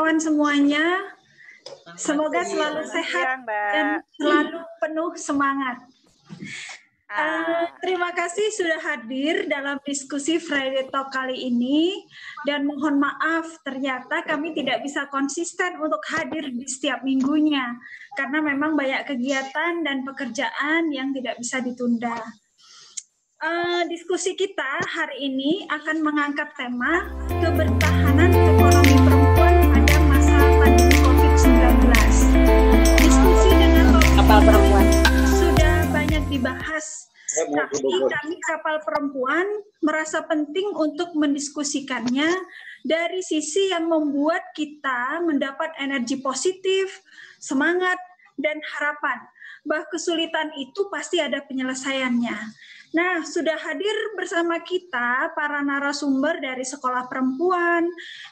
kawan semuanya. Semoga selalu sehat dan selalu penuh semangat. Terima kasih sudah hadir dalam diskusi Friday Talk kali ini, dan mohon maaf ternyata kami tidak bisa konsisten untuk hadir di setiap minggunya karena memang banyak kegiatan dan pekerjaan yang tidak bisa ditunda. Diskusi kita hari ini akan mengangkat tema kebertahanan ekonomi perempuan pada masa pandemi COVID-19. Diskusi dengan kapal perempuan sudah banyak dibahas, tapi kami kapal perempuan merasa penting untuk mendiskusikannya dari sisi yang membuat kita mendapat energi positif, semangat, dan harapan bahwa kesulitan itu pasti ada penyelesaiannya. Nah, sudah hadir bersama kita para narasumber dari Sekolah Perempuan,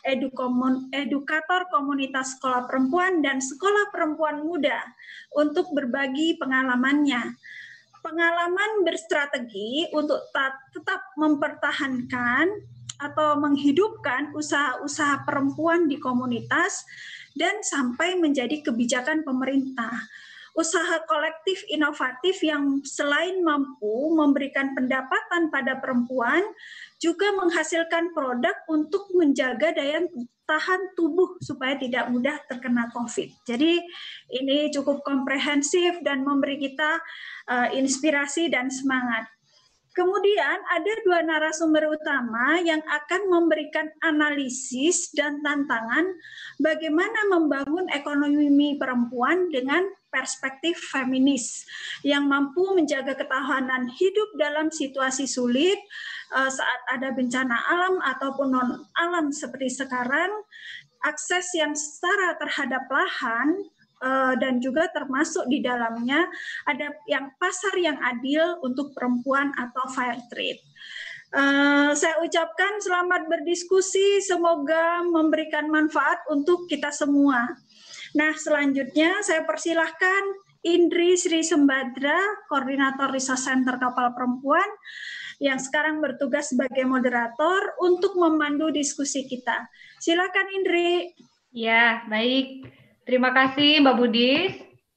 edukator komunitas Sekolah Perempuan, dan Sekolah Perempuan Muda untuk berbagi pengalamannya. Pengalaman berstrategi untuk tetap mempertahankan atau menghidupkan usaha-usaha perempuan di komunitas dan sampai menjadi kebijakan pemerintah. Usaha kolektif inovatif yang selain mampu memberikan pendapatan pada perempuan, juga menghasilkan produk untuk menjaga daya tahan tubuh supaya tidak mudah terkena COVID. Jadi ini cukup komprehensif dan memberi kita inspirasi dan semangat. Kemudian ada dua narasumber utama yang akan memberikan analisis dan tantangan bagaimana membangun ekonomi perempuan dengan perspektif feminis yang mampu menjaga ketahanan hidup dalam situasi sulit saat ada bencana alam ataupun non-alam seperti sekarang, akses yang setara terhadap lahan, dan juga termasuk di dalamnya ada yang pasar yang adil untuk perempuan atau fair trade. Saya ucapkan selamat berdiskusi, semoga memberikan manfaat untuk kita semua. Nah, selanjutnya saya persilahkan Indri Sri Sembadra, Koordinator Resource Center Kapal Perempuan, yang sekarang bertugas sebagai moderator untuk memandu diskusi kita. Silakan Indri. Ya, baik. Terima kasih Mbak Budis.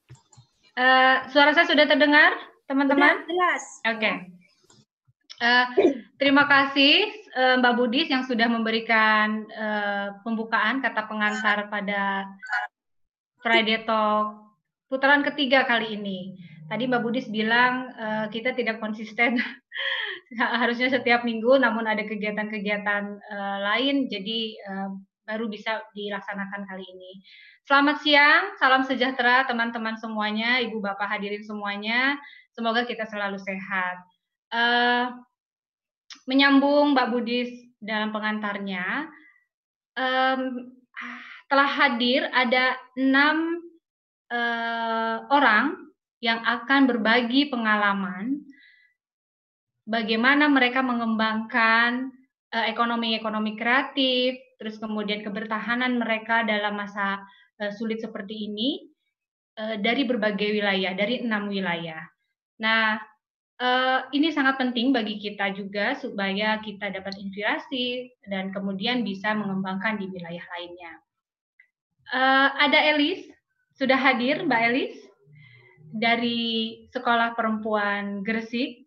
Suara saya sudah terdengar, teman-teman? Jelas. Oke. Terima kasih Mbak Budis yang sudah memberikan pembukaan kata pengantar pada Friday Talk putaran ketiga kali ini. Tadi Mbak Budis bilang kita tidak konsisten harusnya setiap minggu, namun ada kegiatan-kegiatan lain, jadi baru bisa dilaksanakan kali ini. Selamat siang, salam sejahtera teman-teman semuanya, Ibu Bapak hadirin semuanya. Semoga kita selalu sehat. Menyambung Mbak Budis dalam pengantarnya, telah hadir ada 6 orang yang akan berbagi pengalaman bagaimana mereka mengembangkan ekonomi kreatif, terus kemudian kebertahanan mereka dalam masa sulit seperti ini dari berbagai wilayah, dari 6 wilayah. Nah, ini sangat penting bagi kita juga supaya kita dapat inspirasi dan kemudian bisa mengembangkan di wilayah lainnya. Ada Elis, sudah hadir Mbak Elis dari Sekolah Perempuan Gresik.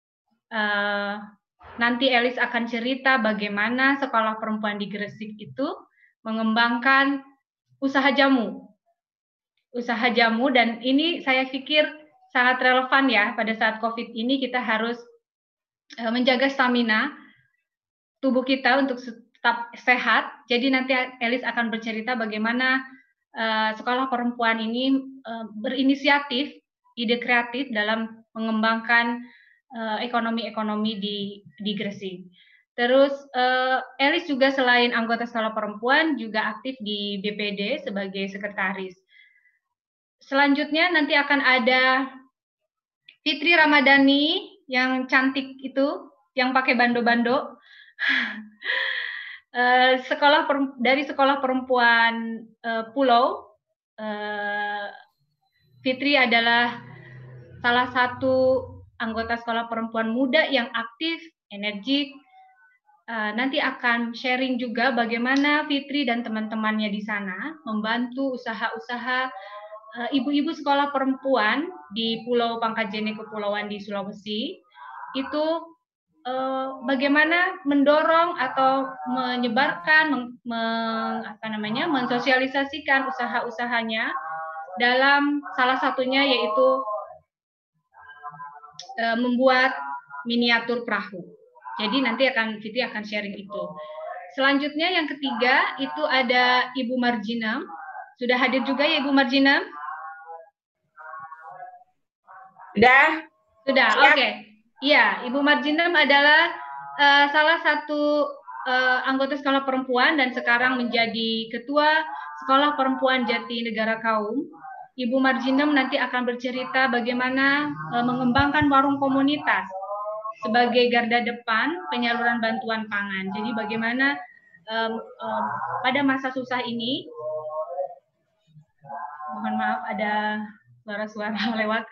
Nanti Elis akan cerita bagaimana Sekolah Perempuan di Gresik itu mengembangkan usaha jamu, dan ini saya pikir sangat relevan ya pada saat COVID ini. Kita harus menjaga stamina tubuh kita untuk tetap sehat. Jadi nanti Elis akan bercerita bagaimana Sekolah Perempuan ini berinisiatif, ide kreatif dalam mengembangkan ekonomi di Gresik. Terus Elis juga selain anggota Sekolah Perempuan juga aktif di BPD sebagai sekretaris. Selanjutnya nanti akan ada Fitri Ramadhani yang cantik itu, yang pakai bando-bando. Dari Sekolah Perempuan Pulau. Fitri adalah salah satu anggota Sekolah Perempuan Muda yang aktif, energik, nanti akan sharing juga bagaimana Fitri dan teman-temannya di sana membantu usaha-usaha ibu-ibu sekolah perempuan di Pulau Pangkajene Kepulauan di Sulawesi itu bagaimana mendorong atau menyebarkan, mensosialisasikan usaha-usahanya dalam salah satunya yaitu membuat miniatur perahu. Jadi nanti Fitri akan sharing itu. Selanjutnya yang ketiga itu ada Ibu Marjinam. Sudah hadir juga ya Ibu Marjinam? Sudah, oke. Okay. Iya, Ibu Marjinam adalah salah satu anggota sekolah perempuan dan sekarang menjadi ketua Sekolah Perempuan Jati Negara Kaum. Ibu Marjinam nanti akan bercerita bagaimana mengembangkan warung komunitas sebagai garda depan penyaluran bantuan pangan. Jadi bagaimana pada masa susah ini, mohon maaf ada suara-suara lewat.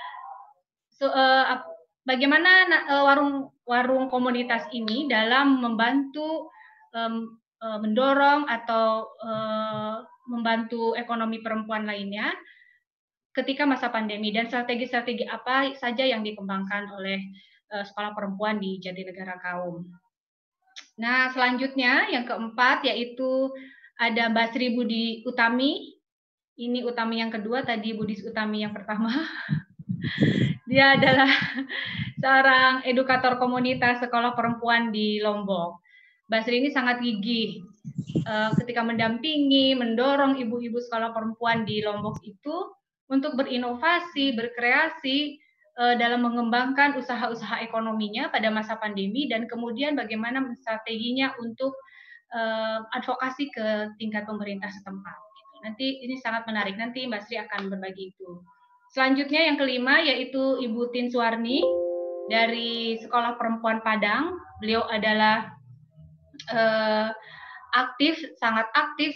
Bagaimana warung komunitas ini dalam membantu mendorong atau membantu ekonomi perempuan lainnya ketika masa pandemi, dan strategi-strategi apa saja yang dikembangkan oleh sekolah perempuan di Jatinegara Kaum. Nah, selanjutnya yang keempat yaitu ada Mbak Sri Budi Utami. Ini Utami yang kedua, tadi Budis Utami yang pertama. Dia adalah seorang edukator komunitas sekolah perempuan di Lombok. Mbak Sri ini sangat gigih ketika mendampingi, mendorong ibu-ibu sekolah perempuan di Lombok itu untuk berinovasi, berkreasi dalam mengembangkan usaha-usaha ekonominya pada masa pandemi, dan kemudian bagaimana strateginya untuk advokasi ke tingkat pemerintah setempat. Nanti ini sangat menarik, nanti Mbak Sri akan berbagi itu. Selanjutnya yang kelima yaitu Ibu Tin Suwarni dari Sekolah Perempuan Padang. Beliau adalah sangat aktif,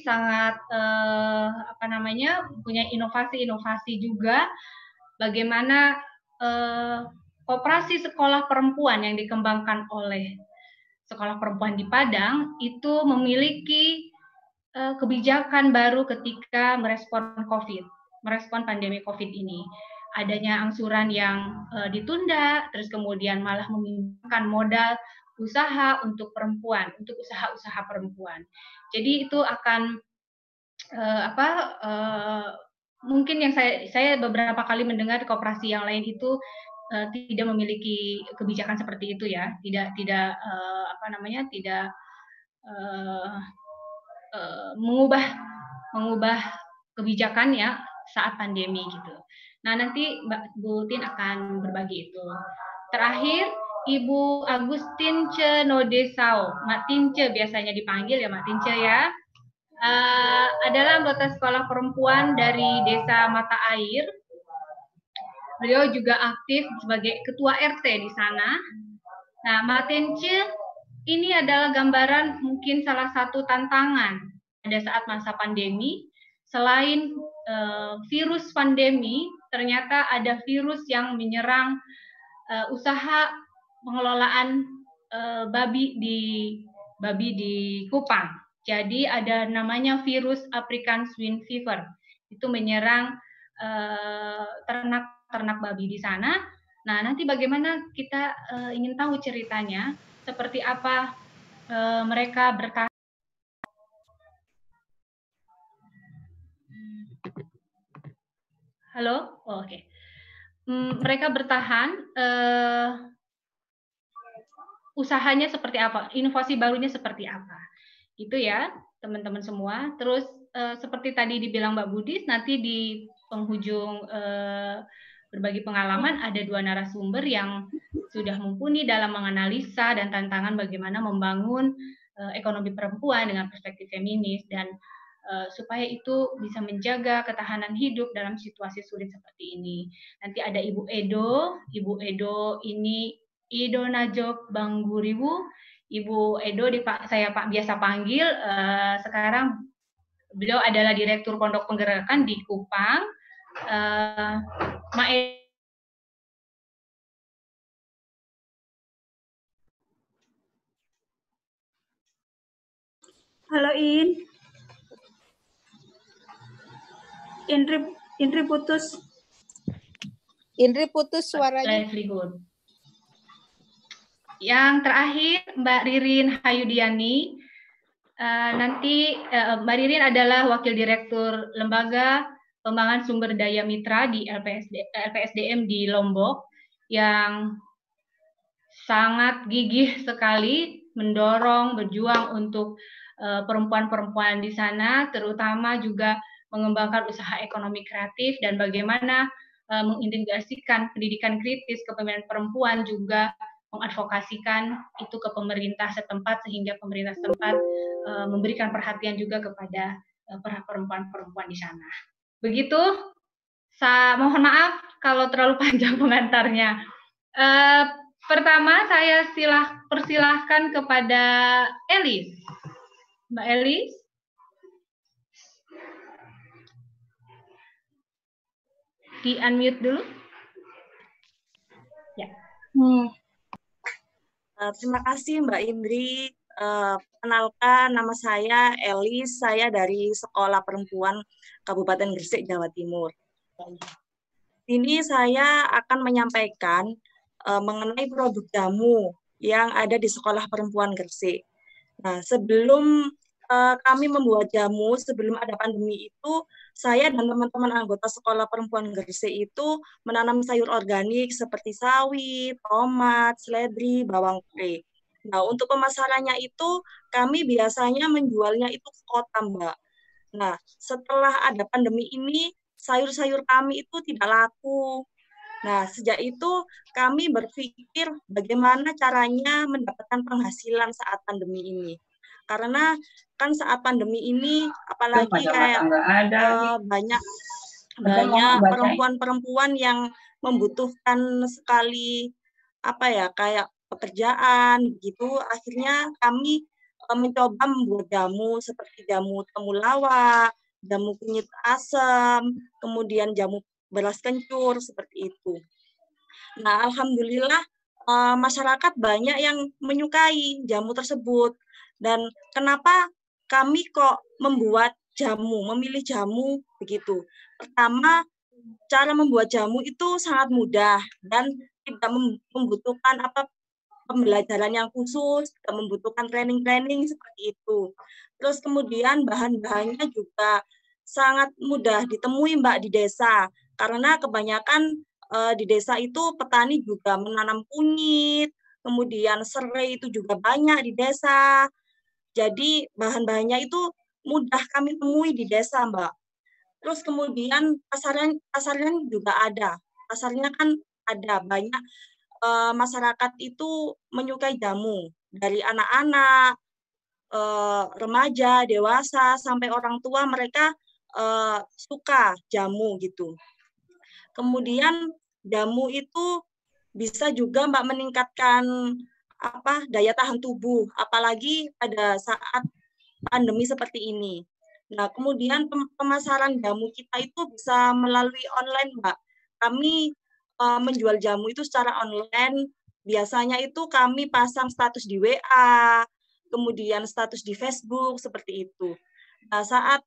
punya inovasi-inovasi juga. Bagaimana koperasi sekolah perempuan yang dikembangkan oleh Sekolah Perempuan di Padang itu memiliki kebijakan baru ketika merespon pandemi COVID ini. Adanya angsuran yang ditunda, terus kemudian malah meminjamkan modal usaha untuk perempuan, untuk usaha-usaha perempuan. Jadi itu akan mungkin yang saya beberapa kali mendengar koperasi yang lain itu tidak memiliki kebijakan seperti itu ya, tidak mengubah kebijakannya saat pandemi gitu. Nah, nanti Bu Tin akan berbagi itu. Terakhir, Ibu Agustince Nodesao, Mak Tince biasanya dipanggil ya, Mak Tince ya. Adalah anggota sekolah perempuan dari Desa Mata Air. Beliau juga aktif sebagai ketua RT di sana. Nah, Mak Tince ini adalah gambaran mungkin salah satu tantangan pada saat masa pandemi. Selain virus pandemi, ternyata ada virus yang menyerang usaha pengelolaan babi di Kupang. Jadi ada namanya virus African Swine Fever. Itu menyerang ternak babi di sana. Nah, nanti bagaimana kita ingin tahu ceritanya, seperti apa mereka bertahan. Halo? Oh, oke. Mereka bertahan, usahanya seperti apa, inovasi barunya seperti apa. Gitu ya, teman-teman semua. Terus seperti tadi dibilang Mbak Budis, nanti di penghujung berbagi pengalaman ada 2 narasumber yang sudah mumpuni dalam menganalisa dan tantangan bagaimana membangun ekonomi perempuan dengan perspektif feminis, dan supaya itu bisa menjaga ketahanan hidup dalam situasi sulit seperti ini. Nanti ada Ibu Edo ini Ido Najok Bangguriwu. Ibu Edo saya biasa panggil, sekarang beliau adalah Direktur Pondok Penggerakan di Kupang. Mak Halo Indri putus. Indri putus suaranya. Livelihood. Yang terakhir Mbak Ririn Hayudiani. Nanti Mbak Ririn adalah Wakil Direktur Lembaga Pengembangan Sumber Daya Mitra di LPSDM di Lombok yang sangat gigih sekali mendorong, berjuang untuk perempuan-perempuan di sana, terutama juga mengembangkan usaha ekonomi kreatif dan bagaimana mengintegrasikan pendidikan kritis kepemimpinan perempuan, juga mengadvokasikan itu ke pemerintah setempat sehingga pemerintah setempat memberikan perhatian juga kepada para perempuan-perempuan di sana. Begitu. Mohon maaf kalau terlalu panjang pengantarnya. Pertama saya persilahkan kepada Elis. Mbak Elis. Di-unmute dulu. Ya. Terima kasih Mbak Indri. Kenalkan, nama saya Elis, saya dari Sekolah Perempuan Kabupaten Gresik, Jawa Timur. Ini saya akan menyampaikan mengenai produk jamu yang ada di Sekolah Perempuan Gresik. Nah, sebelum kami membuat jamu, sebelum ada pandemi itu, saya dan teman-teman anggota Sekolah Perempuan Gresik itu menanam sayur organik seperti sawi, tomat, seledri, bawang putih. Nah, untuk pemasarannya itu, kami biasanya menjualnya itu ke kota, Mbak. Nah, setelah ada pandemi ini, sayur-sayur kami itu tidak laku. Nah, sejak itu kami berpikir bagaimana caranya mendapatkan penghasilan saat pandemi ini. Karena kan saat pandemi ini, apalagi kayak banyak perempuan-perempuan yang membutuhkan sekali kayak pekerjaan gitu. Akhirnya kami mencoba membuat jamu seperti jamu temulawak, jamu kunyit asam, kemudian jamu beras kencur seperti itu. Nah, alhamdulillah masyarakat banyak yang menyukai jamu tersebut. Dan kenapa kami kok memilih jamu begitu? Pertama, cara membuat jamu itu sangat mudah dan tidak membutuhkan pembelajaran yang khusus, tidak membutuhkan training seperti itu. Terus kemudian bahan-bahannya juga sangat mudah ditemui Mbak di desa, karena kebanyakan di desa itu petani juga menanam kunyit, kemudian serai itu juga banyak di desa. Jadi bahan-bahannya itu mudah kami temui di desa, Mbak. Terus kemudian pasarnya juga ada. Pasarnya kan ada banyak masyarakat itu menyukai jamu dari anak-anak, remaja, dewasa sampai orang tua, mereka suka jamu gitu. Kemudian jamu itu bisa juga Mbak meningkatkan daya tahan tubuh, apalagi pada saat pandemi seperti ini. Nah, kemudian pemasaran jamu kita itu bisa melalui online, Mbak. Kami menjual jamu itu secara online. Biasanya itu kami pasang status di WA, kemudian status di Facebook, seperti itu. Nah, saat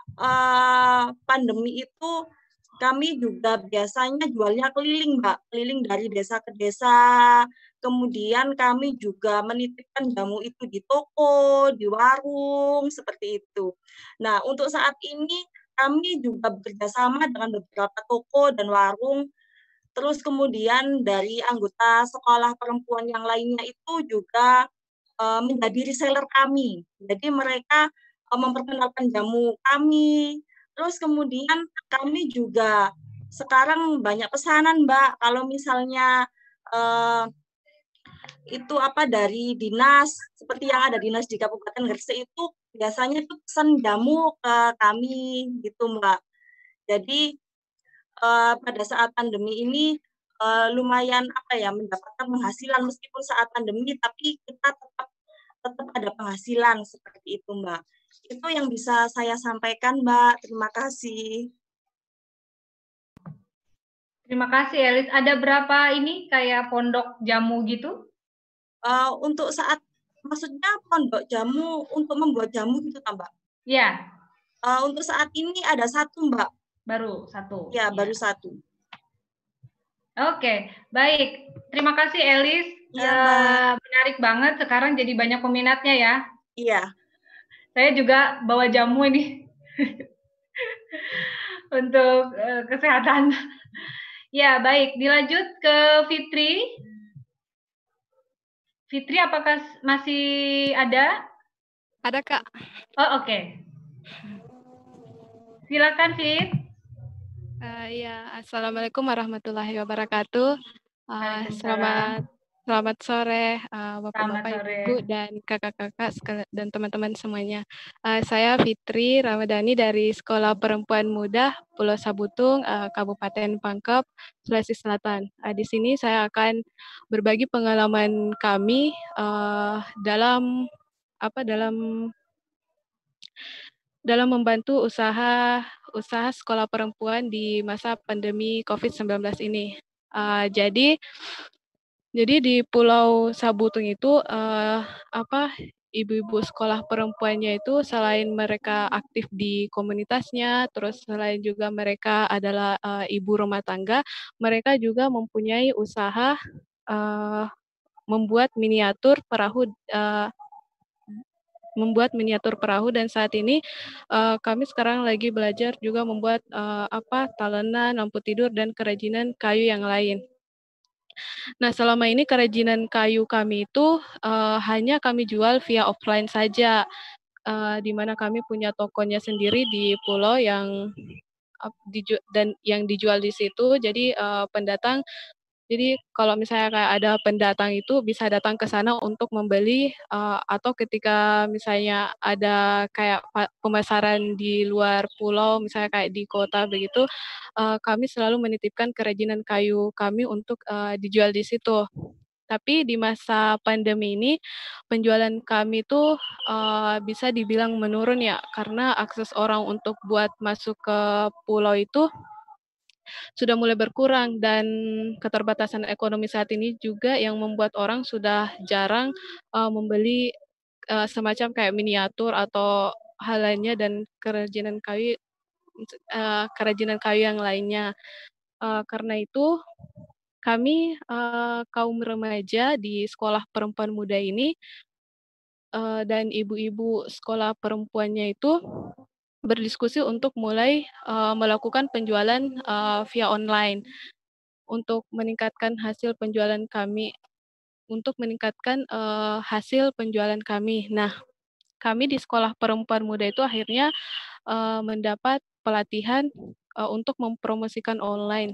pandemi itu kami juga biasanya jualnya keliling, Mbak. Keliling dari desa ke desa. Kemudian kami juga menitipkan jamu itu di toko, di warung, seperti itu. Nah, untuk saat ini kami juga bekerja sama dengan beberapa toko dan warung. Terus kemudian dari anggota sekolah perempuan yang lainnya itu juga menjadi reseller kami. Jadi mereka memperkenalkan jamu kami. Terus kemudian kami juga sekarang banyak pesanan, Mbak. Kalau misalnya dari dinas, seperti yang ada dinas di Kabupaten Gresik itu biasanya itu pesan jamu ke kami gitu, Mbak. Jadi pada saat pandemi ini lumayan mendapatkan penghasilan meskipun saat pandemi, tapi kita tetap ada penghasilan seperti itu, Mbak. Itu yang bisa saya sampaikan, Mbak. Terima kasih. Terima kasih, Elis. Ada berapa ini kayak pondok jamu gitu? Untuk saat maksudnya pondok jamu untuk membuat jamu gitu, Mbak? Ya, Untuk saat ini ada 1, Mbak. baru 1. Ya, baru 1. Oke, baik. Terima kasih Elis. Iya, Mbak. Menarik banget. Sekarang jadi banyak peminatnya ya. Iya. Saya juga bawa jamu ini untuk kesehatan. Ya, baik. Dilanjut ke Fitri. Fitri, apakah masih ada? Ada, Kak. Oh, oke. Silakan, Fit. Ya, Assalamualaikum warahmatullahi wabarakatuh. Selamat sore, Bapak-Bapak, Ibu, dan kakak-kakak dan teman-teman semuanya. Saya Fitri Ramadhani dari Sekolah Perempuan Muda Pulau Sabutung, Kabupaten Pangkep, Sulawesi Selatan. Di sini saya akan berbagi pengalaman kami dalam membantu usaha sekolah perempuan di masa pandemi COVID-19 ini. Jadi di Pulau Sabutung itu ibu-ibu sekolah perempuannya itu selain mereka aktif di komunitasnya, terus selain juga mereka adalah ibu rumah tangga, mereka juga mempunyai usaha membuat miniatur perahu dan saat ini kami sekarang lagi belajar juga membuat talenan, lampu tidur dan kerajinan kayu yang lain. Nah, selama ini kerajinan kayu kami itu hanya kami jual via offline saja, di mana kami punya tokonya sendiri di pulau yang dijual di situ. Jadi pendatang, jadi kalau misalnya kayak ada pendatang itu bisa datang ke sana untuk membeli atau ketika misalnya ada kayak pemasaran di luar pulau, misalnya kayak di kota begitu, kami selalu menitipkan kerajinan kayu kami untuk dijual di situ. Tapi di masa pandemi ini penjualan kami tuh bisa dibilang menurun ya, karena akses orang untuk buat masuk ke pulau itu sudah mulai berkurang dan keterbatasan ekonomi saat ini juga yang membuat orang sudah jarang membeli semacam kayak miniatur atau hal lainnya dan kerajinan kayu yang lainnya. Karena itu kami kaum remaja di sekolah perempuan muda ini dan ibu-ibu sekolah perempuannya itu berdiskusi untuk mulai melakukan penjualan via online untuk meningkatkan hasil penjualan kami. Nah, kami di sekolah perempuan muda itu akhirnya mendapat pelatihan untuk mempromosikan online.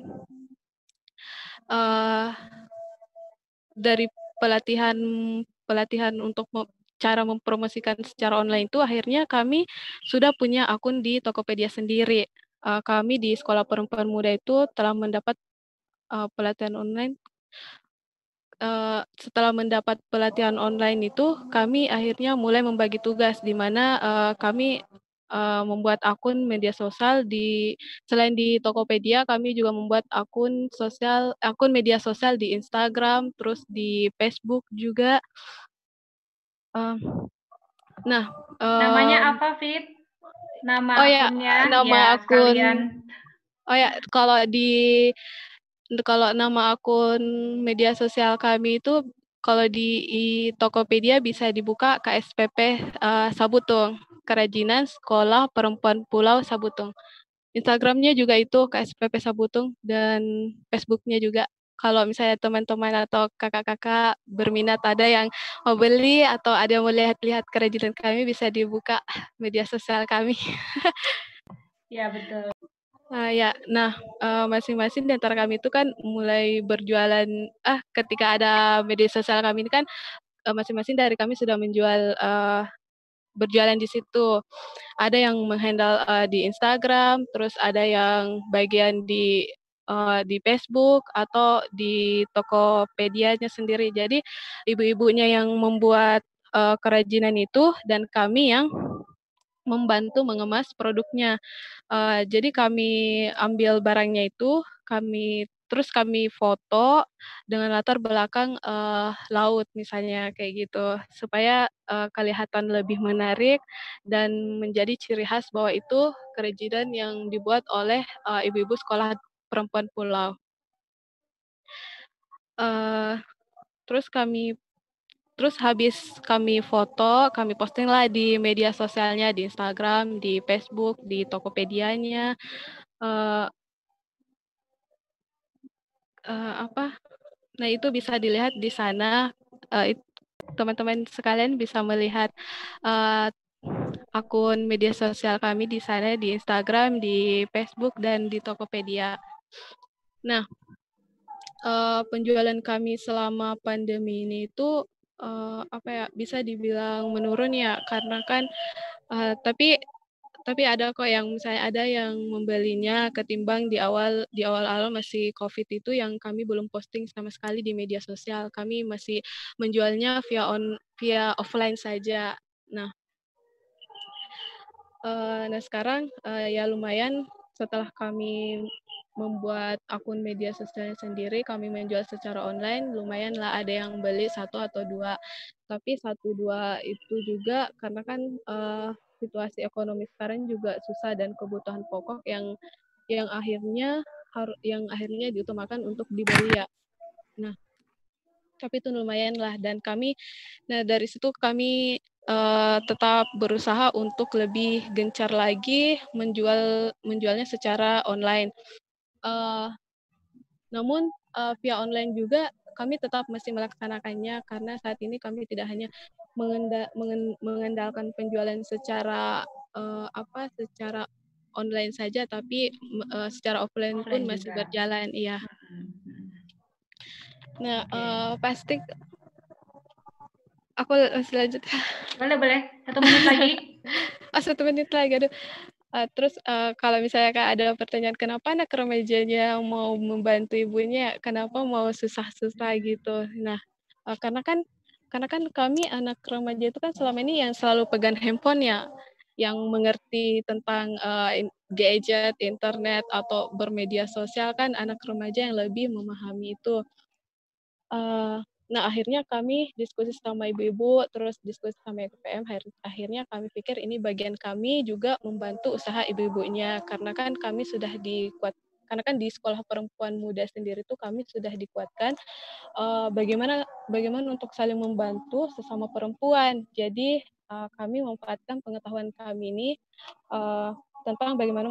Dari pelatihan untuk cara mempromosikan secara online itu akhirnya kami sudah punya akun di Tokopedia sendiri. Kami di Sekolah Perempuan Muda itu telah mendapat pelatihan online. Setelah mendapat pelatihan online itu, kami akhirnya mulai membagi tugas di mana kami membuat akun media sosial selain di Tokopedia, kami juga membuat akun media sosial di Instagram, terus di Facebook juga. Namanya apa, Fit? Nama akunnya? Nama akun. Sekalian. Kalau nama akun media sosial kami itu, kalau di Tokopedia bisa dibuka KSPP Sabutung, Kerajinan Sekolah Perempuan Pulau Sabutung. Instagramnya juga itu KSPP Sabutung dan Facebooknya juga. Kalau misalnya teman-teman atau kakak-kakak berminat ada yang mau beli atau ada yang mau lihat-lihat kerajinan kami, bisa dibuka media sosial kami. Ya, betul. Masing-masing di antara kami itu kan mulai berjualan, ketika ada media sosial kami ini kan masing-masing dari kami sudah berjualan di situ. Ada yang menghandle di Instagram, terus ada yang bagian di Facebook atau di Tokopedia-nya sendiri. Jadi ibu-ibunya yang membuat kerajinan itu dan kami yang membantu mengemas produknya. Jadi kami ambil barangnya itu, kami terus kami foto dengan latar belakang laut misalnya kayak gitu supaya kelihatan lebih menarik dan menjadi ciri khas bahwa itu kerajinan yang dibuat oleh ibu-ibu sekolah perempuan pulau. Terus habis kami foto, kami posting lah di media sosialnya, di Instagram, di Facebook, di Tokopedia-nya. Nah, itu bisa dilihat di sana. Teman-teman sekalian bisa melihat akun media sosial kami di sana, di Instagram, di Facebook, dan di Tokopedia. Nah, penjualan kami selama pandemi ini itu bisa dibilang menurun ya, karena kan tapi ada kok yang misalnya ada yang membelinya ketimbang di awal masih COVID itu yang kami belum posting sama sekali di media sosial. Kami masih menjualnya via offline saja. Nah, sekarang ya lumayan setelah kami membuat akun media sosialnya sendiri, kami menjual secara online, lumayan lah ada yang beli 1 atau 2. Tapi 1, 2 itu juga karena kan situasi ekonomi sekarang juga susah dan kebutuhan pokok yang akhirnya diutamakan untuk dibeli ya. Nah, tapi itu lumayan lah dan dari situ kami tetap berusaha untuk lebih gencar lagi menjualnya secara online. Namun via online juga kami tetap masih melaksanakannya karena saat ini kami tidak hanya mengandalkan penjualan secara secara online saja, tapi secara offline pun masih juga berjalan, iya. Nah, pasti aku masih lanjut. Boleh. 1 menit lagi. 1 menit lagi, aduh. Terus kalau misalnya Kak ada pertanyaan kenapa anak remajanya mau membantu ibunya, kenapa mau susah-susah gitu. Nah, karena kan kami anak remaja itu kan selama ini yang selalu pegang handphone ya, yang mengerti tentang gadget, internet atau bermedia sosial kan anak remaja yang lebih memahami itu. Nah, akhirnya kami diskusi sama ibu-ibu, terus diskusi sama EKPM, akhirnya kami pikir ini bagian kami juga membantu usaha ibu-ibunya, karena kan karena kan di sekolah perempuan muda sendiri itu kami sudah dikuatkan bagaimana untuk saling membantu sesama perempuan. Jadi kami memanfaatkan pengetahuan kami ini tentang bagaimana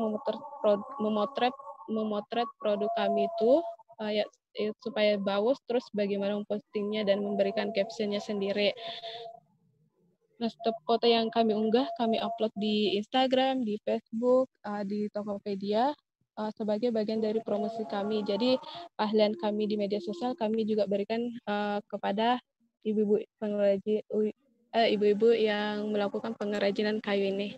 memotret produk kami itu supaya bagus, terus bagaimana mempostingnya dan memberikan captionnya sendiri. Nah, setiap foto yang kami unggah, kami upload di Instagram, di Facebook, di Tokopedia, sebagai bagian dari promosi kami. Jadi, keahlian kami di media sosial kami juga berikan kepada ibu-ibu yang melakukan pengrajinan kayu ini.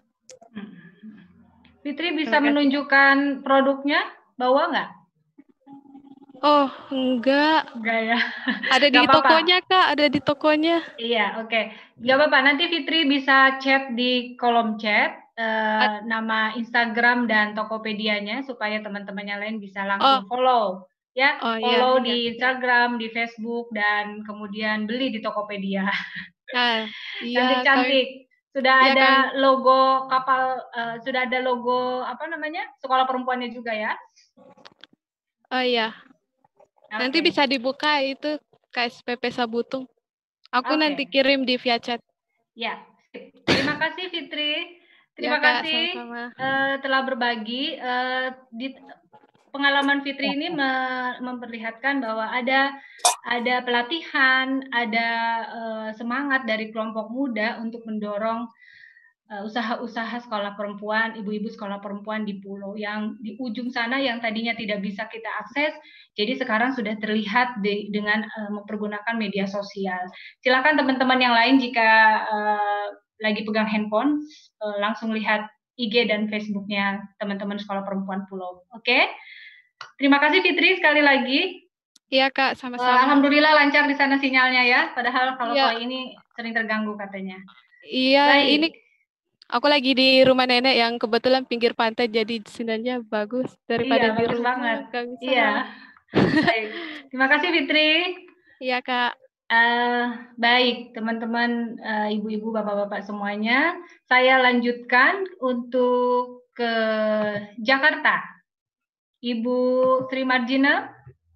Fitri bisa menunjukkan produknya, bawa nggak? Oh, enggak ya. Ada di tokonya, Kak. Ada di tokonya. Iya, oke. Nggak apa-apa. Nanti Fitri bisa chat di kolom chat nama Instagram dan Tokopedia-nya supaya teman-temannya lain bisa langsung follow. Ya, follow di Instagram, di Facebook, dan kemudian beli di Tokopedia. Cantik-cantik. Sudah ada logo kapal, sudah ada logo sekolah perempuannya juga ya? Oh iya. Nanti bisa dibuka itu KSPP Sabutung. Aku nanti kirim di via chat. Ya, terima kasih Fitri. Terima kasih telah berbagi. Pengalaman Fitri ini memperlihatkan bahwa ada pelatihan, ada semangat dari kelompok muda untuk mendorong usaha-usaha sekolah perempuan, ibu-ibu sekolah perempuan di pulau yang di ujung sana yang tadinya tidak bisa kita akses, jadi sekarang sudah terlihat dengan mempergunakan media sosial. Silakan teman-teman yang lain jika lagi pegang handphone, langsung lihat IG dan Facebooknya teman-teman sekolah perempuan pulau. Oke? Terima kasih Fitri sekali lagi. Iya Kak, sama-sama. Alhamdulillah lancar di sana sinyalnya ya, padahal kalau sore ini sering terganggu katanya. Iya, ini aku lagi di rumah nenek yang kebetulan pinggir pantai, jadi sinyalnya bagus daripada di rumah. Bagus banget. Iya. Baik. Terima kasih Fitri. Iya, Kak. Baik, teman-teman, ibu-ibu, bapak-bapak semuanya, saya lanjutkan untuk ke Jakarta. Ibu Sri Marjina,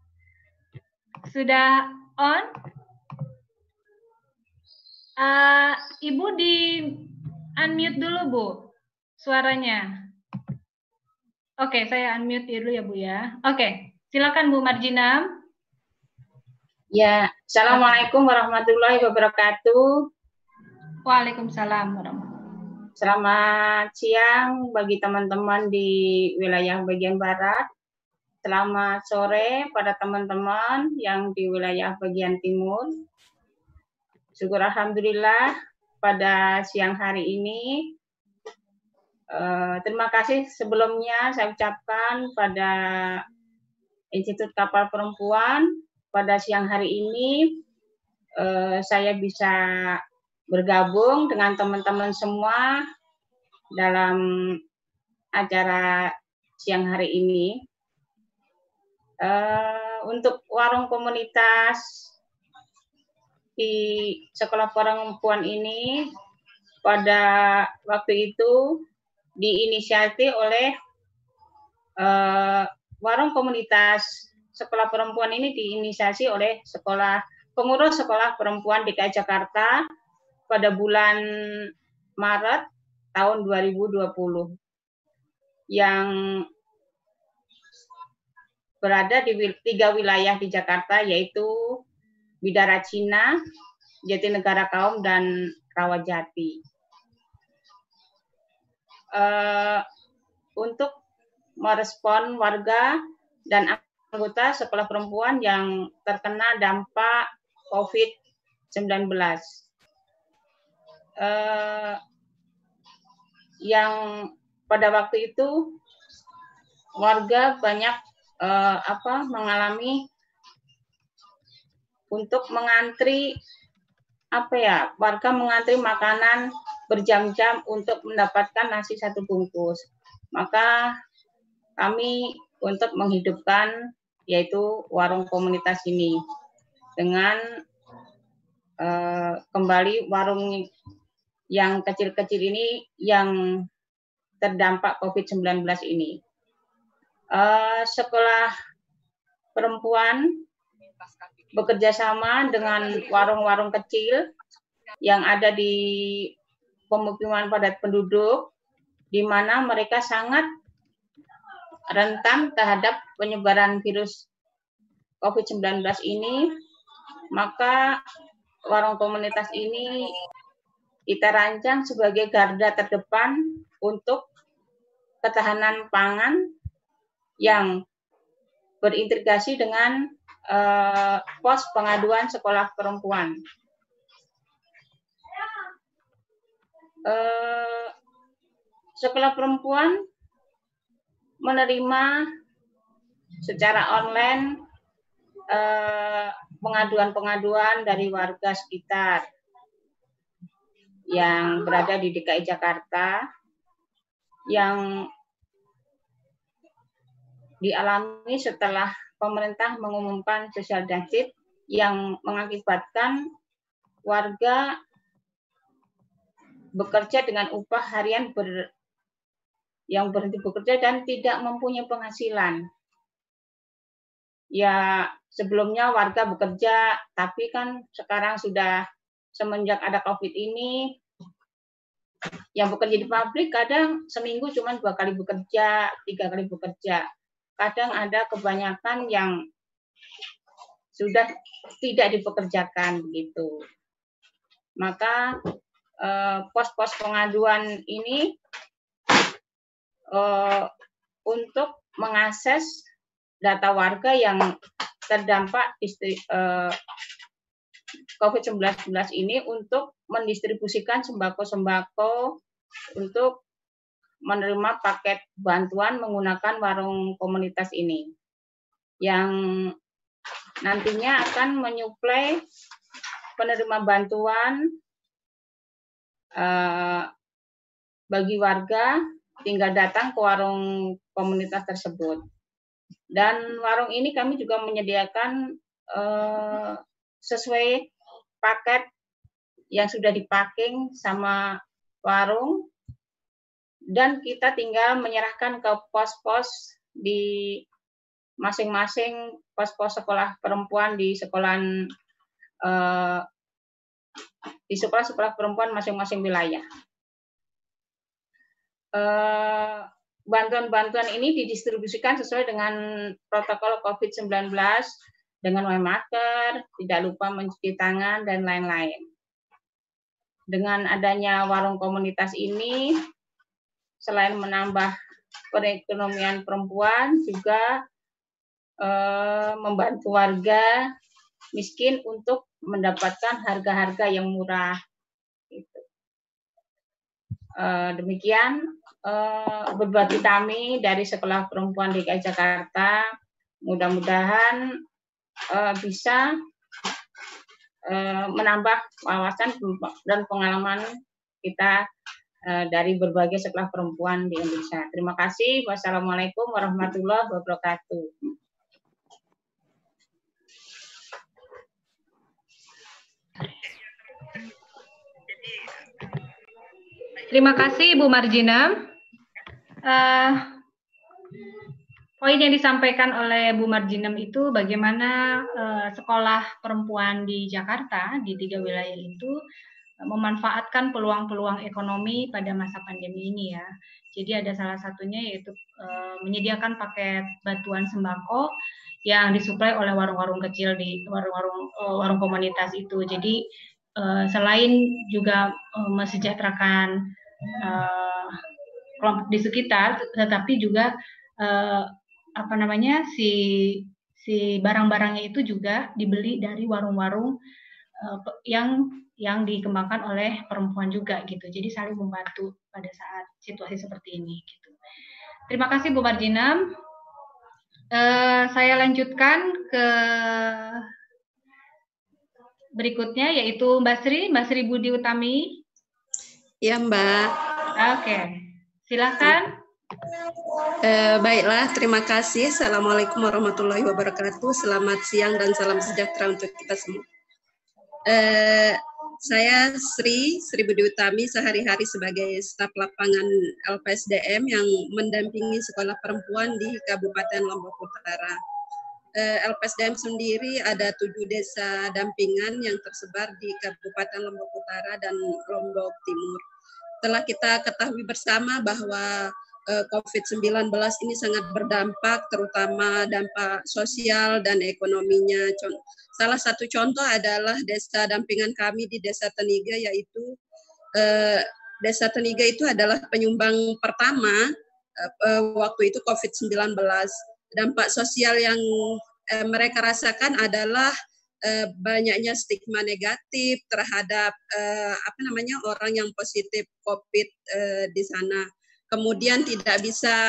sudah on? Ibu di unmute dulu, Bu, suaranya. Oke, saya unmute dulu ya, Bu ya. Oke, silakan Bu Marjina. Ya, Assalamualaikum warahmatullahi wabarakatuh. Waalaikumsalam warahmatullahi. Selamat siang bagi teman-teman di wilayah bagian barat. Selamat sore pada teman-teman yang di wilayah bagian timur. Syukur alhamdulillah pada siang hari ini. Terima kasih sebelumnya saya ucapkan pada Institut Kapal Perempuan. Pada siang hari ini saya bisa bergabung dengan teman-teman semua dalam acara siang hari ini. Untuk warung komunitas di sekolah perempuan ini pada waktu itu diinisiasi oleh warung komunitas sekolah perempuan ini diinisiasi oleh pengurus sekolah perempuan DKI Jakarta pada bulan Maret tahun 2020 yang berada di 3 wilayah di Jakarta, yaitu Bidara Cina, Jatinegara Kaum, dan Rawajati. Untuk merespon warga dan anggota sekolah perempuan yang terkena dampak COVID-19. Yang pada waktu itu warga banyak mengalami untuk mengantri warga mengantri makanan berjam-jam untuk mendapatkan nasi 1 bungkus. Maka kami untuk menghidupkan yaitu warung komunitas ini dengan kembali warung yang kecil-kecil ini yang terdampak COVID-19 ini. Sekolah perempuan bekerja sama dengan warung-warung kecil yang ada di pemukiman padat penduduk, di mana mereka sangat rentan terhadap penyebaran virus COVID-19 ini. Maka warung komunitas ini kita rancang sebagai garda terdepan untuk ketahanan pangan yang berintegrasi dengan pos pengaduan sekolah perempuan. Sekolah perempuan menerima secara online pengaduan-pengaduan dari warga sekitar yang berada di DKI Jakarta yang dialami setelah pemerintah mengumumkan social distancing yang mengakibatkan warga bekerja dengan upah harian yang berhenti bekerja dan tidak mempunyai penghasilan. Ya, sebelumnya warga bekerja, tapi kan sekarang sudah semenjak ada COVID ini, yang bekerja di pabrik kadang seminggu cuma 2 kali bekerja, 3 kali bekerja. Kadang ada kebanyakan yang sudah tidak dipekerjakan begitu. Maka pos-pos pengaduan ini untuk mengakses data warga yang terdampak COVID-19 ini untuk mendistribusikan sembako-sembako untuk menerima paket bantuan menggunakan warung komunitas ini yang nantinya akan menyuplai penerima bantuan bagi warga tinggal datang ke warung komunitas tersebut. Dan warung ini kami juga menyediakan sesuai paket yang sudah dipacking sama warung, dan kita tinggal menyerahkan ke pos-pos di masing-masing pos-pos sekolah perempuan di sekolah-sekolah perempuan masing-masing wilayah. Bantuan-bantuan ini didistribusikan sesuai dengan protokol COVID-19 dengan memakai masker, tidak lupa mencuci tangan, dan lain-lain. Dengan adanya warung komunitas ini, selain menambah perekonomian perempuan, juga membantu warga miskin untuk mendapatkan harga-harga yang murah. Demikian berbagi kami dari Sekolah Perempuan DKI Jakarta. Mudah-mudahan bisa menambah wawasan dan pengalaman kita dari berbagai sekolah perempuan di Indonesia. Terima kasih. Wassalamualaikum warahmatullahi wabarakatuh. Terima kasih Bu Marjina. Poin yang disampaikan oleh Bu Marjina itu bagaimana sekolah perempuan di Jakarta di 3 wilayah itu memanfaatkan peluang-peluang ekonomi pada masa pandemi ini ya. Jadi ada salah satunya yaitu menyediakan paket bantuan sembako yang disuplai oleh warung-warung kecil di warung komunitas itu. Jadi selain juga mesejahterakan kelompok di sekitar, tetapi juga si barang-barangnya itu juga dibeli dari warung-warung yang dikembangkan oleh perempuan juga gitu. Jadi saling membantu pada saat situasi seperti ini gitu. Terima kasih Bu Marjina. Saya lanjutkan ke berikutnya yaitu Mbak Sri Budi Utami. Ya Mbak. Oke, silakan. Baiklah, terima kasih. Assalamualaikum warahmatullahi wabarakatuh. Selamat siang dan salam sejahtera untuk kita semua. Saya Sri Budi Utami, sehari-hari sebagai staf lapangan LPSDM yang mendampingi sekolah perempuan di Kabupaten Lombok Utara. LPSDM sendiri ada 7 desa dampingan yang tersebar di Kabupaten Lombok Utara dan Lombok Timur. Telah kita ketahui bersama bahwa COVID-19 ini sangat berdampak, terutama dampak sosial dan ekonominya. Salah satu contoh adalah desa dampingan kami di Desa Teniga, yaitu Desa Teniga itu adalah penyumbang pertama waktu itu COVID-19. Dampak sosial yang mereka rasakan adalah banyaknya stigma negatif terhadap orang yang positif COVID di sana. Kemudian tidak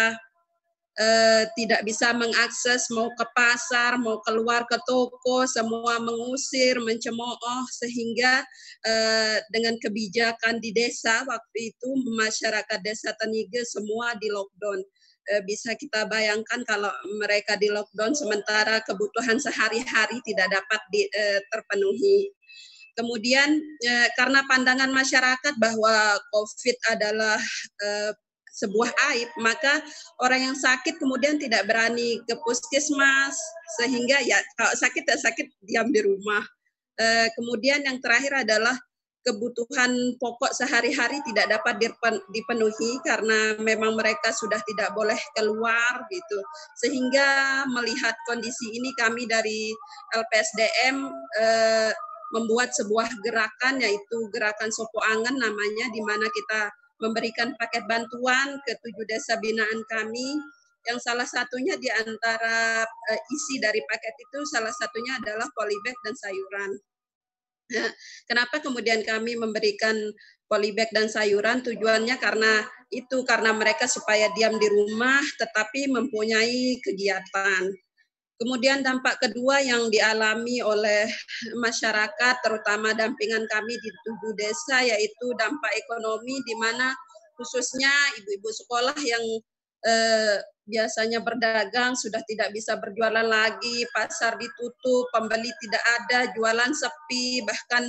bisa mengakses mau ke pasar, mau keluar ke toko, semua mengusir, mencemooh, sehingga dengan kebijakan di desa waktu itu masyarakat Desa Teniga semua di lockdown. Bisa kita bayangkan kalau mereka di lockdown sementara kebutuhan sehari-hari tidak dapat terpenuhi. Kemudian karena pandangan masyarakat bahwa COVID adalah sebuah aib, maka orang yang sakit kemudian tidak berani ke puskesmas, sehingga ya kalau sakit diam di rumah. Kemudian yang terakhir adalah kebutuhan pokok sehari-hari tidak dapat dipenuhi karena memang mereka sudah tidak boleh keluar gitu. Sehingga melihat kondisi ini kami dari LPSDM membuat sebuah gerakan, yaitu gerakan Sopo Angen namanya, di mana kita memberikan paket bantuan ke 7 desa binaan kami, yang salah satunya di antara isi dari paket itu salah satunya adalah polybag dan sayuran. Kenapa kemudian kami memberikan polybag dan sayuran? Tujuannya karena mereka supaya diam di rumah tetapi mempunyai kegiatan. Kemudian dampak kedua yang dialami oleh masyarakat, terutama dampingan kami di 7 desa, yaitu dampak ekonomi, di mana khususnya ibu-ibu sekolah yang biasanya berdagang sudah tidak bisa berjualan lagi, pasar ditutup, pembeli tidak ada, jualan sepi, bahkan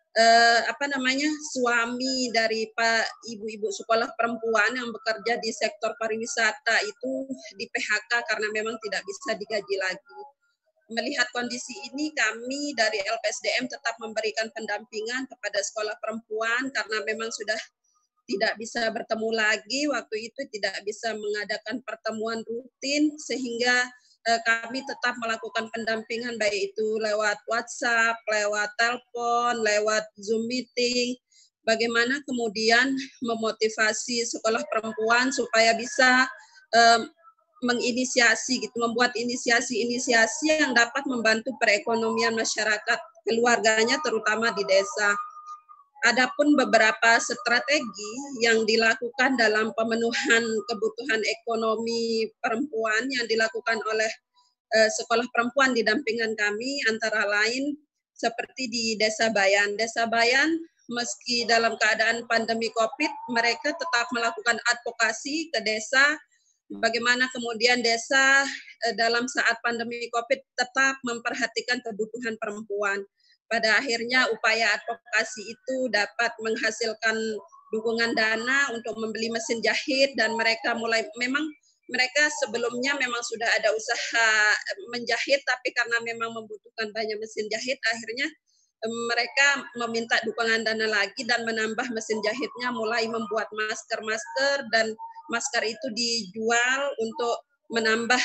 suami dari ibu-ibu sekolah perempuan yang bekerja di sektor pariwisata itu di PHK karena memang tidak bisa digaji lagi. Melihat kondisi ini, kami dari LPSDM tetap memberikan pendampingan kepada sekolah perempuan karena memang sudah tidak bisa bertemu lagi, waktu itu tidak bisa mengadakan pertemuan rutin, sehingga kami tetap melakukan pendampingan baik itu lewat WhatsApp, lewat telepon, lewat Zoom meeting, bagaimana kemudian memotivasi sekolah perempuan supaya bisa menginisiasi gitu, membuat inisiasi-inisiasi yang dapat membantu perekonomian masyarakat keluarganya terutama di desa. Adapun beberapa strategi yang dilakukan dalam pemenuhan kebutuhan ekonomi perempuan yang dilakukan oleh sekolah perempuan di dampingan kami antara lain seperti di Desa Bayan. Desa Bayan meski dalam keadaan pandemi COVID, mereka tetap melakukan advokasi ke desa, bagaimana kemudian desa dalam saat pandemi COVID tetap memperhatikan kebutuhan perempuan. Pada akhirnya upaya advokasi itu dapat menghasilkan dukungan dana untuk membeli mesin jahit dan mereka mereka sebelumnya memang sudah ada usaha menjahit tapi karena memang membutuhkan banyak mesin jahit akhirnya mereka meminta dukungan dana lagi dan menambah mesin jahitnya, mulai membuat masker dan masker itu dijual untuk menambah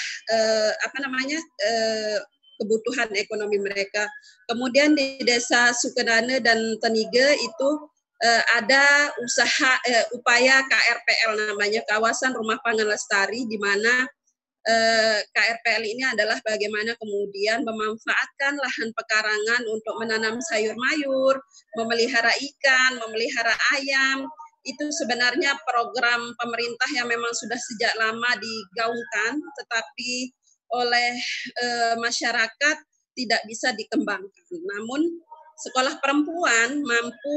kebutuhan ekonomi mereka. Kemudian di Desa Sukedane dan Tenige itu ada upaya KRPL namanya, Kawasan Rumah Pangan Lestari, di mana KRPL ini adalah bagaimana kemudian memanfaatkan lahan pekarangan untuk menanam sayur mayur, memelihara ikan, memelihara ayam. Itu sebenarnya program pemerintah yang memang sudah sejak lama digaungkan, tetapi oleh masyarakat tidak bisa dikembangkan. Namun sekolah perempuan mampu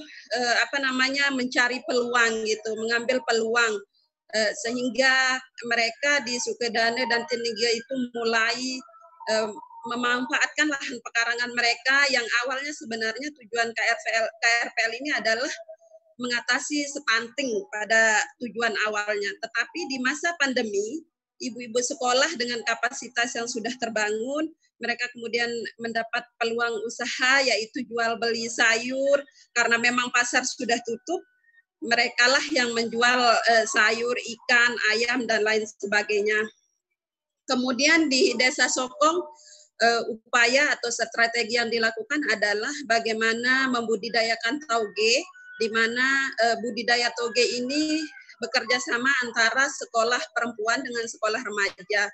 mencari peluang gitu, mengambil peluang sehingga mereka di Sukedane dan Tenige itu mulai memanfaatkan lahan pekarangan mereka yang awalnya sebenarnya tujuan KRPL ini adalah mengatasi stunting pada tujuan awalnya. Tetapi di masa pandemi, ibu-ibu sekolah dengan kapasitas yang sudah terbangun, mereka kemudian mendapat peluang usaha yaitu jual beli sayur karena memang pasar sudah tutup. Mereka lah yang menjual sayur, ikan, ayam, dan lain sebagainya. Kemudian di Desa Sokong, upaya atau strategi yang dilakukan adalah bagaimana membudidayakan tauge, di mana budidaya tauge ini bekerja sama antara sekolah perempuan dengan sekolah remaja.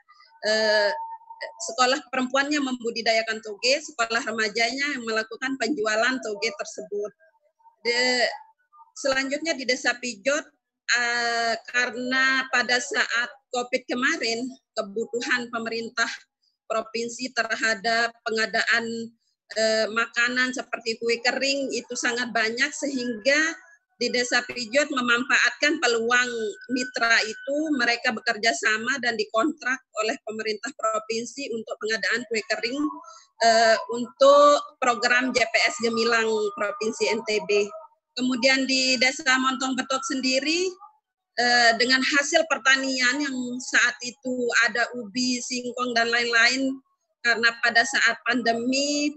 Sekolah perempuannya membudidayakan tauge, sekolah remajanya yang melakukan penjualan tauge tersebut. Selanjutnya di Desa Pijot, karena pada saat COVID kemarin, kebutuhan pemerintah provinsi terhadap pengadaan makanan seperti kue kering itu sangat banyak, sehingga di Desa Pijot memanfaatkan peluang mitra itu, mereka bekerja sama dan dikontrak oleh pemerintah provinsi untuk pengadaan kue kering untuk program JPS Gemilang Provinsi NTB. Kemudian di Desa Montong Betok sendiri, dengan hasil pertanian yang saat itu ada ubi, singkong, dan lain-lain, karena pada saat pandemi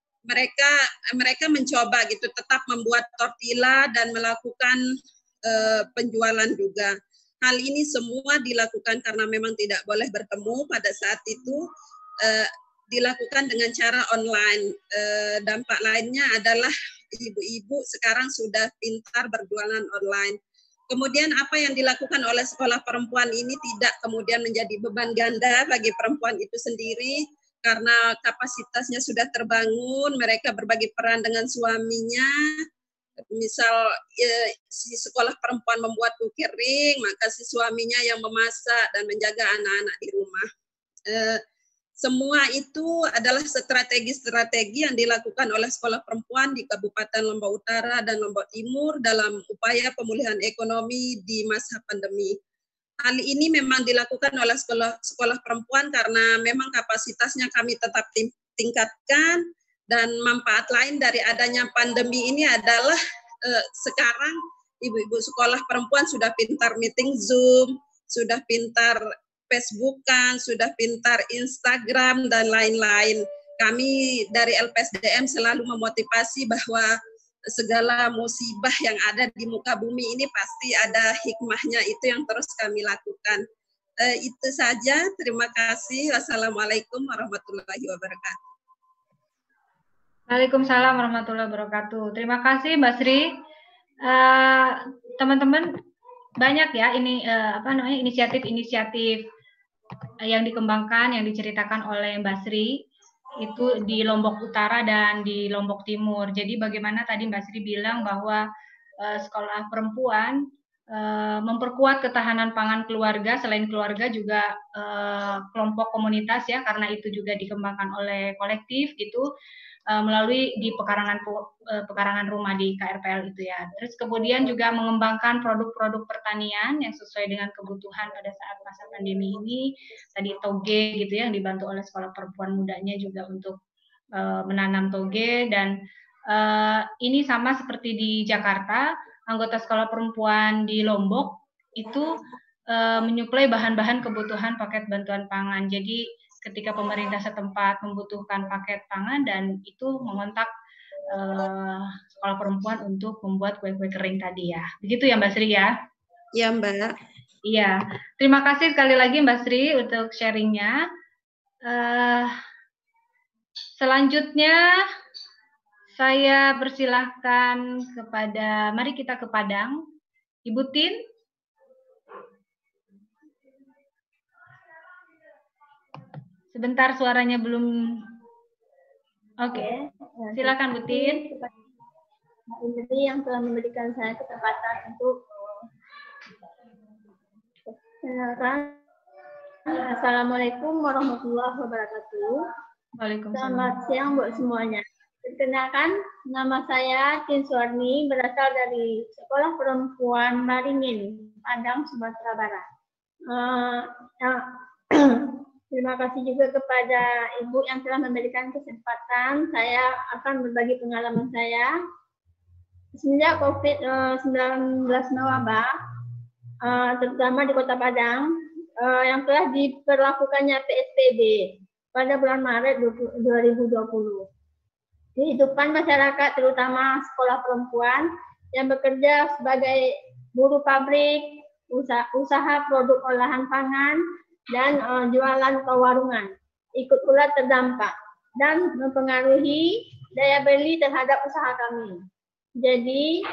mereka mencoba gitu tetap membuat tortilla dan melakukan penjualan juga. Hal ini semua dilakukan karena memang tidak boleh bertemu pada saat itu, dilakukan dengan cara online. Dampak lainnya adalah ibu-ibu sekarang sudah pintar berjualan online. Kemudian apa yang dilakukan oleh sekolah perempuan ini tidak kemudian menjadi beban ganda bagi perempuan itu sendiri, karena kapasitasnya sudah terbangun, mereka berbagi peran dengan suaminya. Misal si sekolah perempuan membuat kue kering, maka si suaminya yang memasak dan menjaga anak-anak di rumah. Semua itu adalah strategi-strategi yang dilakukan oleh sekolah perempuan di Kabupaten Lombok Utara dan Lombok Timur dalam upaya pemulihan ekonomi di masa pandemi. hal ini memang dilakukan oleh sekolah perempuan karena memang kapasitasnya kami tetap tingkatkan, dan manfaat lain dari adanya pandemi ini adalah sekarang ibu-ibu sekolah perempuan sudah pintar meeting Zoom, sudah pintar Facebookan, sudah pintar Instagram, dan lain-lain. Kami dari LPSDM selalu memotivasi bahwa segala musibah yang ada di muka bumi ini pasti ada hikmahnya, itu yang terus kami lakukan. Itu saja, terima kasih. Wassalamualaikum warahmatullahi wabarakatuh. Waalaikumsalam warahmatullahi wabarakatuh. Terima kasih Mbak Sri. Teman-teman, banyak ya ini inisiatif-inisiatif yang dikembangkan, yang diceritakan oleh Mbak Sri itu di Lombok Utara dan di Lombok Timur. Jadi bagaimana tadi Mbak Sri bilang bahwa sekolah perempuan memperkuat ketahanan pangan keluarga, selain keluarga juga kelompok komunitas ya, karena itu juga dikembangkan oleh kolektif gitu. Melalui di pekarangan rumah di KRPL itu ya. Terus kemudian juga mengembangkan produk-produk pertanian yang sesuai dengan kebutuhan pada saat masa pandemi ini. Tadi toge gitu ya, yang dibantu oleh sekolah perempuan mudanya juga untuk menanam toge. Dan ini sama seperti di Jakarta, anggota sekolah perempuan di Lombok itu menyuplai bahan-bahan kebutuhan paket bantuan pangan. Jadi ketika pemerintah setempat membutuhkan paket pangan, dan itu mengontak sekolah perempuan untuk membuat kue-kue kering tadi ya. Begitu ya Mbak Sri ya? Ya Mbak. Iya. Terima kasih sekali lagi Mbak Sri untuk sharingnya. Selanjutnya saya persilahkan kepada, mari kita ke Padang. Ibu Tin. Sebentar, suaranya belum. Oke. Silakan Bu Tin. Ini yang telah memberikan saya kesempatan untuk mengenalkan. Assalamualaikum warahmatullahi wabarakatuh. Waalaikumsalam. Selamat siang buat semuanya. Perkenalkan, nama saya Tin Suwarni, berasal dari Sekolah Perempuan Maringin, Padang, Sumatera Barat. Terima kasih juga kepada Ibu yang telah memberikan kesempatan. Saya akan berbagi pengalaman saya. Semenjak COVID-19 mewabah, terutama di Kota Padang, yang telah diberlakukannya PSBB pada bulan Maret 2020. Kehidupan masyarakat, terutama sekolah perempuan yang bekerja sebagai buruh pabrik, usaha produk olahan pangan, dan jualan ke warungan, ikut pula terdampak dan mempengaruhi daya beli terhadap usaha kami. Jadi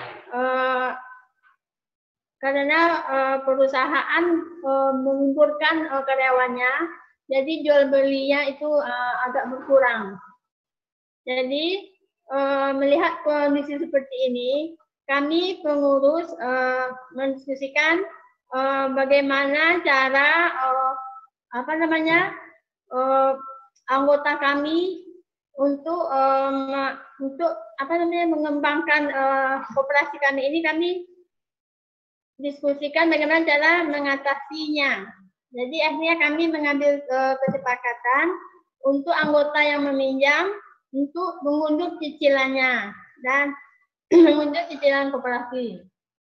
karena perusahaan mengumpulkan karyawannya, jadi jual belinya itu agak berkurang. Jadi melihat kondisi seperti ini, kami pengurus mendiskusikan bagaimana cara anggota kami untuk mengembangkan koperasi kami ini. Kami diskusikan bagaimana cara mengatasinya. Jadi akhirnya kami mengambil kesepakatan untuk anggota yang meminjam untuk mengunduh cicilannya dan mengunduh cicilan koperasi.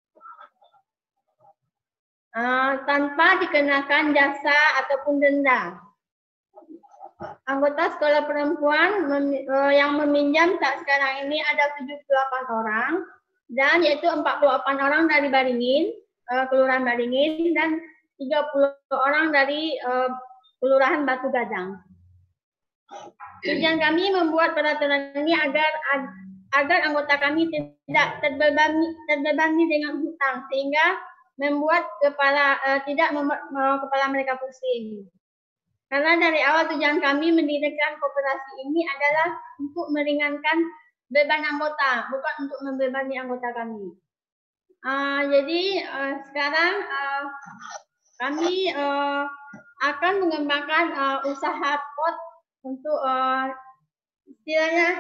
Tanpa dikenakan jasa ataupun denda. Anggota sekolah perempuan yang meminjam saat sekarang ini ada 78 orang, dan yaitu 48 orang dari Baringin, Kelurahan Baringin, dan 30 orang dari Kelurahan Batu Gadang. Tujuan kami membuat peraturan ini agar anggota kami tidak terbebani dengan hutang, sehingga membuat kepala mereka pusing. Karena dari awal tujuan kami mendirikan koperasi ini adalah untuk meringankan beban anggota, bukan untuk membebani anggota kami. Jadi sekarang kami akan mengembangkan usaha pot untuk istilahnya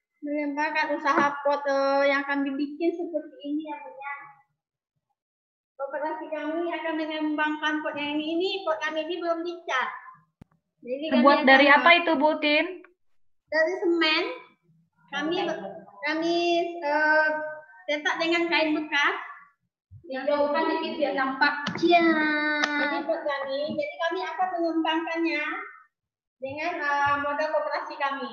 mengembangkan usaha pot yang kami bikin seperti ini ya. Koperasi kami akan mengembangkan pot yang ini. Pot kami ini belum dicat. Jadi Terbuat dari apa itu, Bu Tin? Dari semen. Kami cetak dengan kain bekas. Dijauhkan dikit biar nampak. Iya. Jadi pot kami. Jadi kami akan mengembangkannya dengan modal koperasi kami.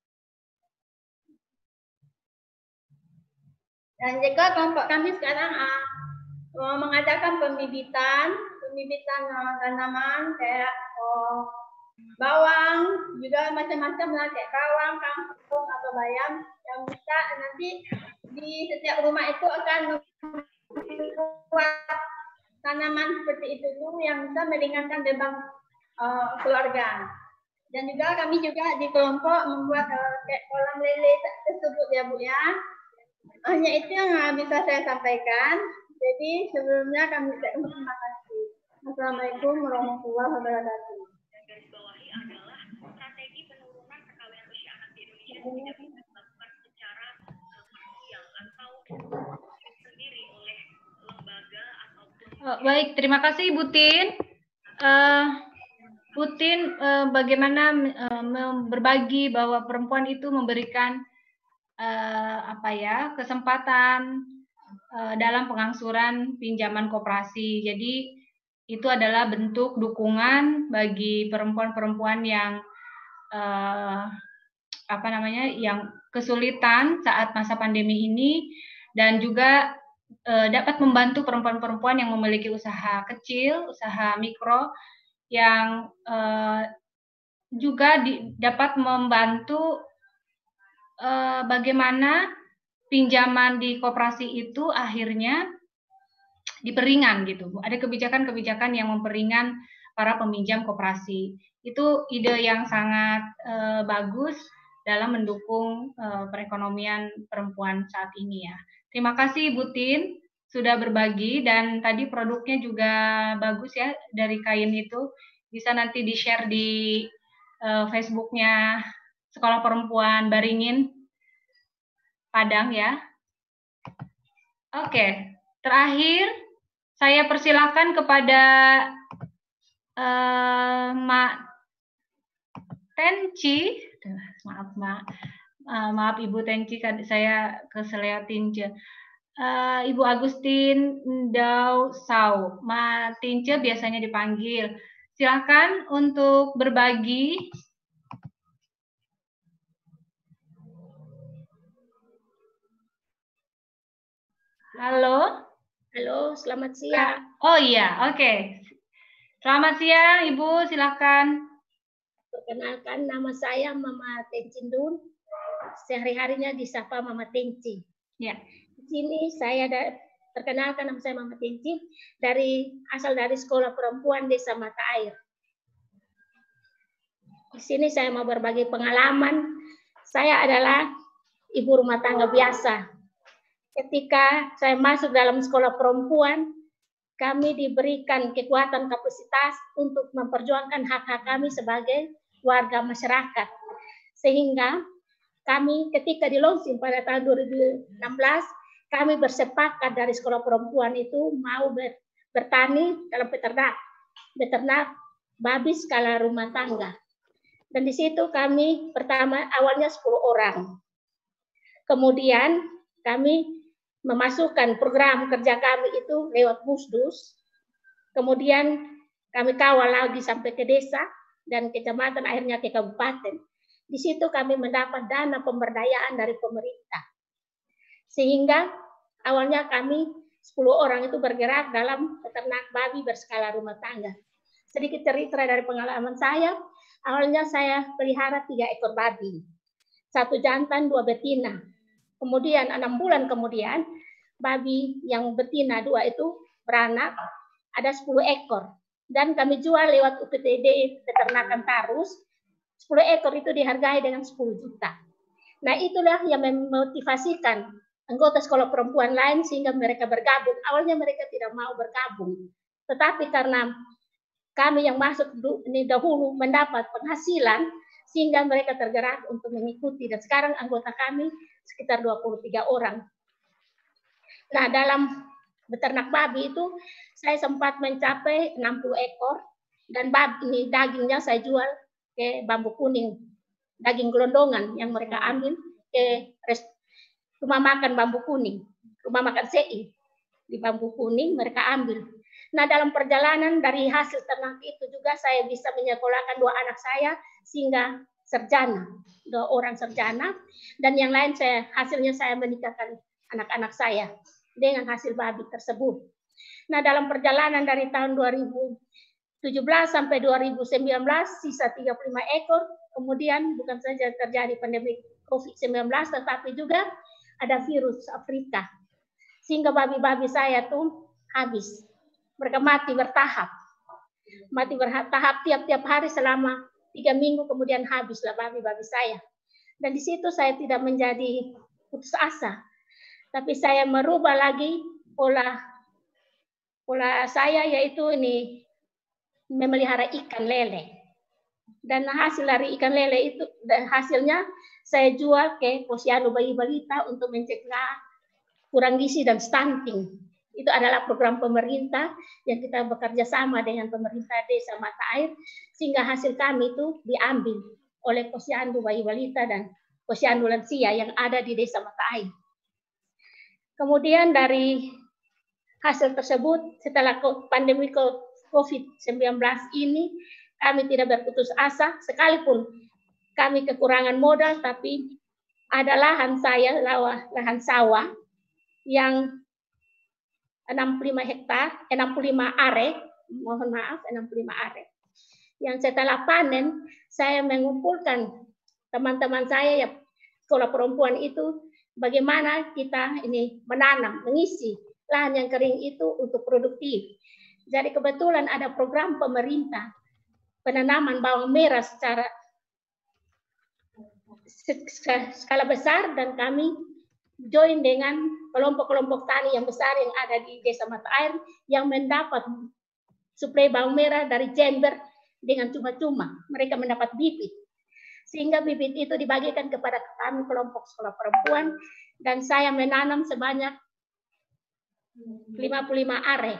Dan juga kelompok kami sekarang mengadakan pembibitan tanaman kayak bawang, juga macam-macam lah kayak bawang, kangkung atau bayam yang bisa nanti di setiap rumah itu akan membuat tanaman seperti itu yang bisa meringankan beban keluarga. Dan juga kami juga di kelompok membuat kayak kolam lele tersebut ya Bu ya. Hanya itu yang bisa saya sampaikan. Jadi sebelumnya kami terima kasih. Assalamualaikum warahmatullahi wabarakatuh. Baik, terima kasih Bu Tin. Bu Tin, bagaimana berbagi bahwa perempuan itu memberikan kesempatan dalam pengangsuran pinjaman koperasi. Jadi itu adalah bentuk dukungan bagi perempuan-perempuan yang yang kesulitan saat masa pandemi ini, dan juga dapat membantu perempuan-perempuan yang memiliki usaha kecil, usaha mikro, yang juga dapat membantu bagaimana pinjaman di koperasi itu akhirnya diperingan gitu. Ada kebijakan-kebijakan yang memperingan para peminjam koperasi. Itu ide yang sangat bagus dalam mendukung perekonomian perempuan saat ini ya. Terima kasih Bu Tin sudah berbagi, dan tadi produknya juga bagus ya dari kain itu. Bisa nanti di-share di Facebooknya Sekolah Perempuan Baringin Padang ya. Oke, terakhir saya persilakan kepada Mak Tenci. Maaf Ibu Tenci, saya keselewatin. Ibu Agustin Ndau Sau, Ma Tince biasanya dipanggil. Silakan untuk berbagi. Halo. Halo, selamat siang. Oh iya, oke. Selamat siang Ibu, silakan. Perkenalkan, nama saya Mama Tenci Dun. Sehari-harinya disapa Mama Tenci. Ya. Di sini saya perkenalkan, nama saya Mama Tenci, asal dari Sekolah Perempuan Desa Mata Air. Di sini saya mau berbagi pengalaman. Saya adalah ibu rumah tangga biasa. Ketika saya masuk dalam sekolah perempuan, kami diberikan kekuatan kapasitas untuk memperjuangkan hak-hak kami sebagai warga masyarakat. Sehingga kami ketika di launching pada tahun 2016, kami bersepakat dari sekolah perempuan itu mau bertani dalam beternak babi skala rumah tangga. Dan di situ kami pertama awalnya 10 orang. Kemudian kami memasukkan program kerja kami itu lewat Pusdus. Kemudian kami kawal lagi sampai ke desa dan kecamatan, akhirnya ke kabupaten. Di situ kami mendapat dana pemberdayaan dari pemerintah. Sehingga awalnya kami 10 orang itu bergerak dalam peternak babi berskala rumah tangga. Sedikit cerita dari pengalaman saya, awalnya saya pelihara 3 ekor babi. 1 jantan, 2 betina. Kemudian 6 bulan kemudian, babi yang betina 2 itu beranak, ada 10 ekor. Dan kami jual lewat UPTD Peternakan Tarus, 10 ekor itu dihargai dengan 10 juta. Nah itulah yang memotivasikan anggota sekolah perempuan lain sehingga mereka bergabung. Awalnya mereka tidak mau bergabung. Tetapi karena kami yang masuk ini dahulu mendapat penghasilan, sehingga mereka tergerak untuk mengikuti. Dan sekarang anggota kami sekitar 23 orang. Nah, dalam beternak babi itu saya sempat mencapai 60 ekor dan babi ini dagingnya saya jual ke Bambu Kuning, daging gelondongan yang mereka ambil ke rumah makan Bambu Kuning, rumah makan CI di Bambu Kuning mereka ambil. Nah, dalam perjalanan dari hasil ternak itu juga saya bisa menyekolahkan 2 anak saya sehingga sarjana, 2 orang sarjana, dan yang lain hasilnya saya menikahkan anak-anak saya dengan hasil babi tersebut. Nah, dalam perjalanan dari tahun 2017 sampai 2019 sisa 35 ekor, kemudian bukan saja terjadi pandemi COVID-19 tetapi juga ada virus Afrika. Sehingga babi-babi saya tuh habis. Mereka mati bertahap. Mati bertahap tiap-tiap hari selama 3 minggu, kemudian habislah babi-babi saya. Dan di situ saya tidak menjadi putus asa. Tapi saya merubah lagi pola saya, yaitu ini memelihara ikan lele. Dan hasil dari ikan lele itu, dan hasilnya saya jual ke posyandu bayi balita untuk mencegah kurang gizi dan stunting. Itu adalah program pemerintah yang kita bekerja sama dengan pemerintah Desa Mata Air, sehingga hasil kami itu diambil oleh posyandu bayi balita dan posyandu lansia yang ada di Desa Mata Air. Kemudian dari hasil tersebut, setelah pandemi COVID-19 ini, kami tidak berputus asa, sekalipun kami kekurangan modal, tapi ada lahan sawah yang 65 hektar, 65 are, mohon maaf, 65 are. Yang setelah panen, saya mengumpulkan teman-teman saya yang sekolah perempuan itu, bagaimana kita ini menanam, mengisi lahan yang kering itu untuk produktif. Jadi kebetulan ada program pemerintah penanaman bawang merah secara skala besar, dan kami join dengan kelompok-kelompok tani yang besar yang ada di Desa Mata Air yang mendapat suplai bawang merah dari Jember dengan cuma-cuma. Mereka mendapat bibit. Sehingga bibit itu dibagikan kepada kami kelompok sekolah perempuan, dan saya menanam sebanyak 55 are.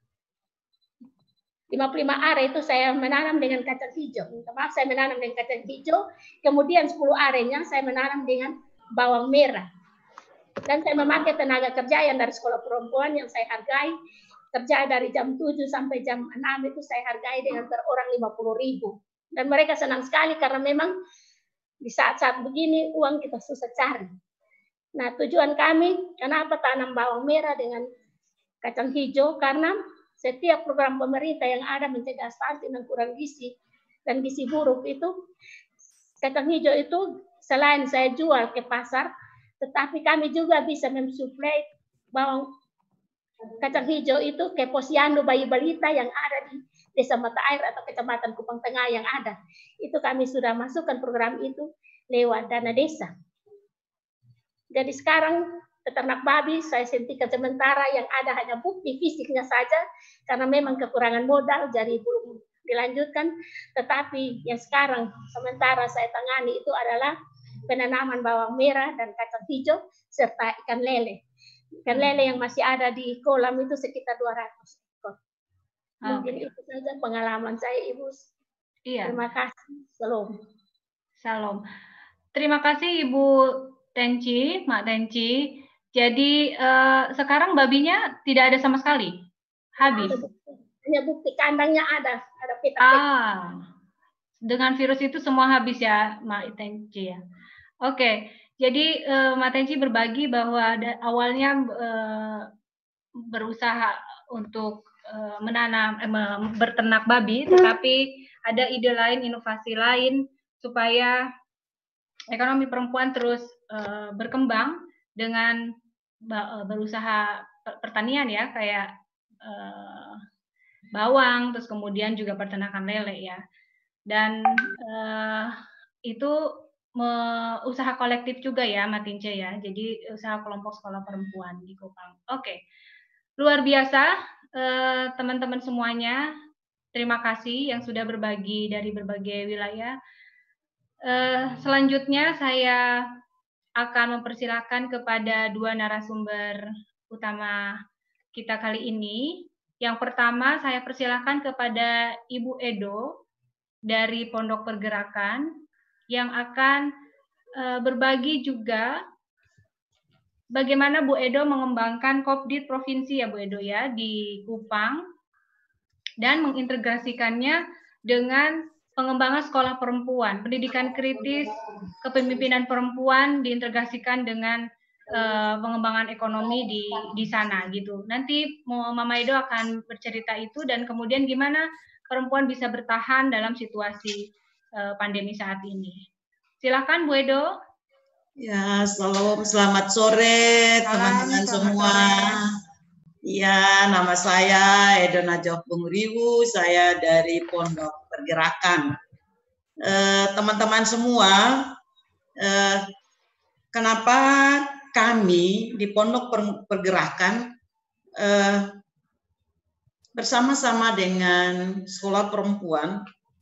55 are itu saya menanam dengan kacang hijau. Maaf, saya menanam dengan kacang hijau, kemudian 10 arenya saya menanam dengan bawang merah. Dan saya memakai tenaga kerja yang dari sekolah perempuan yang saya hargai, kerja dari jam 7 sampai jam 6 itu saya hargai dengan per orang 50.000. Dan mereka senang sekali karena memang di saat-saat begini uang kita susah cari. Nah, tujuan kami kenapa tanam bawang merah dengan kacang hijau, karena setiap program pemerintah yang ada mencegah stunting dan kurang gizi dan gizi buruk itu, kacang hijau itu selain saya jual ke pasar, tetapi kami juga bisa mensuplai bawang kacang hijau itu ke posyandu bayi balita yang ada di Desa Mata Air atau Kecamatan Kupang Tengah yang ada. Itu kami sudah masukkan program itu lewat dana desa. Jadi sekarang peternak babi saya hentikan sementara, yang ada hanya bukti fisiknya saja karena memang kekurangan modal jadi belum dilanjutkan. Tetapi yang sekarang sementara saya tangani itu adalah penanaman bawang merah dan kacang hijau serta ikan lele. Ikan lele yang masih ada di kolam itu sekitar 200 ekor. Mungkin itu saja pengalaman saya, Ibu. Iya. Terima kasih. Salam. Terima kasih Ibu Tenci, Mak Tenci. Jadi sekarang babinya tidak ada sama sekali? Habis? Hanya bukti kandangnya ada peta-peta. Dengan virus itu semua habis ya, Mak Tenci ya? Oke, jadi Mak Tenci berbagi bahwa awalnya berusaha untuk menanam, berternak babi, tetapi ada ide lain, inovasi lain supaya ekonomi perempuan terus berkembang dengan berusaha pertanian ya, kayak bawang, terus kemudian juga peternakan lele ya. Dan itu usaha kolektif juga ya, Matince ya. Jadi usaha kelompok sekolah perempuan di Kupang. Oke, luar biasa teman-teman semuanya. Terima kasih yang sudah berbagi dari berbagai wilayah. Selanjutnya saya akan mempersilakan kepada 2 narasumber utama kita kali ini. Yang pertama saya persilahkan kepada Ibu Edo dari Pondok Pergerakan yang akan berbagi juga bagaimana Bu Edo mengembangkan Kopdit Provinsi ya Bu Edo ya di Kupang dan mengintegrasikannya dengan pengembangan sekolah perempuan, pendidikan kritis, kepemimpinan perempuan diintegrasikan dengan pengembangan ekonomi di sana gitu. Nanti Mama Edo akan bercerita itu dan kemudian gimana perempuan bisa bertahan dalam situasi pandemi saat ini. Silakan Bu Edo. Ya, selamat sore teman-teman semua. Ya, nama saya Edo Najwa Bung Riwu, saya dari Pondok Pergerakan. Teman-teman semua, kenapa kami di Pondok Pergerakan bersama-sama dengan Sekolah Perempuan,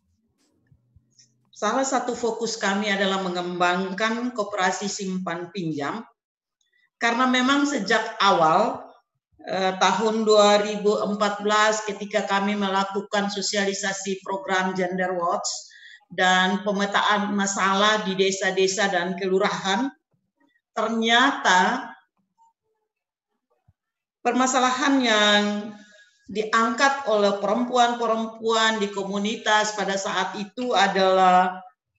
salah satu fokus kami adalah mengembangkan koperasi simpan pinjam, karena memang sejak awal tahun 2014 ketika kami melakukan sosialisasi program Gender Watch dan pemetaan masalah di desa-desa dan kelurahan, ternyata permasalahan yang diangkat oleh perempuan-perempuan di komunitas pada saat itu adalah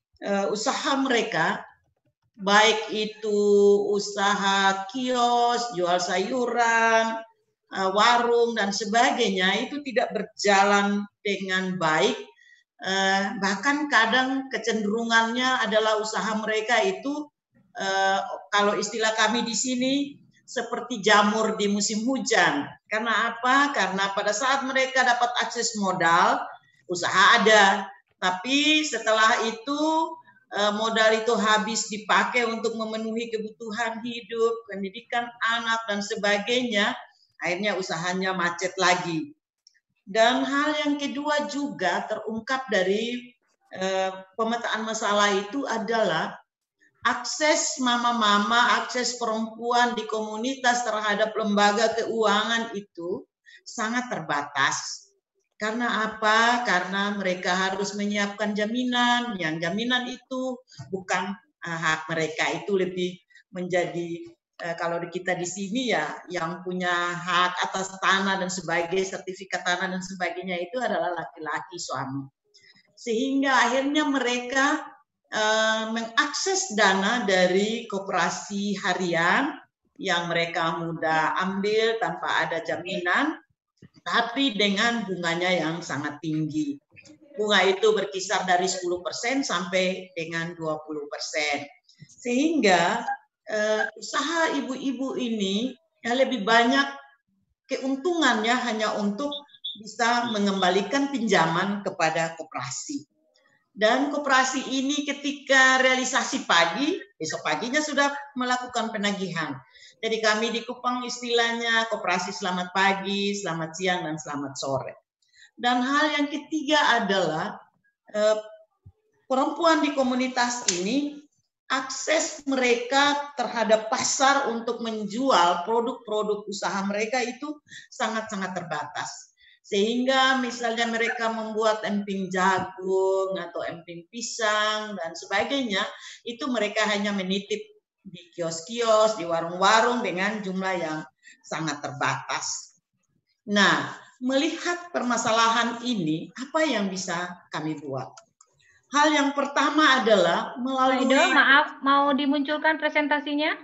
usaha mereka, baik itu usaha kios, jual sayuran, warung, dan sebagainya, itu tidak berjalan dengan baik. Bahkan kadang kecenderungannya adalah usaha mereka itu, kalau istilah kami di sini, seperti jamur di musim hujan. Karena apa? Karena pada saat mereka dapat akses modal, usaha ada. Tapi setelah itu modal itu habis dipakai untuk memenuhi kebutuhan hidup, pendidikan anak, dan sebagainya. Akhirnya usahanya macet lagi. Dan hal yang kedua juga terungkap dari pemetaan masalah itu adalah akses mama-mama, akses perempuan di komunitas terhadap lembaga keuangan itu sangat terbatas. Karena apa? Karena mereka harus menyiapkan jaminan, yang jaminan itu bukan hak mereka, itu lebih menjadi, kalau kita di sini ya, yang punya hak atas tanah dan sebagainya, sertifikat tanah dan sebagainya itu adalah laki-laki suami. Sehingga akhirnya mereka mengakses dana dari koperasi harian yang mereka mudah ambil tanpa ada jaminan, tapi dengan bunganya yang sangat tinggi. Bunga itu berkisar dari 10% sampai dengan 20%. Sehingga usaha ibu-ibu ini ya lebih banyak keuntungannya hanya untuk bisa mengembalikan pinjaman kepada koperasi. Dan koperasi ini ketika realisasi pagi, besok paginya sudah melakukan penagihan. Jadi kami di Kupang istilahnya koperasi selamat pagi, selamat siang, dan selamat sore. Dan hal yang ketiga adalah perempuan di komunitas ini, akses mereka terhadap pasar untuk menjual produk-produk usaha mereka itu sangat-sangat terbatas. Sehingga misalnya mereka membuat emping jagung atau emping pisang dan sebagainya, itu mereka hanya menitip di kios-kios, di warung-warung dengan jumlah yang sangat terbatas. Nah, melihat permasalahan ini, apa yang bisa kami buat? Hal yang pertama adalah melalui... Edo, maaf, mau dimunculkan presentasinya?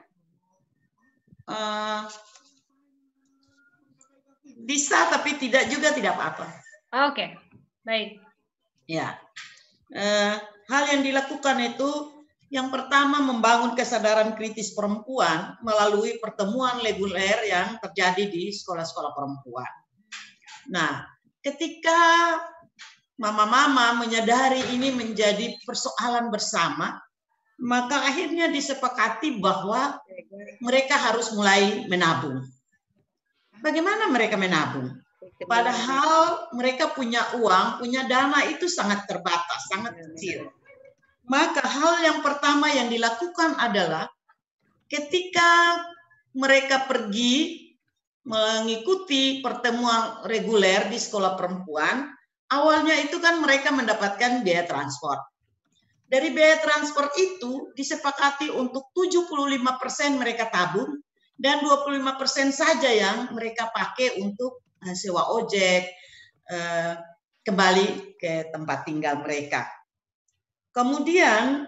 Bisa, tapi tidak apa-apa. Oke, baik. Ya, hal yang dilakukan itu yang pertama membangun kesadaran kritis perempuan melalui pertemuan reguler yang terjadi di sekolah-sekolah perempuan. Nah, ketika mama-mama menyadari ini menjadi persoalan bersama, maka akhirnya disepakati bahwa mereka harus mulai menabung. Bagaimana mereka menabung? Padahal mereka punya uang, punya dana itu sangat terbatas, sangat kecil. Maka hal yang pertama yang dilakukan adalah ketika mereka pergi mengikuti pertemuan reguler di sekolah perempuan, awalnya itu kan mereka mendapatkan biaya transport. Dari biaya transport itu disepakati untuk 75% mereka tabung dan 25% saja yang mereka pakai untuk sewa ojek, kembali ke tempat tinggal mereka. Kemudian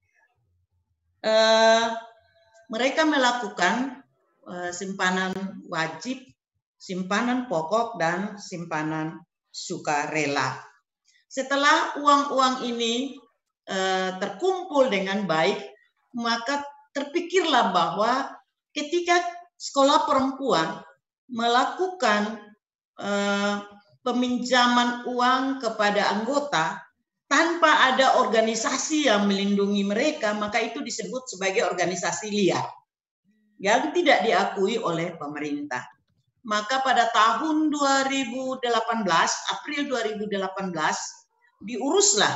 mereka melakukan simpanan wajib, simpanan pokok, dan simpanan sukarela. Setelah uang-uang ini terkumpul dengan baik, maka terpikirlah bahwa ketika sekolah perempuan melakukan peminjaman uang kepada anggota tanpa ada organisasi yang melindungi mereka, maka itu disebut sebagai organisasi liar yang tidak diakui oleh pemerintah. Maka pada tahun 2018, April 2018, diuruslah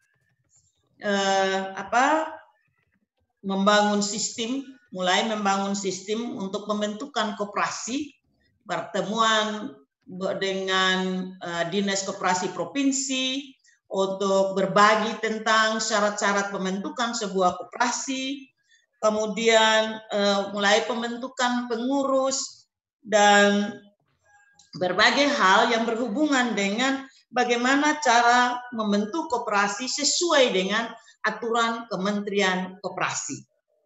mulai membangun sistem untuk pembentukan koperasi, pertemuan dengan Dinas Koperasi Provinsi untuk berbagi tentang syarat-syarat pembentukan sebuah koperasi, kemudian mulai pembentukan pengurus dan berbagai hal yang berhubungan dengan bagaimana cara membentuk koperasi sesuai dengan aturan Kementerian Koperasi.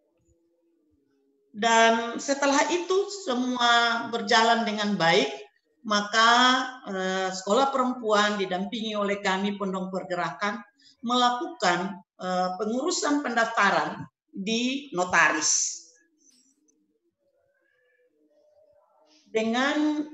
Dan setelah itu semua berjalan dengan baik, maka sekolah perempuan didampingi oleh kami Pondok Pergerakan melakukan pengurusan pendaftaran di notaris. Dengan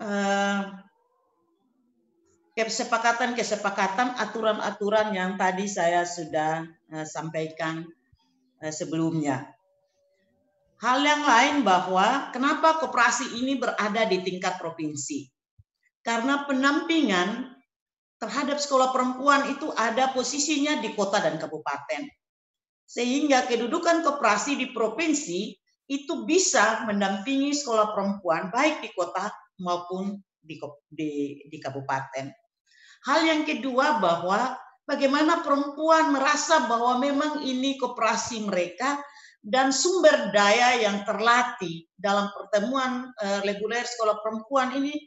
kesepakatan aturan-aturan yang tadi saya sudah sampaikan sebelumnya. Hal yang lain bahwa kenapa koperasi ini berada di tingkat provinsi? Karena pendampingan terhadap sekolah perempuan itu ada posisinya di kota dan kabupaten. Sehingga kedudukan koperasi di provinsi itu bisa mendampingi sekolah perempuan baik di kota maupun di kabupaten. Hal yang kedua bahwa bagaimana perempuan merasa bahwa memang ini koperasi mereka dan sumber daya yang terlatih dalam pertemuan reguler sekolah perempuan ini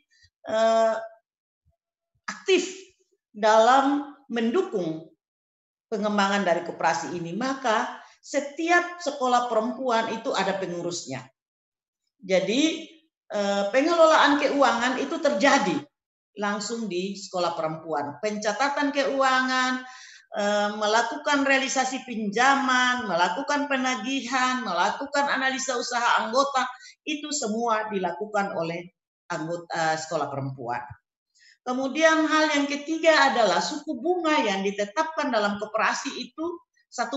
aktif dalam mendukung pengembangan dari koperasi ini, maka setiap sekolah perempuan itu ada pengurusnya. Jadi pengelolaan keuangan itu terjadi langsung di sekolah perempuan. Pencatatan keuangan, melakukan realisasi pinjaman, melakukan penagihan, melakukan analisa usaha anggota, itu semua dilakukan oleh anggota sekolah perempuan. Kemudian hal yang ketiga adalah suku bunga yang ditetapkan dalam koperasi itu 1%.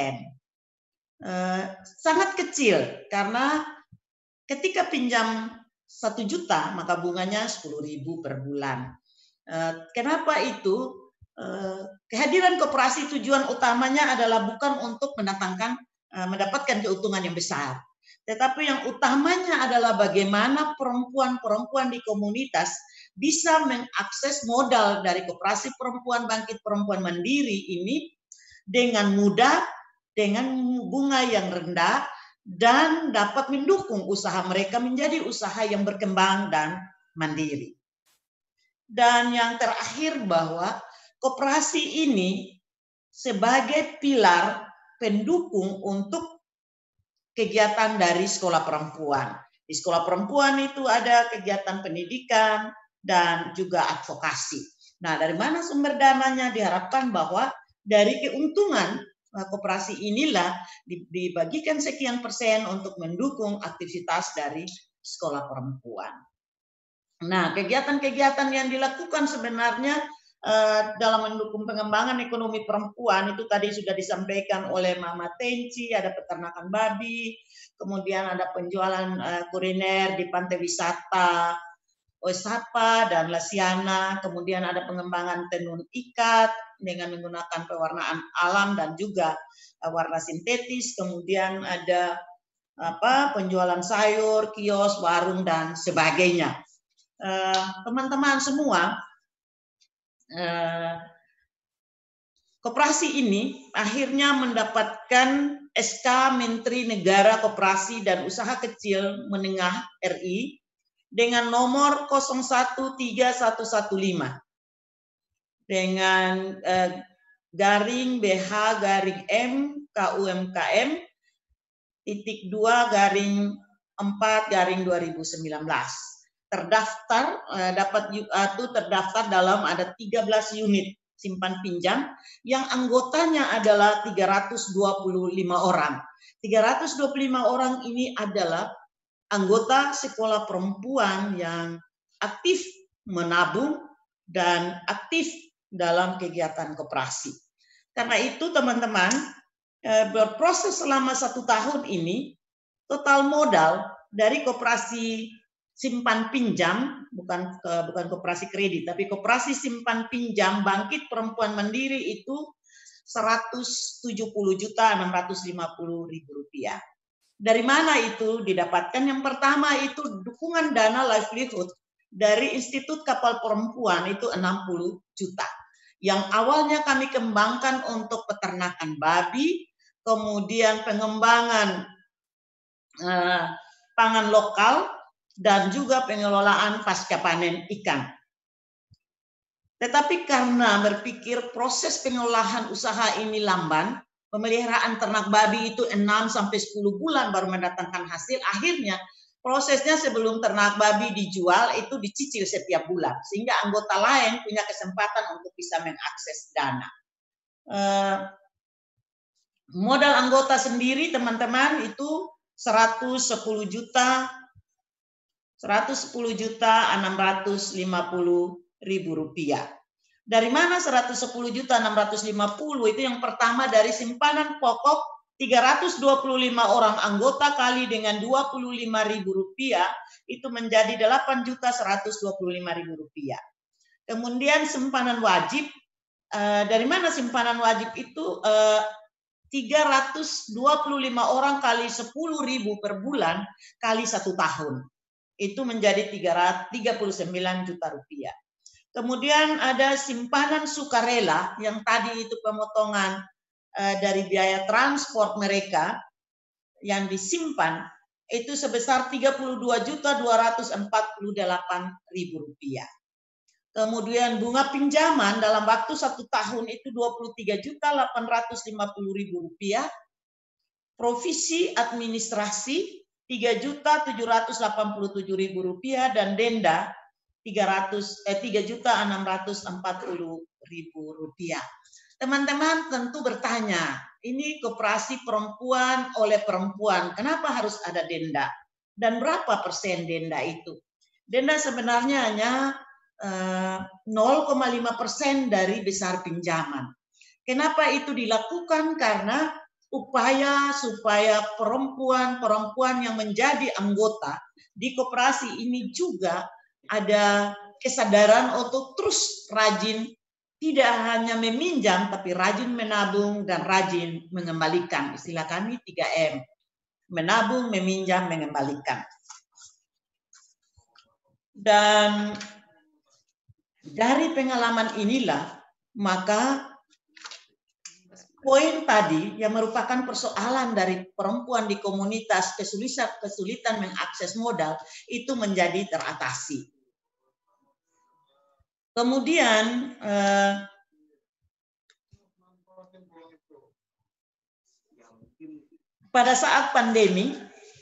Sangat kecil karena ketika pinjam 1 juta maka bunganya 10.000 per bulan. Kenapa itu? Kehadiran koperasi tujuan utamanya adalah bukan untuk mendapatkan keuntungan yang besar, tetapi yang utamanya adalah bagaimana perempuan-perempuan di komunitas bisa mengakses modal dari koperasi perempuan bangkit perempuan mandiri ini dengan mudah, dengan bunga yang rendah, dan dapat mendukung usaha mereka menjadi usaha yang berkembang dan mandiri. Dan yang terakhir bahwa koperasi ini sebagai pilar pendukung untuk kegiatan dari sekolah perempuan. Di sekolah perempuan itu ada kegiatan pendidikan dan juga advokasi. Nah, dari mana sumber dananya? Diharapkan bahwa dari keuntungan koperasi inilah dibagikan sekian persen untuk mendukung aktivitas dari sekolah perempuan. Nah, kegiatan-kegiatan yang dilakukan sebenarnya dalam mendukung pengembangan ekonomi perempuan itu tadi sudah disampaikan oleh Mama Tenci, ada peternakan babi, kemudian ada penjualan kuliner di pantai wisata Osapa dan Lasiana, kemudian ada pengembangan tenun ikat dengan menggunakan pewarnaan alam dan juga warna sintetis, kemudian ada penjualan sayur, kios, warung dan sebagainya. Teman-teman semua, koperasi ini akhirnya mendapatkan SK Menteri Negara Koperasi dan Usaha Kecil Menengah RI dengan nomor 013115 dengan garing BH garing M KUMKM titik 2 garing 4 garing 2019. Terdaftar terdaftar dalam ada 13 unit simpan pinjam yang anggotanya adalah 325 orang. 325 orang ini adalah anggota sekolah perempuan yang aktif menabung dan aktif dalam kegiatan koperasi. Karena itu teman-teman, berproses selama 1 tahun ini, total modal dari koperasi simpan pinjam, bukan koperasi kredit, tapi koperasi simpan pinjam Bangkit Perempuan Mandiri itu Rp170.650.000. Dari mana itu didapatkan? Yang pertama itu dukungan dana livelihood dari Institut Kapal Perempuan itu 60 juta. Yang awalnya kami kembangkan untuk peternakan babi, kemudian pengembangan pangan lokal, dan juga pengelolaan pasca panen ikan. Tetapi karena berpikir proses pengolahan usaha ini lamban, pemeliharaan ternak babi itu 6-10 bulan baru mendatangkan hasil, akhirnya prosesnya sebelum ternak babi dijual itu dicicil setiap bulan, sehingga anggota lain punya kesempatan untuk bisa mengakses dana. Modal anggota sendiri teman-teman itu 110.650.000 rupiah. Dari mana 110.650.000 itu? Yang pertama dari simpanan pokok 325 orang anggota kali dengan 25.000 rupiah itu menjadi 8.125.000 rupiah. Kemudian simpanan wajib, dari mana simpanan wajib itu? 325 orang kali 10.000 per bulan kali 1 tahun. Itu menjadi 39 juta rupiah. Kemudian ada simpanan sukarela yang tadi itu pemotongan dari biaya transport mereka yang disimpan itu sebesar 32.248.000 rupiah. Kemudian bunga pinjaman dalam waktu 1 tahun itu 23.850.000 rupiah. Provisi administrasi 3.787.000 rupiah dan denda 3.640.000 rupiah. Teman-teman tentu bertanya, ini koperasi perempuan oleh perempuan, kenapa harus ada denda? Dan berapa persen denda itu? Denda sebenarnya hanya 0,5% dari besar pinjaman. Kenapa itu dilakukan? Karena upaya supaya perempuan-perempuan yang menjadi anggota di koperasi ini juga ada kesadaran untuk terus rajin, tidak hanya meminjam, tapi rajin menabung dan rajin mengembalikan. Istilah kami 3M, menabung, meminjam, mengembalikan. Dan dari pengalaman inilah, maka poin tadi yang merupakan persoalan dari perempuan di komunitas, kesulitan mengakses modal, itu menjadi teratasi. Kemudian, pada saat pandemi,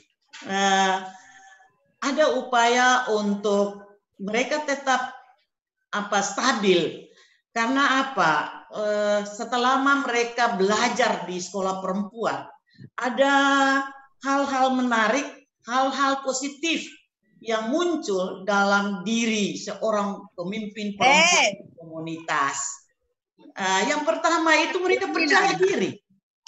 ada upaya untuk mereka tetap stabil. Karena apa? Setelah mereka belajar di sekolah perempuan, ada hal-hal menarik, hal-hal positif yang muncul dalam diri seorang pemimpin perempuan di komunitas. Yang pertama itu mereka percaya diri.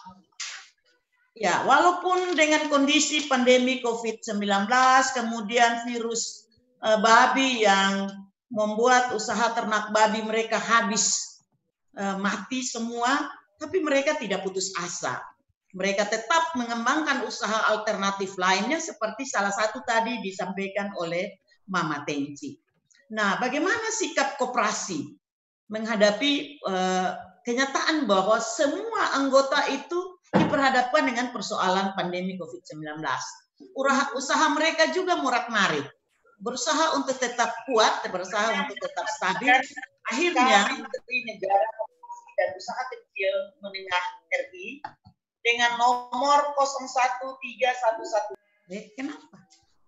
Ya, walaupun dengan kondisi pandemi COVID-19, kemudian virus babi yang membuat usaha ternak babi mereka habis, mati semua, tapi mereka tidak putus asa. Mereka tetap mengembangkan usaha alternatif lainnya seperti salah satu tadi disampaikan oleh Mama Tenci. Nah, bagaimana sikap koperasi menghadapi kenyataan bahwa semua anggota itu diperhadapkan dengan persoalan pandemi COVID-19. Usaha mereka juga morat-marit, berusaha untuk tetap kuat, berusaha untuk tetap stabil. Akhirnya Menteri Negara dan Usaha Kecil Menengah RI dengan nomor 01311. Kenapa?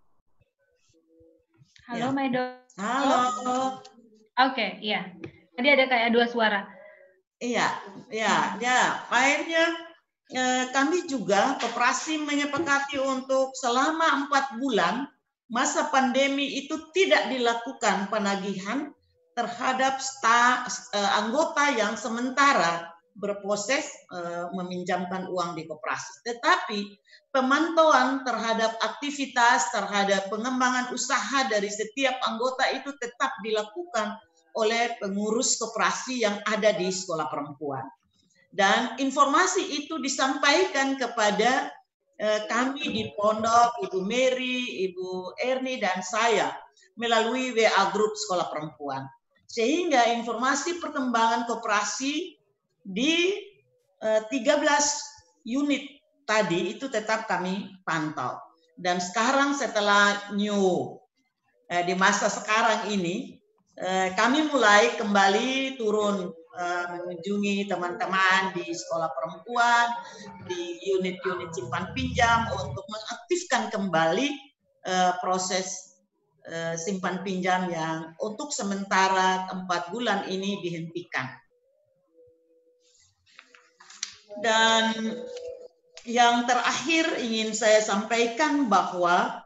Halo, Ya. Maido. Halo. Oke, iya. Tadi ada kayak dua suara. Iya. Akhirnya kami juga koperasi menyepakati untuk selama 4 bulan masa pandemi itu tidak dilakukan penagihan terhadap anggota yang sementara berproses meminjamkan uang di koperasi. Tetapi pemantauan terhadap aktivitas, terhadap pengembangan usaha dari setiap anggota itu tetap dilakukan oleh pengurus koperasi yang ada di sekolah perempuan. Dan informasi itu disampaikan kepada kami di pondok, Ibu Mary, Ibu Erni, dan saya melalui WA grup sekolah perempuan. Sehingga informasi perkembangan koperasi di 13 unit tadi itu tetap kami pantau. Dan sekarang setelah di masa sekarang ini, kami mulai kembali turun mengunjungi teman-teman di sekolah perempuan, di unit-unit simpan pinjam untuk mengaktifkan kembali proses simpan pinjam yang untuk sementara 4 bulan ini dihentikan. Dan yang terakhir ingin saya sampaikan bahwa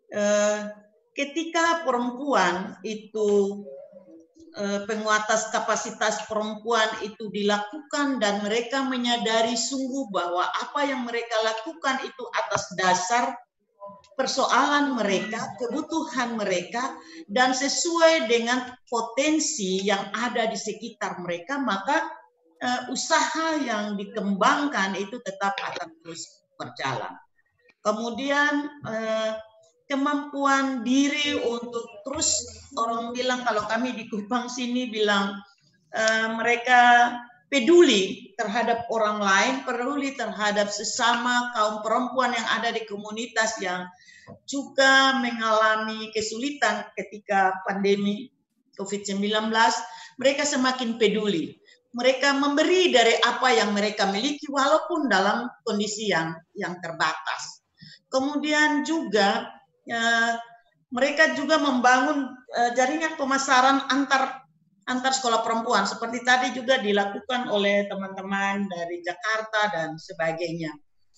ketika perempuan itu penguatan kapasitas perempuan itu dilakukan dan mereka menyadari sungguh bahwa apa yang mereka lakukan itu atas dasar persoalan mereka, kebutuhan mereka, dan sesuai dengan potensi yang ada di sekitar mereka, maka usaha yang dikembangkan itu tetap akan terus berjalan. Kemudian kemampuan diri untuk terus, orang bilang kalau kami di Kupang sini bilang mereka peduli terhadap orang lain, peduli terhadap sesama kaum perempuan yang ada di komunitas yang juga mengalami kesulitan ketika pandemi COVID-19, mereka semakin peduli. Mereka memberi dari apa yang mereka miliki walaupun dalam kondisi yang terbatas. Kemudian juga mereka juga membangun jaringan pemasaran antar sekolah perempuan seperti tadi juga dilakukan oleh teman-teman dari Jakarta dan sebagainya.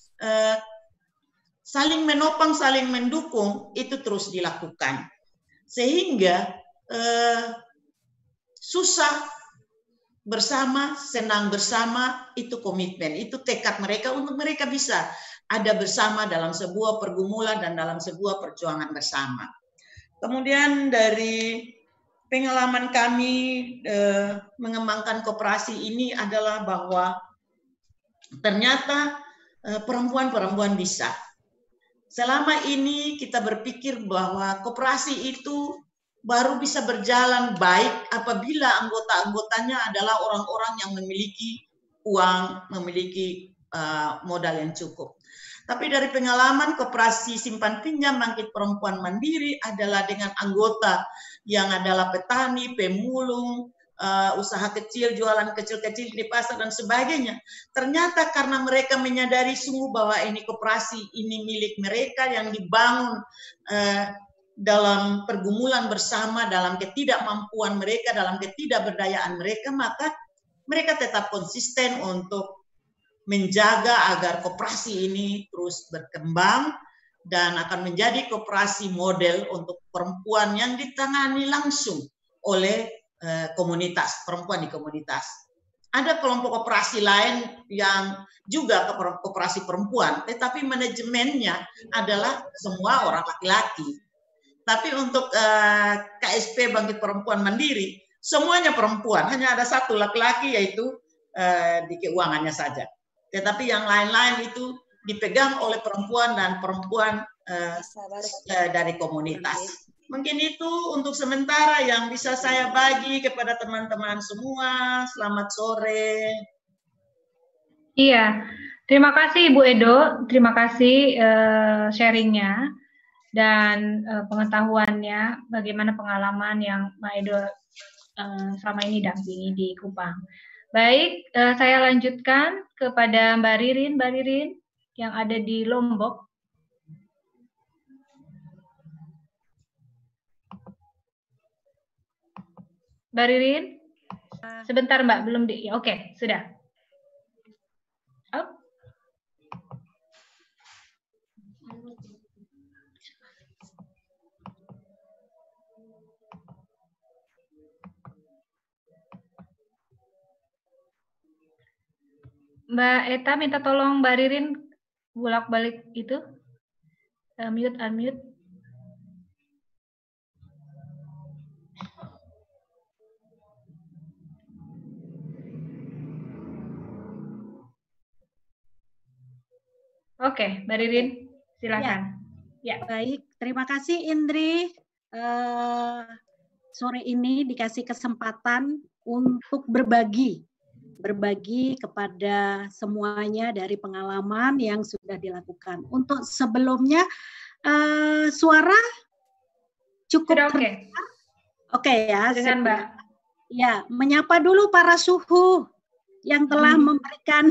Saling menopang, saling mendukung itu terus dilakukan sehingga susah bersama, senang bersama, itu komitmen, itu tekad mereka untuk mereka bisa ada bersama dalam sebuah pergumulan dan dalam sebuah perjuangan bersama. Kemudian dari pengalaman kami mengembangkan koperasi ini adalah bahwa ternyata perempuan-perempuan bisa. Selama ini kita berpikir bahwa koperasi itu baru bisa berjalan baik apabila anggota-anggotanya adalah orang-orang yang memiliki uang, memiliki modal yang cukup. Tapi dari pengalaman koperasi simpan pinjam bangkit perempuan mandiri adalah dengan anggota yang adalah petani, pemulung, usaha kecil, jualan kecil-kecil di pasar dan sebagainya. Ternyata karena mereka menyadari sungguh bahwa ini koperasi, ini milik mereka yang dibangun dalam pergumulan bersama, dalam ketidakmampuan mereka, dalam ketidakberdayaan mereka, maka mereka tetap konsisten untuk menjaga agar koperasi ini terus berkembang dan akan menjadi koperasi model untuk perempuan yang ditangani langsung oleh komunitas, perempuan di komunitas. Ada kelompok koperasi lain yang juga koperasi perempuan, tetapi manajemennya adalah semua orang laki-laki. Tapi untuk KSP Bangkit Perempuan Mandiri, semuanya perempuan, hanya ada satu laki-laki yaitu di keuangannya saja. tetapi yang lain-lain itu dipegang oleh perempuan dan perempuan dari komunitas. Mungkin itu untuk sementara yang bisa saya bagi kepada teman-teman semua. Selamat sore. Iya, terima kasih Ibu Edo, terima kasih sharingnya dan pengetahuannya bagaimana pengalaman yang Mbak Edo selama ini dampingi di Kupang. Baik, saya lanjutkan kepada Mbak Ririn yang ada di Lombok. Mbak Ririn, sebentar Mbak, belum di. Oke, sudah. Oh. Mbak Eta minta tolong Mbak Ririn bolak-balik itu mute unmute. Oke, Mbak Ririn, silakan. Ya. Baik, terima kasih Indri. Sore ini dikasih kesempatan untuk berbagi kepada semuanya dari pengalaman yang sudah dilakukan. Untuk sebelumnya, suara cukup terdengar? Oke ya. Dengan Mbak. Ya, menyapa dulu para suhu yang telah memberikan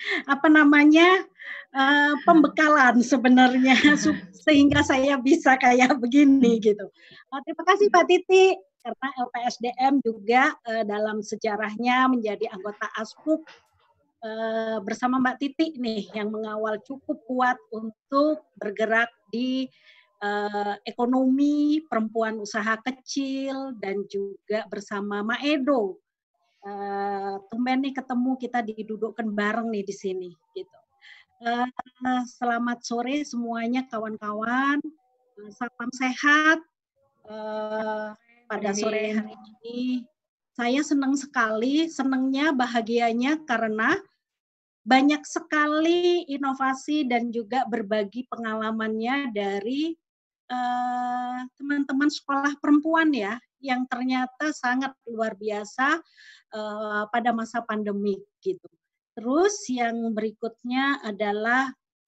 pembekalan sebenarnya sehingga saya bisa kayak begini gitu. Terima kasih Mbak Titi karena LPSDM juga dalam sejarahnya menjadi anggota ASPUK bersama Mbak Titi nih yang mengawal cukup kuat untuk bergerak di ekonomi perempuan usaha kecil dan juga bersama Ma Edo. Tumben nih ketemu kita didudukkan bareng nih di sini gitu. Selamat sore semuanya kawan-kawan. Salam sehat. Pada sore hari ini saya senang sekali, senangnya, bahagianya karena banyak sekali inovasi dan juga berbagi pengalamannya dari teman-teman sekolah perempuan ya, yang ternyata sangat luar biasa pada masa pandemi gitu. Terus yang berikutnya adalah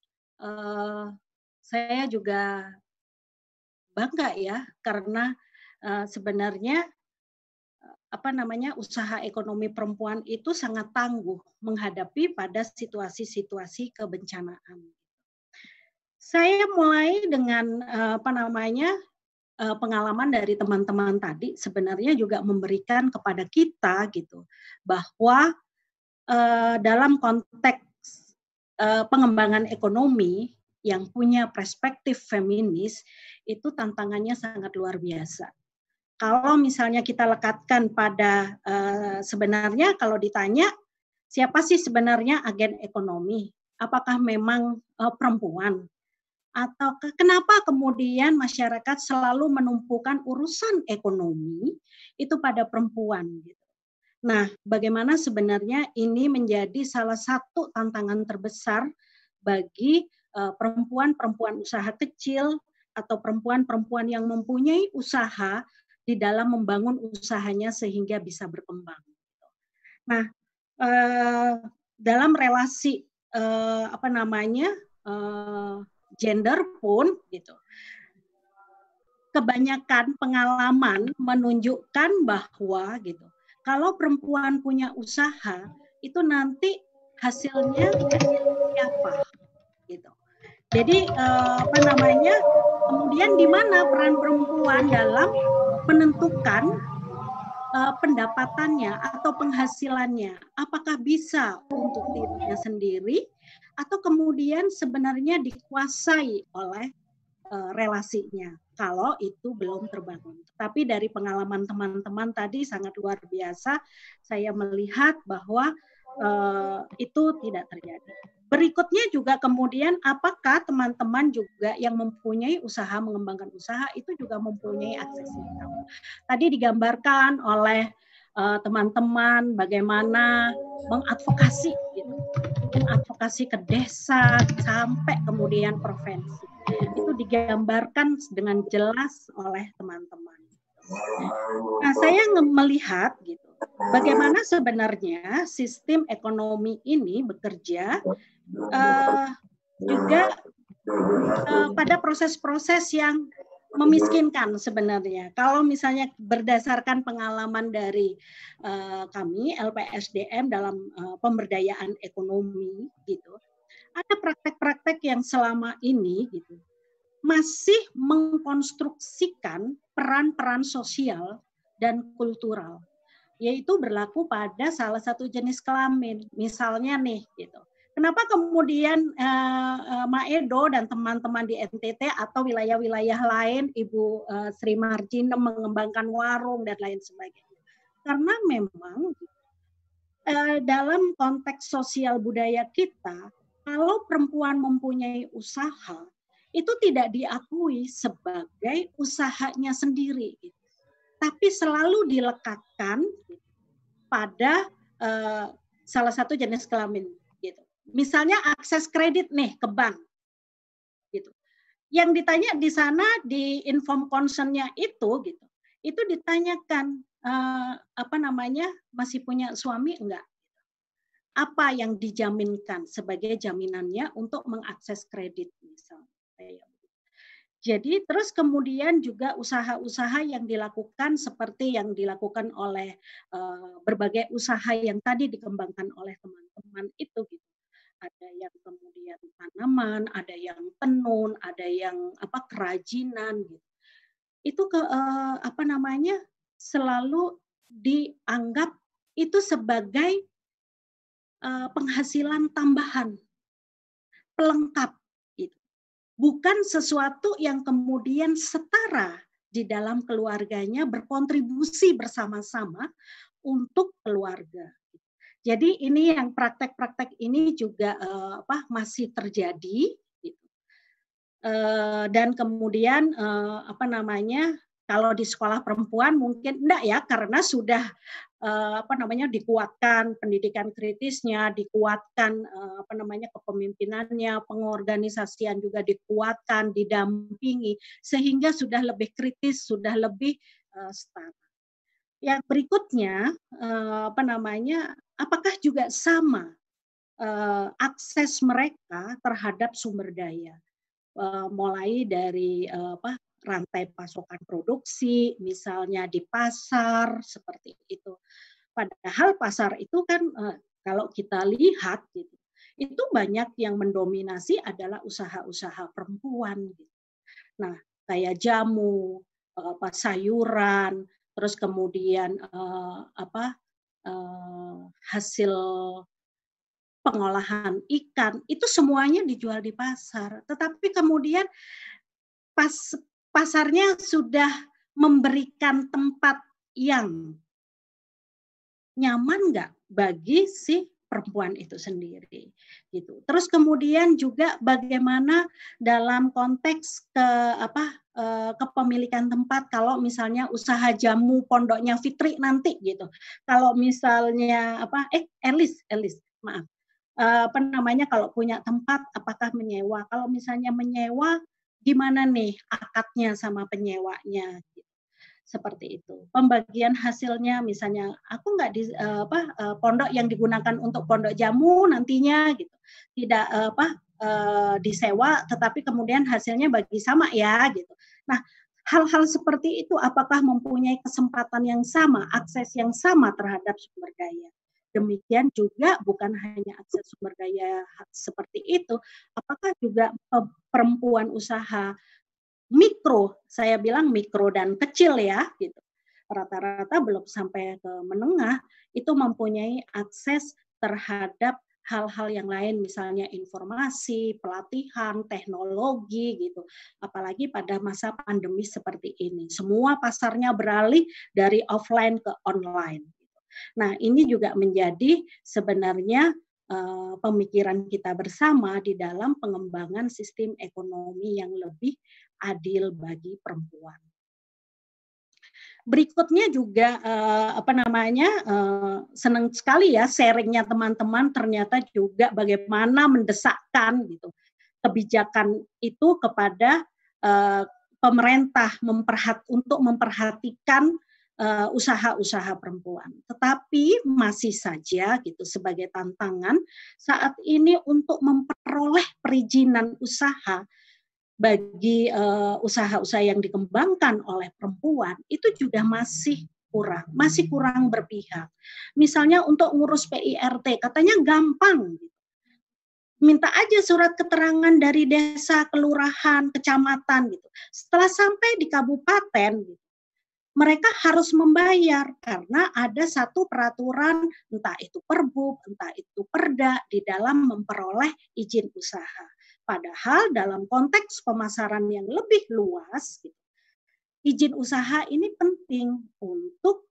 saya juga bangga ya karena sebenarnya usaha ekonomi perempuan itu sangat tangguh menghadapi pada situasi-situasi kebencanaan. Saya mulai dengan pengalaman dari teman-teman tadi sebenarnya juga memberikan kepada kita gitu bahwa dalam konteks pengembangan ekonomi yang punya perspektif feminis itu tantangannya sangat luar biasa. Kalau misalnya kita lekatkan pada sebenarnya kalau ditanya siapa sih sebenarnya agen ekonomi? Apakah memang perempuan? Atau kenapa kemudian masyarakat selalu menumpukan urusan ekonomi itu pada perempuan gitu. Nah, bagaimana sebenarnya ini menjadi salah satu tantangan terbesar bagi perempuan-perempuan usaha kecil atau perempuan-perempuan yang mempunyai usaha di dalam membangun usahanya sehingga bisa berkembang. Nah, dalam relasi gender pun gitu. Kebanyakan pengalaman menunjukkan bahwa gitu. Kalau perempuan punya usaha, itu nanti hasilnya apa gitu. Jadi kemudian di mana peran perempuan dalam menentukan pendapatannya atau penghasilannya, apakah bisa untuk dirinya sendiri atau kemudian sebenarnya dikuasai oleh relasinya kalau itu belum terbangun. Tapi dari pengalaman teman-teman tadi sangat luar biasa, saya melihat bahwa itu tidak terjadi. Berikutnya juga kemudian apakah teman-teman juga yang mempunyai usaha, mengembangkan usaha itu juga mempunyai akses income. Tadi digambarkan oleh teman-teman bagaimana mengadvokasi gitu. advokasi ke desa sampai kemudian provinsi. Itu digambarkan dengan jelas oleh teman-teman. Nah, saya melihat gitu, bagaimana sebenarnya sistem ekonomi ini bekerja juga pada proses-proses yang memiskinkan sebenarnya. Kalau misalnya berdasarkan pengalaman dari kami LPSDM dalam pemberdayaan ekonomi gitu, ada praktek-praktek yang selama ini gitu masih mengkonstruksikan peran-peran sosial dan kultural, yaitu berlaku pada salah satu jenis kelamin. Misalnya nih gitu. Kenapa kemudian Maedo dan teman-teman di NTT atau wilayah-wilayah lain, Ibu Sri Marjina mengembangkan warung dan lain sebagainya? Karena memang dalam konteks sosial budaya kita, kalau perempuan mempunyai usaha, itu tidak diakui sebagai usahanya sendiri, tapi selalu dilekatkan pada salah satu jenis kelamin. Gitu. Misalnya akses kredit nih ke bank, gitu. Yang ditanya di sana di inform concern-nya itu, gitu, itu ditanyakan masih punya suami enggak? Apa yang dijaminkan sebagai jaminannya untuk mengakses kredit misalnya. Jadi terus kemudian juga usaha-usaha yang dilakukan seperti yang dilakukan oleh berbagai usaha yang tadi dikembangkan oleh teman-teman itu gitu. Ada yang kemudian tanaman, ada yang tenun, ada yang kerajinan gitu. Itu selalu dianggap itu sebagai penghasilan tambahan, pelengkap. Bukan sesuatu yang kemudian setara di dalam keluarganya berkontribusi bersama-sama untuk keluarga. Jadi ini yang praktek-praktek ini juga masih terjadi, gitu. Dan kemudian kalau di sekolah perempuan mungkin enggak ya, karena sudah dikuatkan pendidikan kritisnya, dikuatkan kepemimpinannya, pengorganisasian juga dikuatkan, didampingi, sehingga sudah lebih kritis, sudah lebih setara. Yang berikutnya apakah juga sama akses mereka terhadap sumber daya, mulai dari rantai pasokan produksi, misalnya di pasar, seperti itu. Padahal pasar itu kan kalau kita lihat gitu, itu banyak yang mendominasi adalah usaha-usaha perempuan. Gitu. Nah, kayak jamu, sayuran, terus kemudian hasil pengolahan ikan, itu semuanya dijual di pasar. Tetapi kemudian pasarnya sudah memberikan tempat yang nyaman nggak bagi si perempuan itu sendiri, gitu. Terus kemudian juga bagaimana dalam konteks kepemilikan tempat, kalau misalnya usaha jamu pondoknya Fitri nanti, gitu. Kalau misalnya Elis, maaf, kalau punya tempat, apakah menyewa? Kalau misalnya menyewa, gimana nih akadnya sama penyewanya? Seperti itu. Pembagian hasilnya, misalnya aku nggak di pondok yang digunakan untuk pondok jamu nantinya gitu, tidak disewa, tetapi kemudian hasilnya bagi sama ya gitu. Nah, hal-hal seperti itu apakah mempunyai kesempatan yang sama, akses yang sama terhadap sumber daya? Demikian juga bukan hanya akses sumber daya seperti itu, apakah juga perempuan usaha mikro, saya bilang mikro dan kecil ya, gitu. Rata-rata belum sampai ke menengah, itu mempunyai akses terhadap hal-hal yang lain, misalnya informasi, pelatihan, teknologi, gitu. Apalagi pada masa pandemi seperti ini, semua pasarnya beralih dari offline ke online. Nah, ini juga menjadi sebenarnya pemikiran kita bersama di dalam pengembangan sistem ekonomi yang lebih adil bagi perempuan. Berikutnya juga senang sekali ya sharingnya teman-teman, ternyata juga bagaimana mendesakkan gitu kebijakan itu kepada pemerintah untuk memperhatikan usaha-usaha perempuan. Tetapi masih saja gitu sebagai tantangan saat ini untuk memperoleh perizinan usaha bagi usaha-usaha yang dikembangkan oleh perempuan itu juga masih kurang berpihak. Misalnya untuk ngurus PIRT katanya gampang, minta aja surat keterangan dari desa, kelurahan, kecamatan gitu. Setelah sampai di kabupaten, mereka harus membayar karena ada satu peraturan, entah itu Perbub, entah itu Perda di dalam memperoleh izin usaha. Padahal dalam konteks pemasaran yang lebih luas, izin usaha ini penting untuk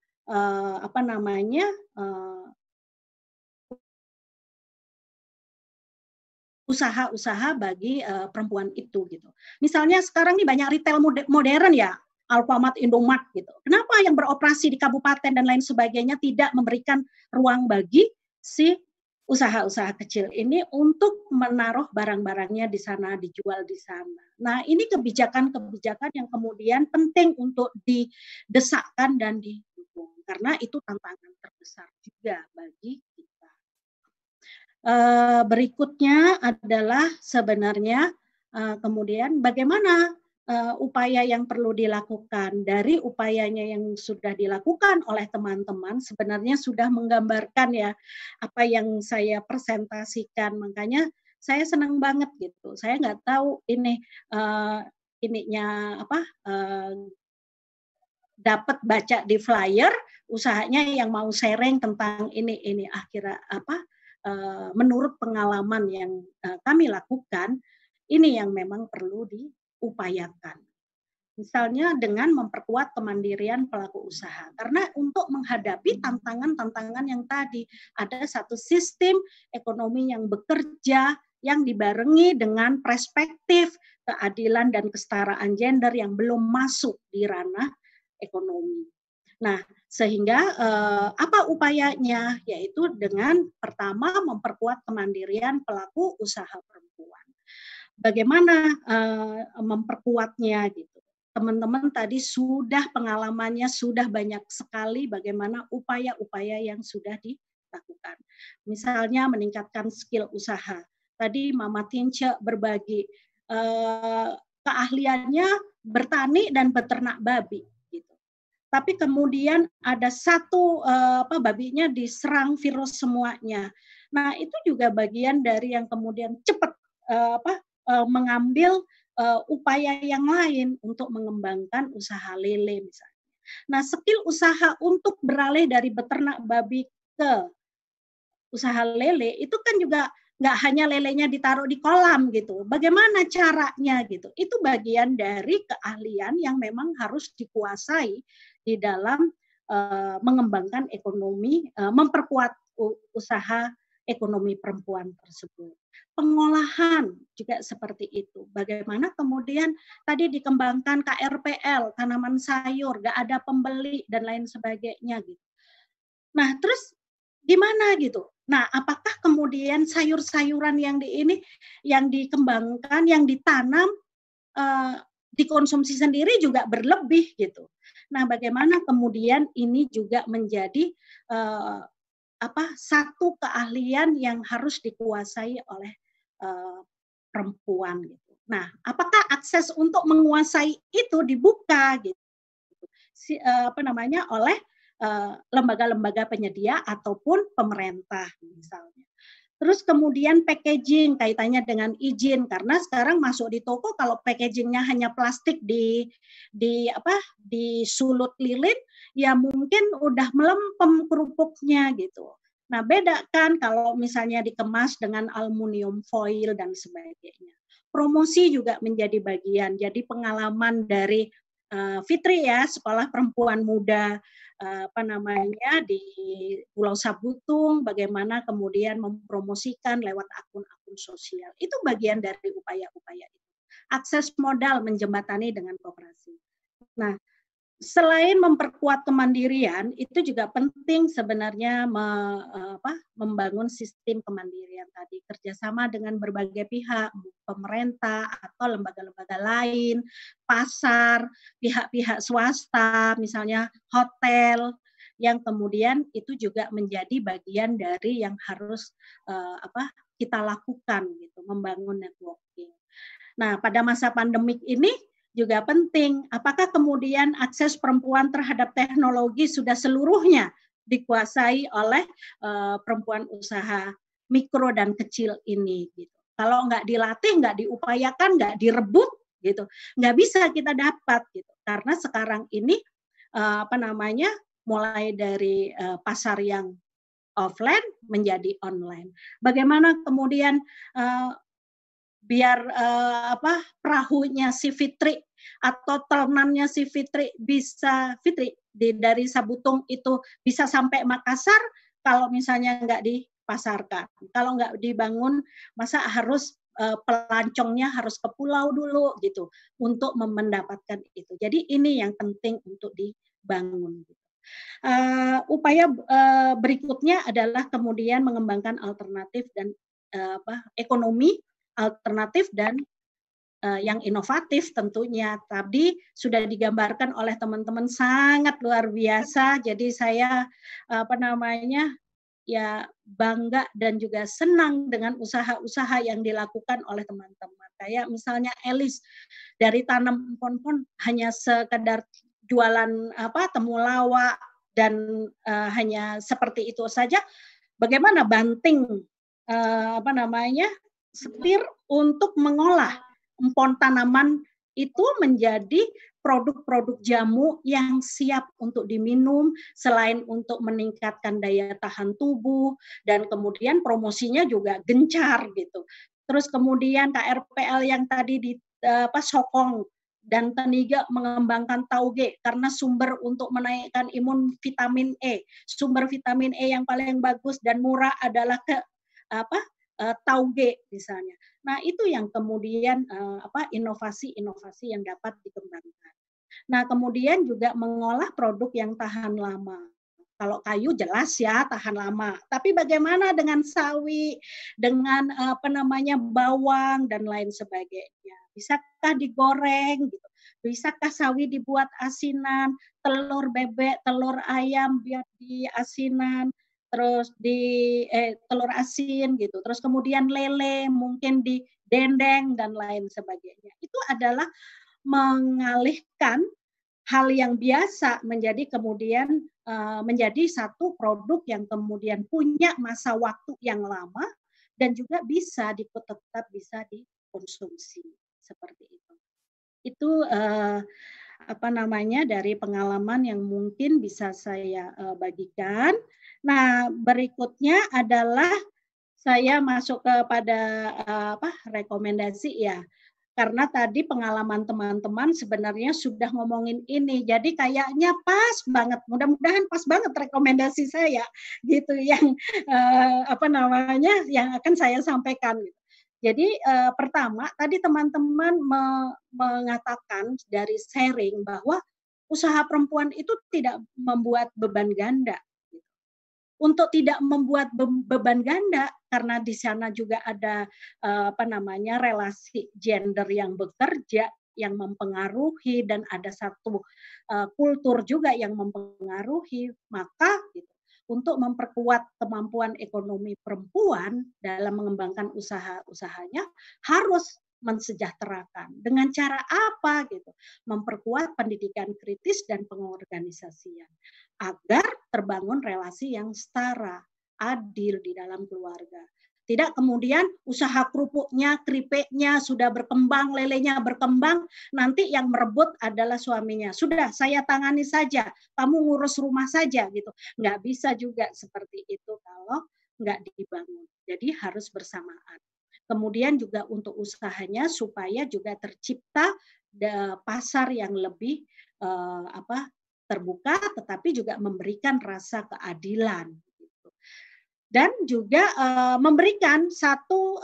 usaha-usaha bagi perempuan itu gitu. Misalnya sekarang nih banyak retail modern ya, Alfamart, Indomart gitu. Kenapa yang beroperasi di kabupaten dan lain sebagainya tidak memberikan ruang bagi si usaha-usaha kecil ini untuk menaruh barang-barangnya di sana, dijual di sana. Nah, ini kebijakan-kebijakan yang kemudian penting untuk didesakkan dan didukung karena itu tantangan terbesar juga bagi kita. Berikutnya adalah sebenarnya kemudian bagaimana upaya yang perlu dilakukan. Dari upayanya yang sudah dilakukan oleh teman-teman sebenarnya sudah menggambarkan ya apa yang saya presentasikan. Makanya saya senang banget gitu. Saya nggak tahu ini dapat baca di flyer usahanya yang mau sharing tentang ini akhirnya menurut pengalaman yang kami lakukan, ini yang memang perlu diupayakan. Misalnya dengan memperkuat kemandirian pelaku usaha. Karena untuk menghadapi tantangan-tantangan yang tadi, ada satu sistem ekonomi yang bekerja, yang dibarengi dengan perspektif keadilan dan kesetaraan gender yang belum masuk di ranah ekonomi. Nah, sehingga apa upayanya? Yaitu dengan pertama memperkuat kemandirian pelaku usaha perempuan. Bagaimana memperkuatnya gitu? Teman-teman tadi sudah pengalamannya sudah banyak sekali bagaimana upaya-upaya yang sudah dilakukan. Misalnya meningkatkan skill usaha. Tadi Mama Tince berbagi keahliannya bertani dan beternak babi. Tapi kemudian ada satu babinya diserang virus semuanya. Nah, itu juga bagian dari yang kemudian cepat mengambil upaya yang lain untuk mengembangkan usaha lele misalnya. Nah, skill usaha untuk beralih dari beternak babi ke usaha lele itu kan juga nggak hanya lelenya ditaruh di kolam gitu. Bagaimana caranya gitu? Itu bagian dari keahlian yang memang harus dikuasai di dalam mengembangkan ekonomi, memperkuat usaha ekonomi perempuan tersebut. Pengolahan juga seperti itu. Bagaimana kemudian tadi dikembangkan KRPL, tanaman sayur, nggak ada pembeli dan lain sebagainya gitu. Nah, terus gimana gitu? Nah, apakah kemudian sayur-sayuran yang dikembangkan, yang ditanam dikonsumsi sendiri juga berlebih gitu. Nah, bagaimana kemudian ini juga menjadi satu keahlian yang harus dikuasai oleh perempuan gitu. Nah, apakah akses untuk menguasai itu dibuka gitu? Oleh lembaga-lembaga penyedia ataupun pemerintah misalnya. Terus kemudian packaging kaitannya dengan izin karena sekarang masuk di toko kalau packagingnya hanya plastik disulut lilin ya mungkin udah melempem kerupuknya gitu. Nah, beda kan kalau misalnya dikemas dengan aluminium foil dan sebagainya. Promosi juga menjadi bagian. Jadi pengalaman dari Fitri ya, sekolah perempuan muda di Pulau Sabutung, bagaimana kemudian mempromosikan lewat akun-akun sosial. Itu bagian dari upaya-upaya itu. Akses modal menjembatani dengan koperasi. Nah, selain memperkuat kemandirian, itu juga penting sebenarnya membangun sistem kemandirian tadi, kerjasama dengan berbagai pihak, pemerintah atau lembaga-lembaga lain, pasar, pihak-pihak swasta, misalnya hotel, yang kemudian itu juga menjadi bagian dari yang harus kita lakukan gitu, membangun networking. Nah, pada masa pandemik ini juga penting, apakah kemudian akses perempuan terhadap teknologi sudah seluruhnya dikuasai oleh perempuan usaha mikro dan kecil ini gitu. Kalau nggak dilatih, nggak diupayakan, nggak direbut gitu, nggak bisa kita dapat gitu. Karena sekarang ini mulai dari pasar yang offline menjadi online. Bagaimana kemudian biar perahunya si Fitri atau telenannya si Fitri bisa dari Sabutung itu bisa sampai Makassar kalau misalnya nggak dipasarkan, kalau nggak dibangun, masa harus pelancongnya harus ke pulau dulu gitu untuk mendapatkan itu. Jadi ini yang penting untuk dibangun. Upaya berikutnya adalah kemudian mengembangkan alternatif dan ekonomi alternatif dan yang inovatif tentunya. Tadi sudah digambarkan oleh teman-teman sangat luar biasa. Jadi saya ya bangga dan juga senang dengan usaha-usaha yang dilakukan oleh teman-teman. Kayak misalnya Elis dari tanam empon-empon hanya sekedar jualan temulawak dan hanya seperti itu saja. Bagaimana banting setir untuk mengolah empon tanaman itu menjadi produk-produk jamu yang siap untuk diminum, selain untuk meningkatkan daya tahan tubuh, dan kemudian promosinya juga gencar gitu. Terus kemudian KRPL yang tadi Sokong dan Teniga mengembangkan tauge karena sumber untuk menaikkan imun vitamin E. Sumber vitamin E yang paling bagus dan murah adalah tauge misalnya. Nah, itu yang kemudian inovasi-inovasi yang dapat dikembangkan. Nah, kemudian juga mengolah produk yang tahan lama. Kalau kayu jelas ya tahan lama. Tapi bagaimana dengan sawi, dengan bawang dan lain sebagainya? Bisakah digoreng gitu? Bisakah sawi dibuat asinan, telur bebek, telur ayam biar diasinan? Terus telur asin gitu, terus kemudian lele mungkin di dendeng dan lain sebagainya. Itu adalah mengalihkan hal yang biasa menjadi kemudian menjadi satu produk yang kemudian punya masa waktu yang lama dan juga tetap bisa dikonsumsi seperti itu. Itu dari pengalaman yang mungkin bisa saya bagikan. Nah, berikutnya adalah saya masuk kepada rekomendasi ya. Karena tadi pengalaman teman-teman sebenarnya sudah ngomongin ini. Jadi kayaknya pas banget. Mudah-mudahan pas banget rekomendasi saya gitu yang yang akan saya sampaikan gitu. Jadi pertama tadi teman-teman mengatakan dari sharing bahwa usaha perempuan itu tidak membuat beban ganda. Untuk tidak membuat beban ganda karena di sana juga ada relasi gender yang bekerja yang mempengaruhi dan ada satu kultur juga yang mempengaruhi, maka gitu, untuk memperkuat kemampuan ekonomi perempuan dalam mengembangkan usaha-usahanya harus mensejahterakan. Dengan cara apa gitu? Memperkuat pendidikan kritis dan pengorganisasian agar terbangun relasi yang setara, adil di dalam keluarga. Tidak kemudian usaha kerupuknya, keripiknya sudah berkembang, lelenya berkembang, nanti yang merebut adalah suaminya. Sudah, saya tangani saja, kamu ngurus rumah saja gitu. Nggak bisa juga seperti itu kalau nggak dibangun. Jadi harus bersamaan. Kemudian juga untuk usahanya supaya juga tercipta pasar yang lebih terbuka, tetapi juga memberikan rasa keadilan. Dan juga memberikan satu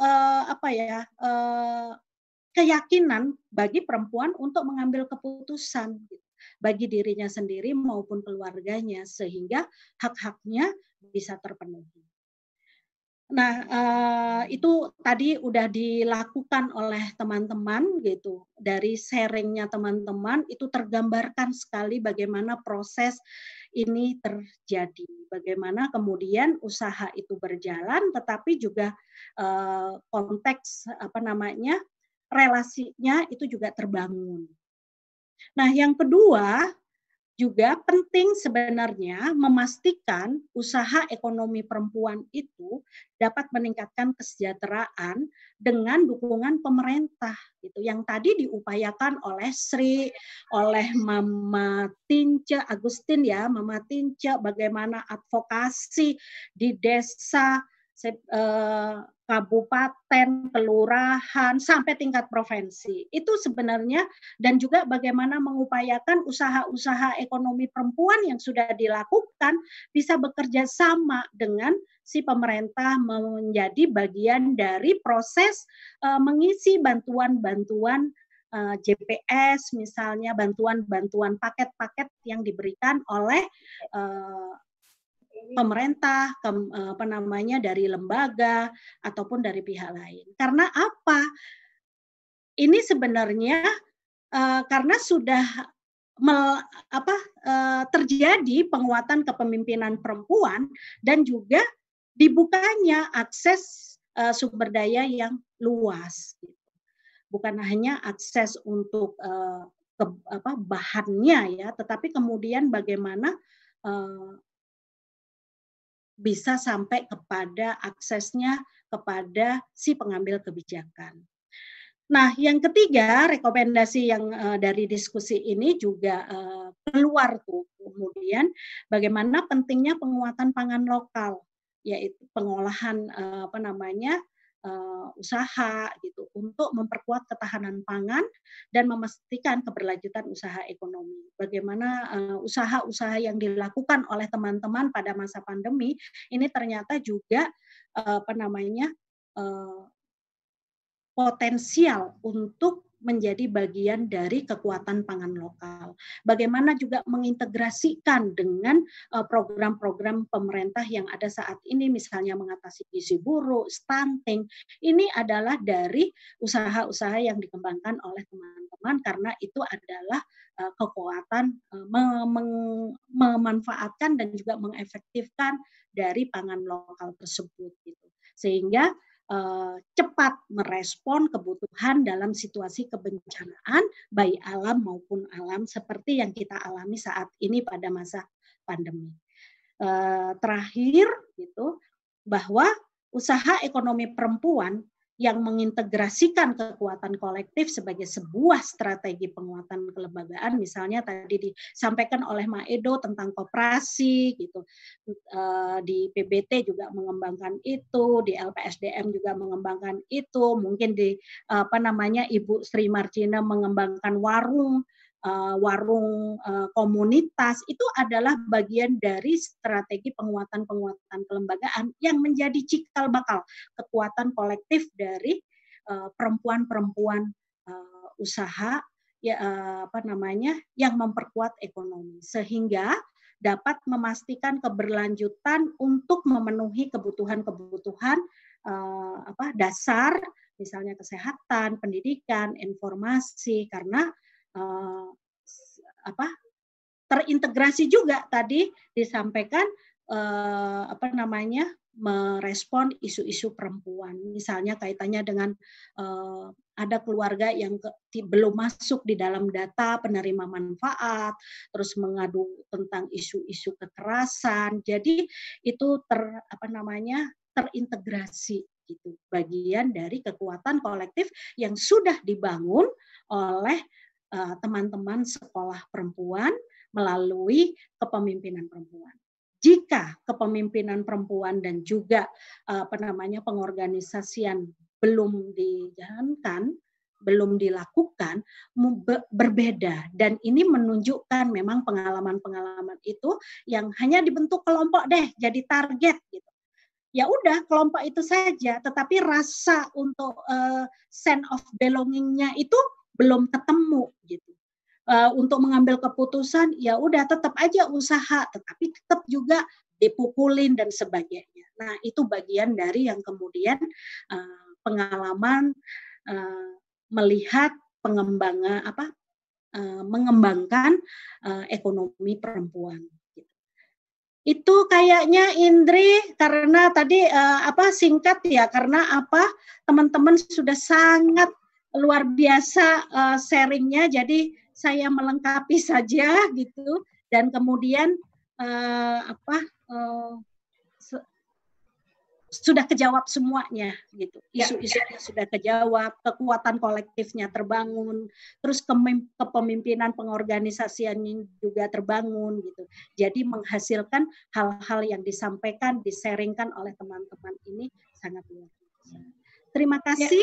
keyakinan bagi perempuan untuk mengambil keputusan. bagi dirinya sendiri maupun keluarganya sehingga hak-haknya bisa terpenuhi. Nah, itu tadi udah dilakukan oleh teman-teman gitu. Dari sharingnya teman-teman itu tergambarkan sekali bagaimana proses ini terjadi. Bagaimana kemudian usaha itu berjalan, tetapi juga konteks relasinya itu juga terbangun. Nah, yang kedua, juga penting sebenarnya memastikan usaha ekonomi perempuan itu dapat meningkatkan kesejahteraan dengan dukungan pemerintah gitu. Yang tadi diupayakan oleh Sri, oleh Mama Tince Agustin ya, Mama Tince, bagaimana advokasi di desa, kabupaten, kelurahan, sampai tingkat provinsi. Itu sebenarnya, dan juga bagaimana mengupayakan usaha-usaha ekonomi perempuan yang sudah dilakukan bisa bekerja sama dengan si pemerintah menjadi bagian dari proses mengisi bantuan-bantuan JPS, misalnya bantuan-bantuan paket-paket yang diberikan oleh pemerintah, dari lembaga ataupun dari pihak lain. Karena apa? Ini sebenarnya karena sudah terjadi penguatan kepemimpinan perempuan dan juga dibukanya akses sumber daya yang luas. Bukan hanya akses untuk bahannya ya, tetapi kemudian bagaimana bisa sampai kepada aksesnya kepada si pengambil kebijakan. Nah, yang ketiga, rekomendasi yang dari diskusi ini juga keluar tuh kemudian bagaimana pentingnya penguatan pangan lokal, yaitu pengolahan usaha gitu untuk memperkuat ketahanan pangan dan memastikan keberlanjutan usaha ekonomi. Bagaimana usaha-usaha yang dilakukan oleh teman-teman pada masa pandemi ini ternyata juga potensial untuk menjadi bagian dari kekuatan pangan lokal. Bagaimana juga mengintegrasikan dengan program-program pemerintah yang ada saat ini, misalnya mengatasi gizi buruk, stunting. Ini adalah dari usaha-usaha yang dikembangkan oleh teman-teman karena itu adalah kekuatan memanfaatkan dan juga mengefektifkan dari pangan lokal tersebut. Gitu. Sehingga cepat merespon kebutuhan dalam situasi kebencanaan baik alam maupun alam seperti yang kita alami saat ini pada masa pandemi. Terakhir gitu bahwa usaha ekonomi perempuan yang mengintegrasikan kekuatan kolektif sebagai sebuah strategi penguatan kelembagaan, misalnya tadi disampaikan oleh Ma Edo tentang koperasi, gitu, di PBT juga mengembangkan itu, di LPSDM juga mengembangkan itu, mungkin di Ibu Sri Marjina mengembangkan warung komunitas, itu adalah bagian dari strategi penguatan kelembagaan yang menjadi cikal bakal kekuatan kolektif dari perempuan-perempuan usaha yang memperkuat ekonomi sehingga dapat memastikan keberlanjutan untuk memenuhi kebutuhan-kebutuhan dasar, misalnya kesehatan, pendidikan, informasi, karena terintegrasi juga tadi disampaikan merespon isu-isu perempuan, misalnya kaitannya dengan ada keluarga yang belum masuk di dalam data penerima manfaat, terus mengadu tentang isu-isu kekerasan, jadi itu terintegrasi gitu, bagian dari kekuatan kolektif yang sudah dibangun oleh teman-teman sekolah perempuan melalui kepemimpinan perempuan. Jika kepemimpinan perempuan dan juga pengorganisasian belum dijalankan, belum dilakukan, berbeda, dan ini menunjukkan memang pengalaman-pengalaman itu yang hanya dibentuk kelompok deh, jadi target gitu. Ya udah kelompok itu saja, tetapi rasa untuk sense of belonging-nya itu belum ketemu gitu. untuk mengambil keputusan, ya udah tetap aja usaha, tetapi tetap juga dipukulin dan sebagainya. Nah, itu bagian dari yang kemudian pengalaman melihat pengembangan mengembangkan ekonomi perempuan. Itu kayaknya Indri, karena tadi singkat ya, karena teman-teman sudah sangat luar biasa sharingnya, jadi saya melengkapi saja gitu, dan kemudian sudah kejawab semuanya gitu. Isu-isunya sudah kejawab, kekuatan kolektifnya terbangun, terus kepemimpinan pengorganisasiannya juga terbangun gitu. Jadi menghasilkan hal-hal yang disampaikan, disaringkan oleh teman-teman ini sangat luar biasa. Terima kasih.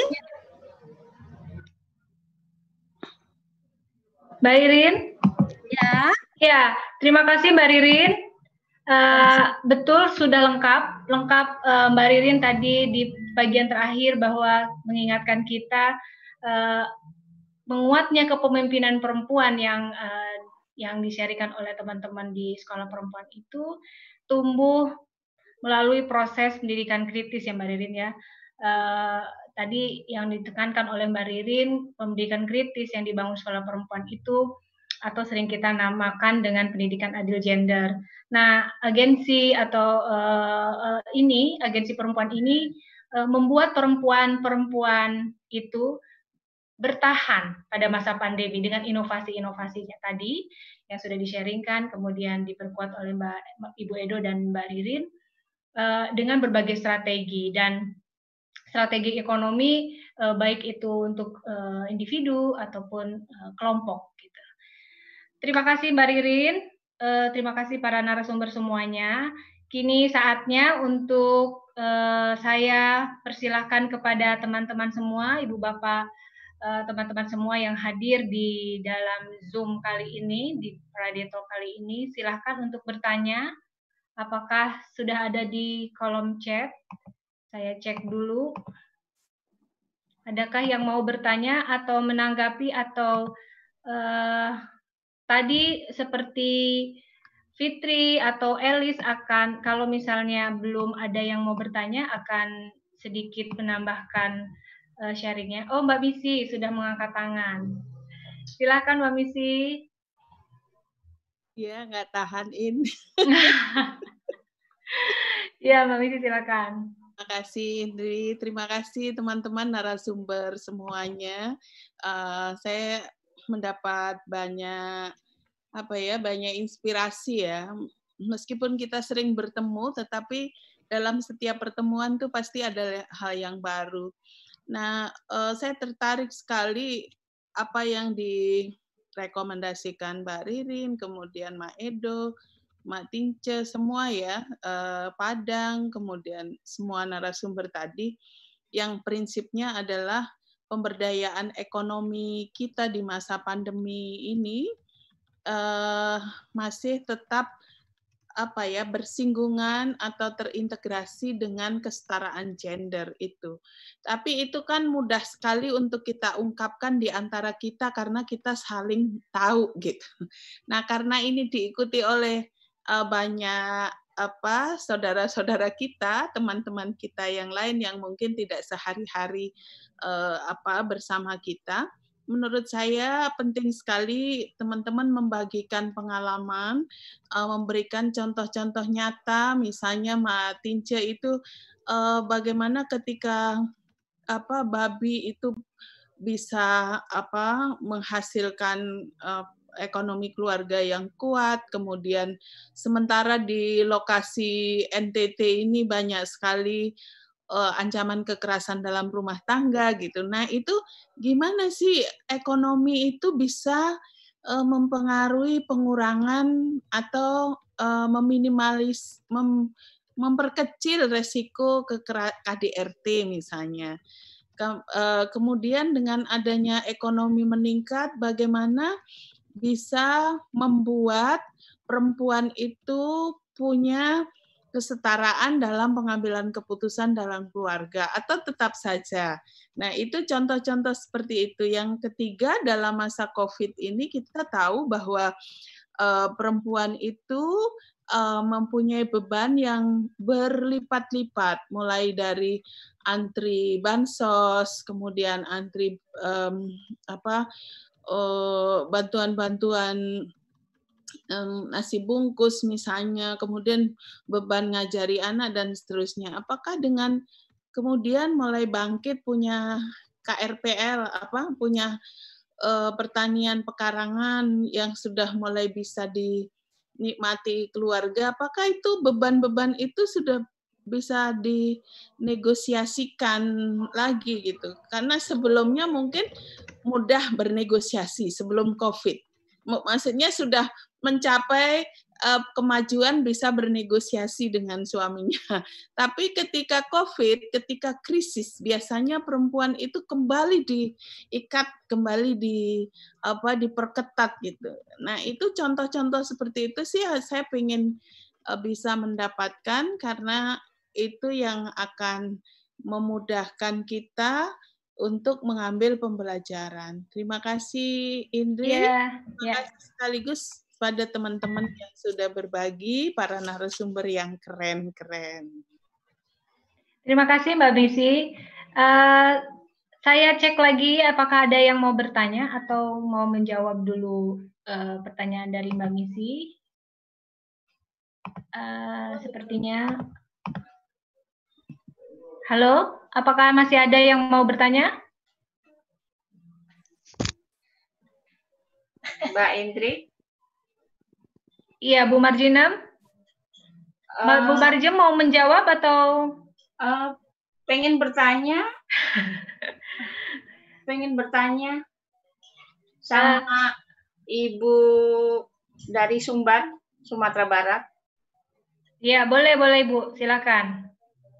Mbak Ririn? Ya, terima kasih Mbak Ririn. Betul, sudah lengkap Mbak Ririn tadi di bagian terakhir bahwa mengingatkan kita menguatnya kepemimpinan perempuan yang di-sharingkan oleh teman-teman di sekolah perempuan itu tumbuh melalui proses pendidikan kritis ya Mbak Ririn ya. Tadi yang ditekankan oleh Mbak Ririn, pendidikan kritis yang dibangun sekolah perempuan itu atau sering kita namakan dengan pendidikan adil gender. Nah, agensi atau agensi perempuan ini membuat perempuan-perempuan itu bertahan pada masa pandemi dengan inovasi-inovasinya tadi yang sudah di-sharingkan, kemudian diperkuat oleh Ibu Edo dan Mbak Ririn dengan berbagai strategi dan strategi ekonomi baik itu untuk individu ataupun kelompok gitu. Terima kasih Mbak Ririn, terima kasih para narasumber semuanya. Kini saatnya untuk saya persilahkan kepada teman-teman semua, Ibu Bapak, teman-teman semua yang hadir di dalam Zoom kali ini, di Pradeto kali ini, silahkan untuk bertanya. Apakah sudah ada di kolom chat? Saya cek dulu. Adakah yang mau bertanya atau menanggapi atau tadi seperti Fitri atau Elis akan, kalau misalnya belum ada yang mau bertanya, akan sedikit menambahkan sharingnya. Oh, Mbak Misi sudah mengangkat tangan. Silakan Mbak Misi. Ya, nggak tahanin. Ya, Mbak Misi silakan. Terima kasih Indri, terima kasih teman-teman narasumber semuanya. Saya mendapat banyak inspirasi ya. Meskipun kita sering bertemu, tetapi dalam setiap pertemuan tuh pasti ada hal yang baru. Nah, saya tertarik sekali apa yang direkomendasikan Mbak Ririn, kemudian Mbak Edo, Mbak Tince, semua ya, Padang, kemudian semua narasumber tadi, yang prinsipnya adalah pemberdayaan ekonomi kita di masa pandemi ini masih tetap bersinggungan atau terintegrasi dengan kesetaraan gender itu. Tapi itu kan mudah sekali untuk kita ungkapkan di antara kita karena kita saling tahu gitu. Nah, karena ini diikuti oleh banyak saudara-saudara kita, teman-teman kita yang lain yang mungkin tidak sehari-hari bersama kita. Menurut saya penting sekali teman-teman membagikan pengalaman, memberikan contoh-contoh nyata, misalnya Mbak Tince itu bagaimana ketika babi itu bisa menghasilkan ekonomi keluarga yang kuat, kemudian sementara di lokasi NTT ini banyak sekali ancaman kekerasan dalam rumah tangga gitu. Nah, itu gimana sih ekonomi itu bisa mempengaruhi pengurangan atau memperkecil resiko KDRT misalnya. Kemudian dengan adanya ekonomi meningkat, bagaimana bisa membuat perempuan itu punya kesetaraan dalam pengambilan keputusan dalam keluarga atau tetap saja. Nah, itu contoh-contoh seperti itu. Yang ketiga, dalam masa COVID ini kita tahu bahwa perempuan itu mempunyai beban yang berlipat-lipat, mulai dari antri bansos, kemudian antri bantuan-bantuan nasi bungkus misalnya, kemudian beban ngajari anak dan seterusnya. Apakah dengan kemudian mulai bangkit punya KRPL, punya pertanian pekarangan yang sudah mulai bisa dinikmati keluarga, apakah itu beban-beban itu sudah bisa dinegosiasikan lagi gitu? Karena sebelumnya mungkin mudah bernegosiasi sebelum COVID. Maksudnya sudah mencapai kemajuan bisa bernegosiasi dengan suaminya. Tapi ketika COVID, ketika krisis, biasanya perempuan itu kembali diikat, kembali diperketat gitu. Nah, itu contoh-contoh seperti itu sih saya ingin bisa mendapatkan, karena itu yang akan memudahkan kita untuk mengambil pembelajaran. Terima kasih Indri. Terima kasih sekaligus pada teman-teman yang sudah berbagi, para narasumber yang keren-keren. Terima kasih Mbak Missy. Saya cek lagi apakah ada yang mau bertanya atau mau menjawab dulu pertanyaan dari Mbak Missy. Sepertinya. Halo, apakah masih ada yang mau bertanya? Mbak Indri? Iya, Bu Marjina. Bu Marjina mau menjawab atau? Pengen bertanya. Pengen bertanya sama Ibu dari Sumbar, Sumatera Barat. Iya, boleh Ibu, silakan.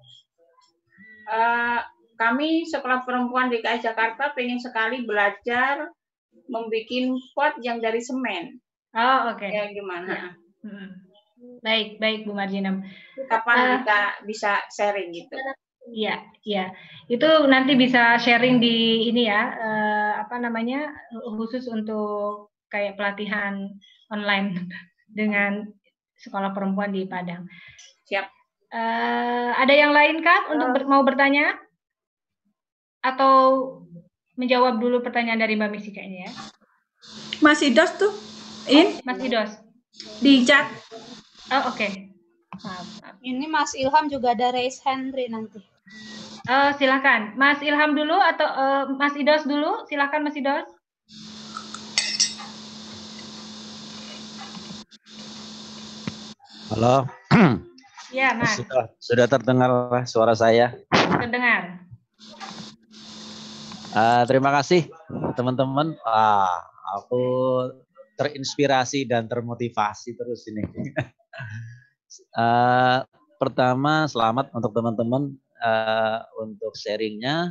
Kami Sekolah Perempuan DKI Jakarta pengen sekali belajar membuat pot yang dari semen. Oh, oke. Ya, gimana? Ya. Baik Bu Marjina. Kapan kita bisa sharing gitu? Iya. Itu nanti bisa sharing di ini ya, khusus untuk kayak pelatihan online dengan Sekolah Perempuan di Padang. Siap. Ada yang lain kah untuk mau bertanya? Atau menjawab dulu pertanyaan dari Mbak Missy kayaknya ya? Mas Idos tuh, Mas Idos. Di chat. Oh, oke. Maaf. Ini Mas Ilham juga ada raise hand nanti. Silakan. Mas Ilham dulu atau Mas Idos dulu? Silakan Mas Idos. Halo. Ya, Mas. Sudah terdengar suara saya? Terdengar. Terima kasih teman-teman. Aku terinspirasi dan termotivasi terus ini. Pertama, selamat untuk teman-teman untuk sharingnya.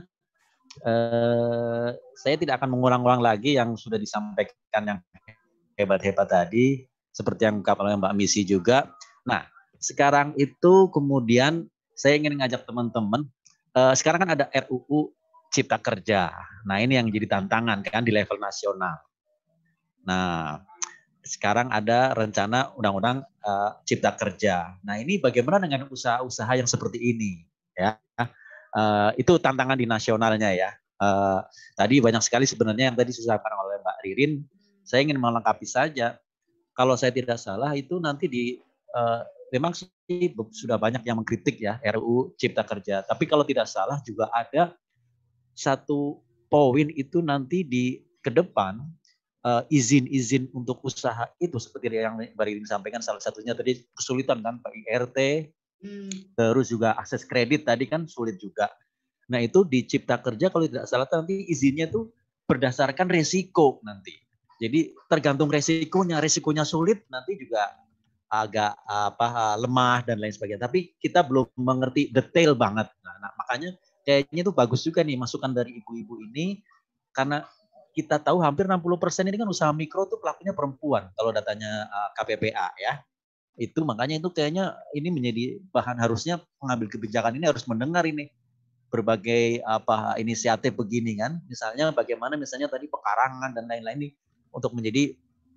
Saya tidak akan mengulang-ulang lagi yang sudah disampaikan yang hebat-hebat tadi, seperti yang diungkapkan oleh Mbak Missy juga. Nah, sekarang itu kemudian saya ingin ngajak teman-teman. Sekarang kan ada RUU Cipta Kerja. Nah, ini yang jadi tantangan kan di level nasional. Nah, sekarang ada rencana undang-undang Cipta Kerja. Nah, ini bagaimana dengan usaha-usaha yang seperti ini? Ya, itu tantangan di nasionalnya ya. Tadi banyak sekali sebenarnya yang tadi disampaikan oleh Mbak Ririn. Saya ingin melengkapi saja. Kalau saya tidak salah itu nanti memang sih sudah banyak yang mengkritik ya RUU Cipta Kerja. Tapi kalau tidak salah juga ada satu poin itu nanti ke depan izin-izin untuk usaha itu seperti yang Mbak Ririn sampaikan, salah satunya tadi kesulitan kan Pak IRT, terus juga akses kredit tadi kan sulit juga. Nah itu di Cipta Kerja kalau tidak salah nanti izinnya tuh berdasarkan resiko nanti. Jadi tergantung resikonya sulit nanti juga agak lemah dan lain sebagainya. Tapi kita belum mengerti detail banget. Nah makanya kayaknya itu bagus juga nih masukan dari ibu-ibu ini, karena kita tahu hampir 60% ini kan usaha mikro tuh pelakunya perempuan kalau datanya KPPA ya. Itu makanya itu kayaknya ini menjadi bahan, harusnya pengambil kebijakan ini harus mendengar ini berbagai inisiatif begini kan. Misalnya bagaimana misalnya tadi pekarangan dan lain-lain ini untuk menjadi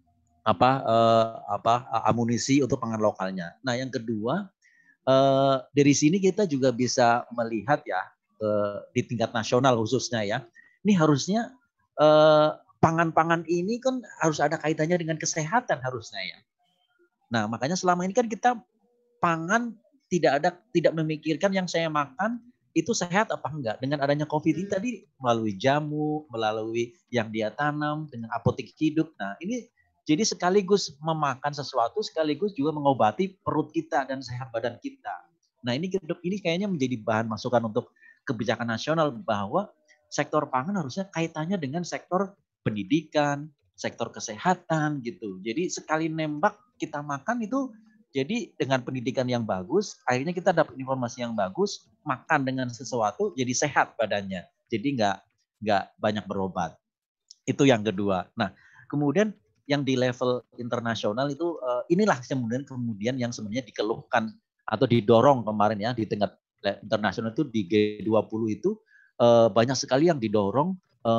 amunisi untuk pangan lokalnya. Nah, yang kedua, dari sini kita juga bisa melihat ya di tingkat nasional khususnya ya. Ini harusnya pangan-pangan ini kan harus ada kaitannya dengan kesehatan harusnya ya. Nah, makanya selama ini kan kita pangan tidak memikirkan yang saya makan itu sehat apa enggak. Dengan adanya COVID ini tadi melalui jamu, melalui yang dia tanam dengan apotek hidup. Nah, ini jadi sekaligus memakan sesuatu, sekaligus juga mengobati perut kita dan sehat badan kita. Nah, ini kayaknya menjadi bahan masukan untuk kebijakan nasional bahwa sektor pangan harusnya kaitannya dengan sektor pendidikan, sektor kesehatan gitu. Jadi sekali nembak kita makan itu, jadi dengan pendidikan yang bagus, akhirnya kita dapat informasi yang bagus, makan dengan sesuatu, jadi sehat badannya. Jadi nggak banyak berobat. Itu yang kedua. Nah, kemudian yang di level internasional itu inilah kemudian yang sebenarnya dikeluhkan atau didorong kemarin ya di tingkat internasional itu di G20 itu banyak sekali yang didorong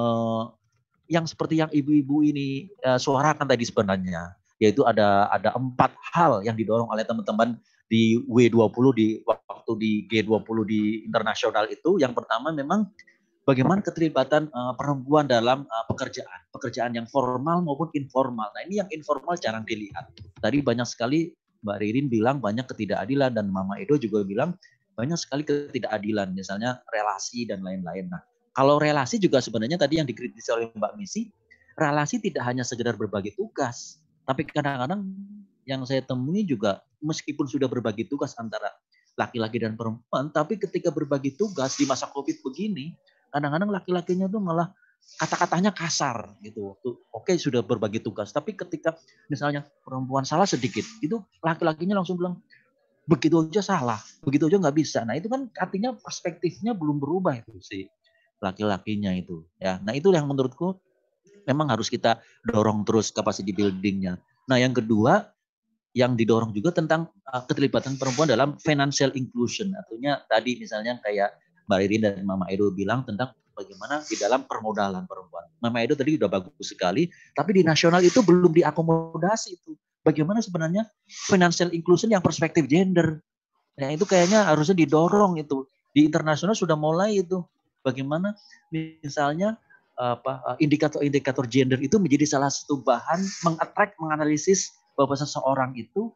yang seperti yang ibu-ibu ini suarakan tadi sebenarnya, yaitu ada 4 hal yang didorong oleh teman-teman di W20 di waktu di G20 di internasional itu. Yang pertama memang bagaimana keterlibatan perempuan dalam pekerjaan yang formal maupun informal. Nah, ini yang informal jarang dilihat. Tadi banyak sekali Mbak Ririn bilang banyak ketidakadilan, dan Mama Edo juga bilang banyak sekali ketidakadilan, misalnya relasi dan lain-lain. Nah, kalau relasi juga sebenarnya tadi yang dikritisi oleh Mbak Misi, relasi tidak hanya sekedar berbagi tugas, tapi kadang-kadang yang saya temui juga meskipun sudah berbagi tugas antara laki-laki dan perempuan, tapi ketika berbagi tugas di masa COVID begini, kadang-kadang laki-lakinya tuh malah kata-katanya kasar gitu. Oke, sudah berbagi tugas, tapi ketika misalnya perempuan salah sedikit, itu laki-lakinya langsung bilang, begitu aja salah, begitu aja nggak bisa. Nah, itu kan artinya perspektifnya belum berubah itu si laki-lakinya itu. Ya, nah itu yang menurutku memang harus kita dorong terus capacity building-nya. Nah, yang kedua yang didorong juga tentang keterlibatan perempuan dalam financial inclusion. Artinya tadi misalnya kayak Mbak Ririn dan Mama Edo bilang tentang bagaimana di dalam permodalan perempuan. Mama Edo tadi udah bagus sekali, tapi di nasional itu belum diakomodasi itu. Bagaimana sebenarnya financial inclusion yang perspektif gender. Nah, itu kayaknya harusnya didorong itu. Di internasional sudah mulai itu. Bagaimana misalnya indikator-indikator gender itu menjadi salah satu bahan mengattract, menganalisis bahwa seseorang itu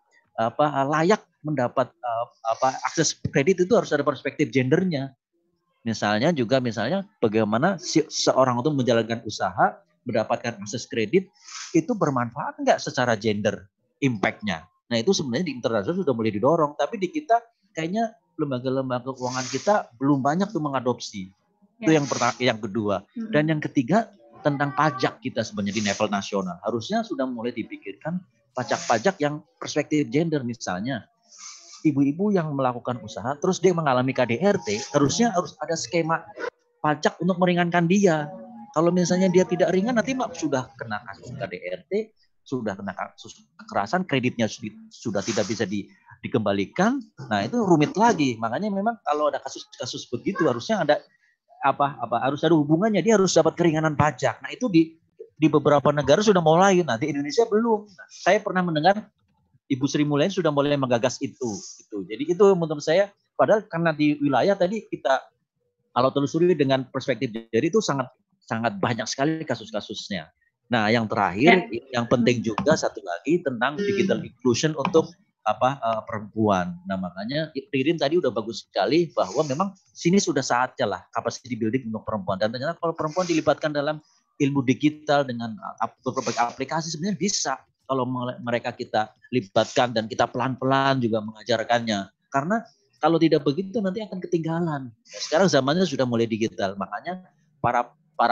layak mendapat akses kredit, itu harus ada perspektif gendernya. Misalnya bagaimana seorang itu menjalankan usaha, mendapatkan akses kredit, itu bermanfaat enggak secara gender impact-nya. Nah, itu sebenarnya di internasional sudah mulai didorong, tapi di kita kayaknya lembaga-lembaga keuangan kita belum banyak tuh mengadopsi. Itu yang kedua. Dan yang ketiga tentang pajak kita sebenarnya di level nasional. Harusnya sudah mulai dipikirkan pajak-pajak yang perspektif gender. Misalnya ibu-ibu yang melakukan usaha terus dia mengalami KDRT, harusnya harus ada skema pajak untuk meringankan dia. Kalau misalnya dia tidak ringan, nanti sudah kena kasus KDRT, sudah kena kasus kekerasan, kreditnya sudah tidak bisa dikembalikan. Nah, itu rumit lagi. Makanya memang kalau ada kasus-kasus begitu harusnya ada harus ada hubungannya, dia harus dapat keringanan pajak. Nah, itu di beberapa negara sudah mulai, nah di Indonesia belum. Nah, saya pernah mendengar Ibu Sri Mulyani sudah mulai menggagas itu. Jadi itu menurut saya, padahal karena di wilayah tadi kita kalau telusuri dengan perspektif, jadi itu sangat banyak sekali kasus-kasusnya. Nah, yang terakhir yang penting juga satu lagi tentang digital inclusion untuk perempuan. Nah, makanya Ririn tadi udah bagus sekali bahwa memang sini sudah saatnya lah capacity building untuk perempuan. Dan ternyata kalau perempuan dilibatkan dalam ilmu digital dengan berbagai aplikasi sebenarnya bisa kalau mereka kita libatkan dan kita pelan-pelan juga mengajarkannya. Karena kalau tidak begitu nanti akan ketinggalan. Sekarang zamannya sudah mulai digital. Makanya para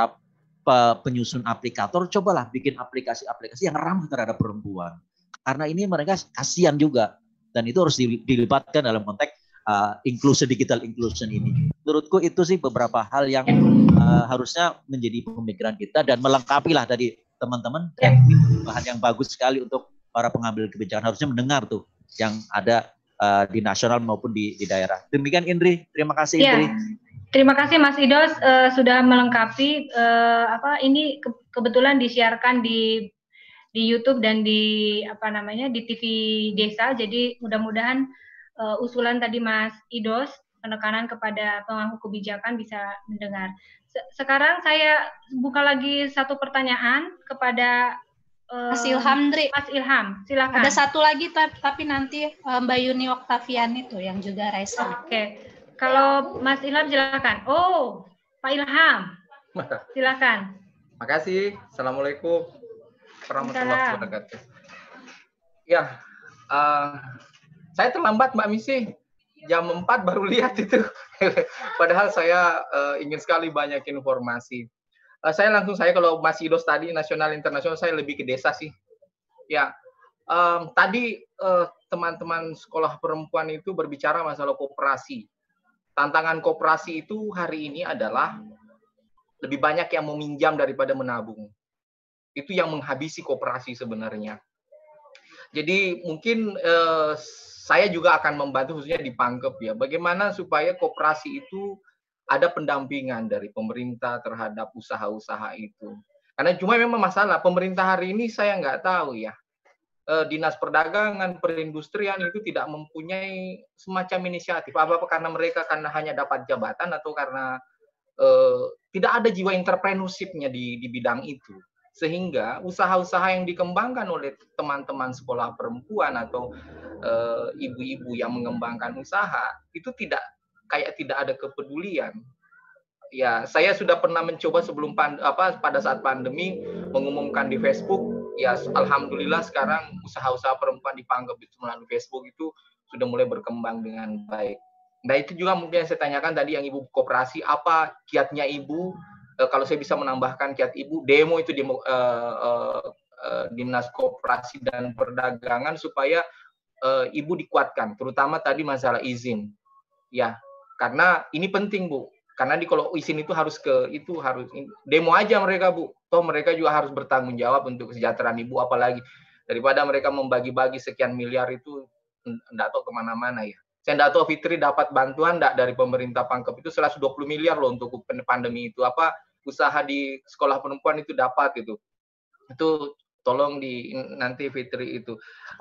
penyusun aplikator cobalah bikin aplikasi-aplikasi yang ramah terhadap perempuan. Karena ini mereka kasihan juga, dan itu harus dilibatkan dalam konteks digital inclusion ini. Menurutku itu sih beberapa hal yang harusnya menjadi pemikiran kita dan melengkapi lah dari teman-teman. Bahan yang bagus sekali untuk para pengambil kebijakan, harusnya mendengar tuh yang ada di nasional maupun di daerah. Demikian Indri, terima kasih Indri. Terima kasih Mas Idos sudah melengkapi ini kebetulan disiarkan di YouTube dan di di TV Desa. Jadi mudah-mudahan usulan tadi Mas Idos, penekanan kepada pemangku kebijakan bisa mendengar. Sekarang saya buka lagi satu pertanyaan kepada Mas Ilham, Dri. Mas Ilham, silakan. Ada satu lagi tapi nanti Mbak Yuni Oktavian itu yang juga raise hand. Oke. Kalau Mas Ilham silakan. Oh, Pak Ilham. Silakan. Makasih. Assalamualaikum warahmatullahi wabarakatuh. Ya, saya terlambat Mbak Misi. Jam 4 baru lihat itu. Padahal saya ingin sekali banyak informasi. Saya kalau Mas Idos tadi nasional internasional, saya lebih ke desa sih. Ya, tadi teman-teman sekolah perempuan itu berbicara masalah koperasi. Tantangan koperasi itu hari ini adalah lebih banyak yang meminjam daripada menabung. Itu yang menghabisi koperasi sebenarnya. Jadi mungkin saya juga akan membantu khususnya di Pangkep ya. Bagaimana supaya koperasi itu ada pendampingan dari pemerintah terhadap usaha-usaha itu. Karena cuma memang masalah pemerintah hari ini saya nggak tahu ya. Dinas Perdagangan, Perindustrian itu tidak mempunyai semacam inisiatif. Apa karena mereka hanya dapat jabatan atau karena tidak ada jiwa entrepreneurship-nya di bidang itu. Sehingga usaha-usaha yang dikembangkan oleh teman-teman sekolah perempuan atau ibu-ibu yang mengembangkan usaha itu tidak ada kepedulian. Ya, saya sudah pernah mencoba sebelum pada saat pandemi mengumumkan di Facebook. Ya, alhamdulillah sekarang usaha-usaha perempuan di Pangkep itu melalui Facebook itu sudah mulai berkembang dengan baik. Nah, itu juga mungkin yang saya tanyakan tadi yang Ibu koperasi, apa kiatnya Ibu? Kalau saya bisa menambahkan kiat Ibu, demo itu di Dinas Koperasi dan Perdagangan supaya Ibu dikuatkan, terutama tadi masalah izin. Ya, karena ini penting Bu, karena kalau izin itu harus demo aja mereka Bu, toh mereka juga harus bertanggung jawab untuk kesejahteraan Ibu, apalagi daripada mereka membagi-bagi sekian miliar itu enggak tahu kemana-mana ya. Saya enggak tahu Fitri dapat bantuan enggak dari pemerintah Pangkep itu 120 miliar loh untuk pandemi itu, apa usaha di sekolah perempuan itu dapat itu tolong nanti Fitri itu.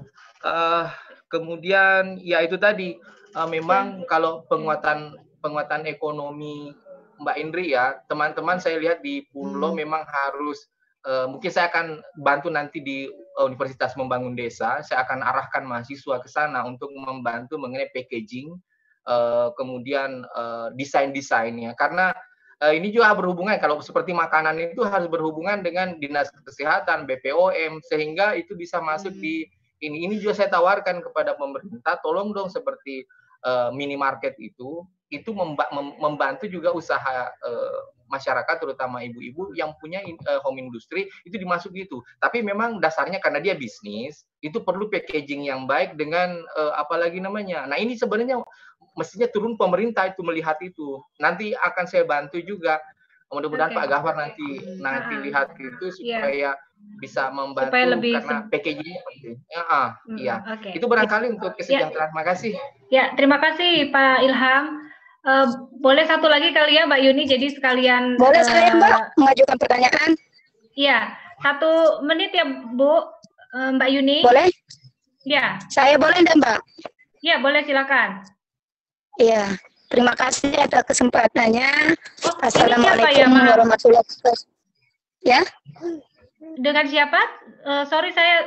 Kemudian ya itu tadi. Memang kalau penguatan ekonomi Mbak Indri ya, teman-teman saya lihat di pulau memang harus, mungkin saya akan bantu nanti di Universitas Membangun Desa, saya akan arahkan mahasiswa ke sana untuk membantu mengenai packaging, kemudian desain-desainnya, karena ini juga berhubungan, kalau seperti makanan itu harus berhubungan dengan Dinas Kesehatan, BPOM, sehingga itu bisa masuk di ini juga saya tawarkan kepada pemerintah, tolong dong seperti minimarket itu membantu juga usaha masyarakat, terutama ibu-ibu yang punya home industry itu dimasuk gitu. Tapi memang dasarnya karena dia bisnis, itu perlu packaging yang baik dengan apalagi namanya. Nah ini sebenarnya mestinya turun pemerintah itu melihat itu. Nanti akan saya bantu juga. Mudah-mudahan Pak Gafar nanti lihat itu supaya bisa membantu supaya lebih karena packaging-nya penting. Iya. Itu barangkali untuk kesejahteraan. Terima kasih. Ya, terima kasih Pak Ilham. Boleh satu lagi kali ya Mbak Yuni, jadi sekalian. Boleh saya Mbak mengajukan pertanyaan? Iya, 1 menit ya Bu, Mbak Yuni. Boleh? Ya. Saya boleh enggak Mbak? Iya, boleh silakan. Iya. Terima kasih atas kesempatannya. Assalamualaikum warahmatullahi wabarakatuh. Ya? Dengan siapa? Sorry saya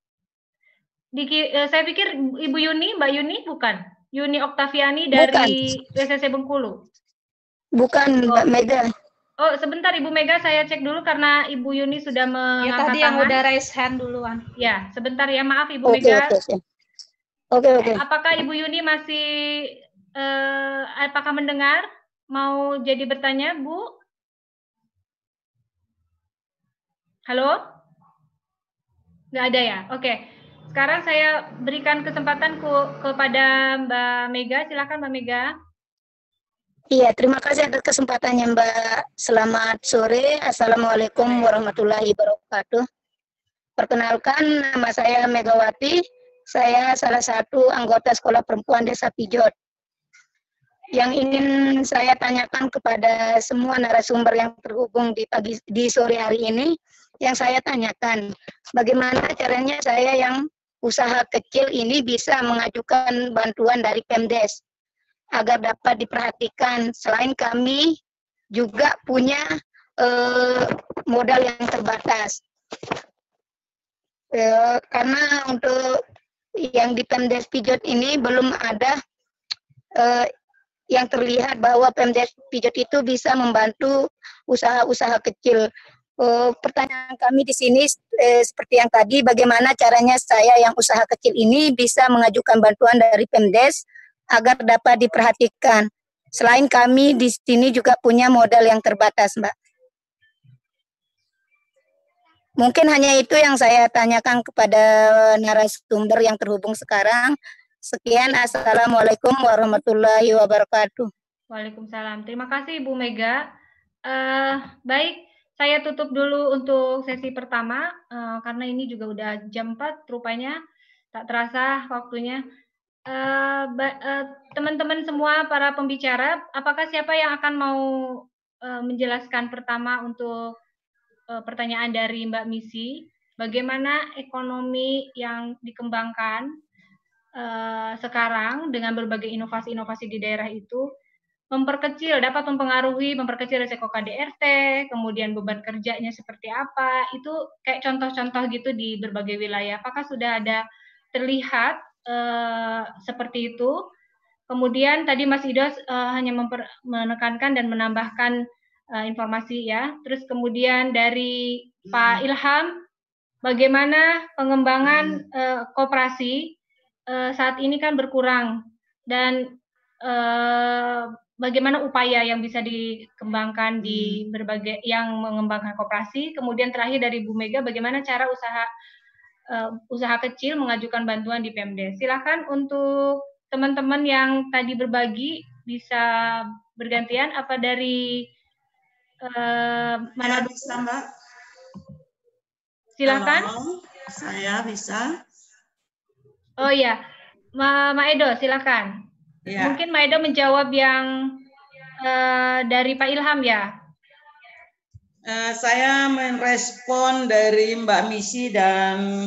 pikir Ibu Yuni, Mbak Yuni bukan? Yuni Oktaviani dari WCC Bengkulu. Bukan, Mbak Mega. Oh, sebentar Ibu Mega, saya cek dulu karena Ibu Yuni sudah mengangkat tangan. Tadi yang udah raise hand duluan. Ya, sebentar ya, maaf Ibu Mega. Oke. Apakah Ibu Yuni masih apakah mendengar? Mau jadi bertanya, Bu? Halo? Nggak ada ya? Oke. Sekarang saya berikan kesempatan kepada Mbak Mega. Silakan Mbak Mega. Iya, terima kasih atas kesempatannya Mbak. Selamat sore. Assalamualaikum warahmatullahi wabarakatuh. Perkenalkan, nama saya Megawati Saya salah satu anggota Sekolah Perempuan Desa Pijot. Yang ingin saya tanyakan kepada semua narasumber yang terhubung di sore hari ini, yang saya tanyakan, bagaimana caranya saya yang usaha kecil ini bisa mengajukan bantuan dari Pemdes agar dapat diperhatikan. Selain kami juga punya modal yang terbatas. Karena untuk yang di Pemdes Pijot ini belum ada yang terlihat bahwa Pemdes Pijot itu bisa membantu usaha-usaha kecil. Pertanyaan kami di sini seperti yang tadi, bagaimana caranya saya yang usaha kecil ini bisa mengajukan bantuan dari Pemdes agar dapat diperhatikan. Selain kami di sini juga punya modal yang terbatas, Mbak. Mungkin hanya itu yang saya tanyakan kepada narasumber yang terhubung sekarang. Sekian, Assalamualaikum warahmatullahi wabarakatuh. Waalaikumsalam. Terima kasih Ibu Mega. Baik, saya tutup dulu untuk sesi pertama, karena ini juga udah jam 4 rupanya, tak terasa waktunya. Teman-teman semua para pembicara, apakah siapa yang akan mau menjelaskan pertama untuk pertanyaan dari Mbak Misi, bagaimana ekonomi yang dikembangkan sekarang dengan berbagai inovasi-inovasi di daerah itu dapat memperkecil risiko KDRT, kemudian beban kerjanya seperti apa, itu kayak contoh-contoh gitu di berbagai wilayah. Apakah sudah ada terlihat seperti itu? Kemudian tadi Mas Idos hanya menekankan dan menambahkan informasi ya. Terus kemudian dari Pak Ilham, bagaimana pengembangan koperasi saat ini kan berkurang, dan bagaimana upaya yang bisa dikembangkan di berbagai yang mengembangkan koperasi. Kemudian terakhir dari Bu Mega, bagaimana cara usaha kecil mengajukan bantuan di Pemdes. Silakan untuk teman-teman yang tadi berbagi bisa bergantian, apa dari mana bisa, Mbak? Silakan. Halo, saya bisa. Oh iya, Ma Edo, silakan. Ya. Mungkin Ma Edo menjawab yang dari Pak Ilham ya. Saya merespon dari Mbak Misi dan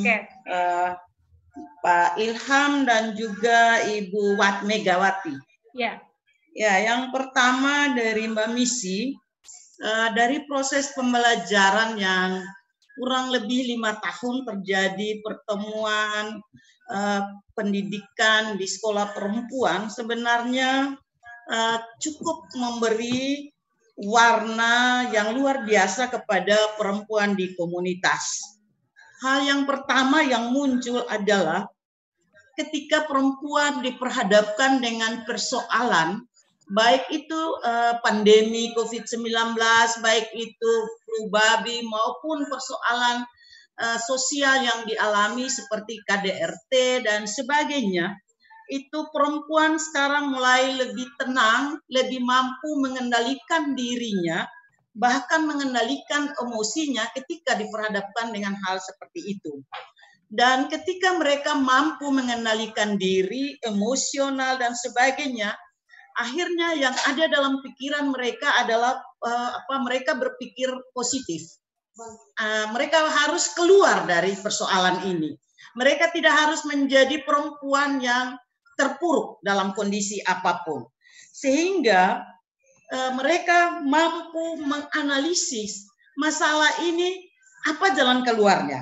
Pak Ilham dan juga Ibu Megawati. Ya. Ya, yang pertama dari Mbak Misi, dari proses pembelajaran yang kurang lebih 5 tahun terjadi pertemuan pendidikan di sekolah perempuan, sebenarnya cukup memberi warna yang luar biasa kepada perempuan di komunitas. Hal yang pertama yang muncul adalah ketika perempuan diperhadapkan dengan persoalan, baik itu pandemi COVID-19, baik itu flu babi, maupun persoalan sosial yang dialami seperti KDRT dan sebagainya, itu perempuan sekarang mulai lebih tenang, lebih mampu mengendalikan dirinya, bahkan mengendalikan emosinya ketika diperhadapkan dengan hal seperti itu. Dan ketika mereka mampu mengendalikan diri, emosional dan sebagainya, akhirnya yang ada dalam pikiran mereka adalah mereka berpikir positif. Mereka harus keluar dari persoalan ini. Mereka tidak harus menjadi perempuan yang terpuruk dalam kondisi apapun. Sehingga mereka mampu menganalisis masalah ini, apa jalan keluarnya.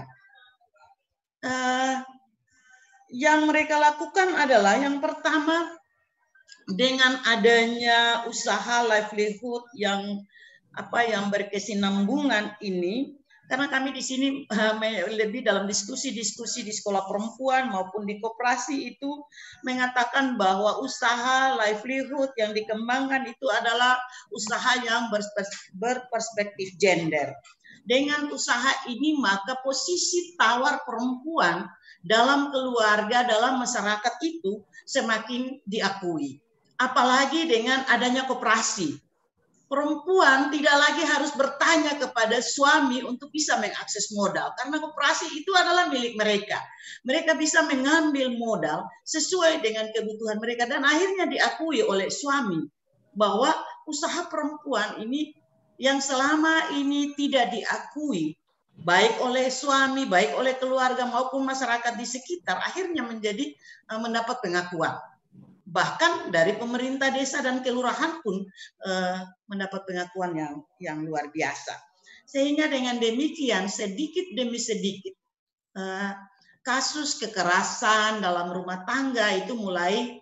Yang mereka lakukan adalah yang pertama, dengan adanya usaha livelihood yang berkesinambungan ini, karena kami di sini lebih dalam diskusi-diskusi di sekolah perempuan maupun di koperasi itu mengatakan bahwa usaha livelihood yang dikembangkan itu adalah usaha yang berperspektif gender. Dengan usaha ini maka posisi tawar perempuan dalam keluarga, dalam masyarakat itu semakin diakui. Apalagi dengan adanya koperasi. perempuan tidak lagi harus bertanya kepada suami untuk bisa mengakses modal, karena koperasi itu adalah milik mereka. Mereka bisa mengambil modal sesuai dengan kebutuhan mereka, dan akhirnya diakui oleh suami bahwa usaha perempuan ini yang selama ini tidak diakui baik oleh suami, baik oleh keluarga maupun masyarakat di sekitar, akhirnya mendapat pengakuan. Bahkan dari pemerintah desa dan kelurahan pun mendapat pengakuan yang luar biasa. Sehingga dengan demikian sedikit demi sedikit kasus kekerasan dalam rumah tangga itu mulai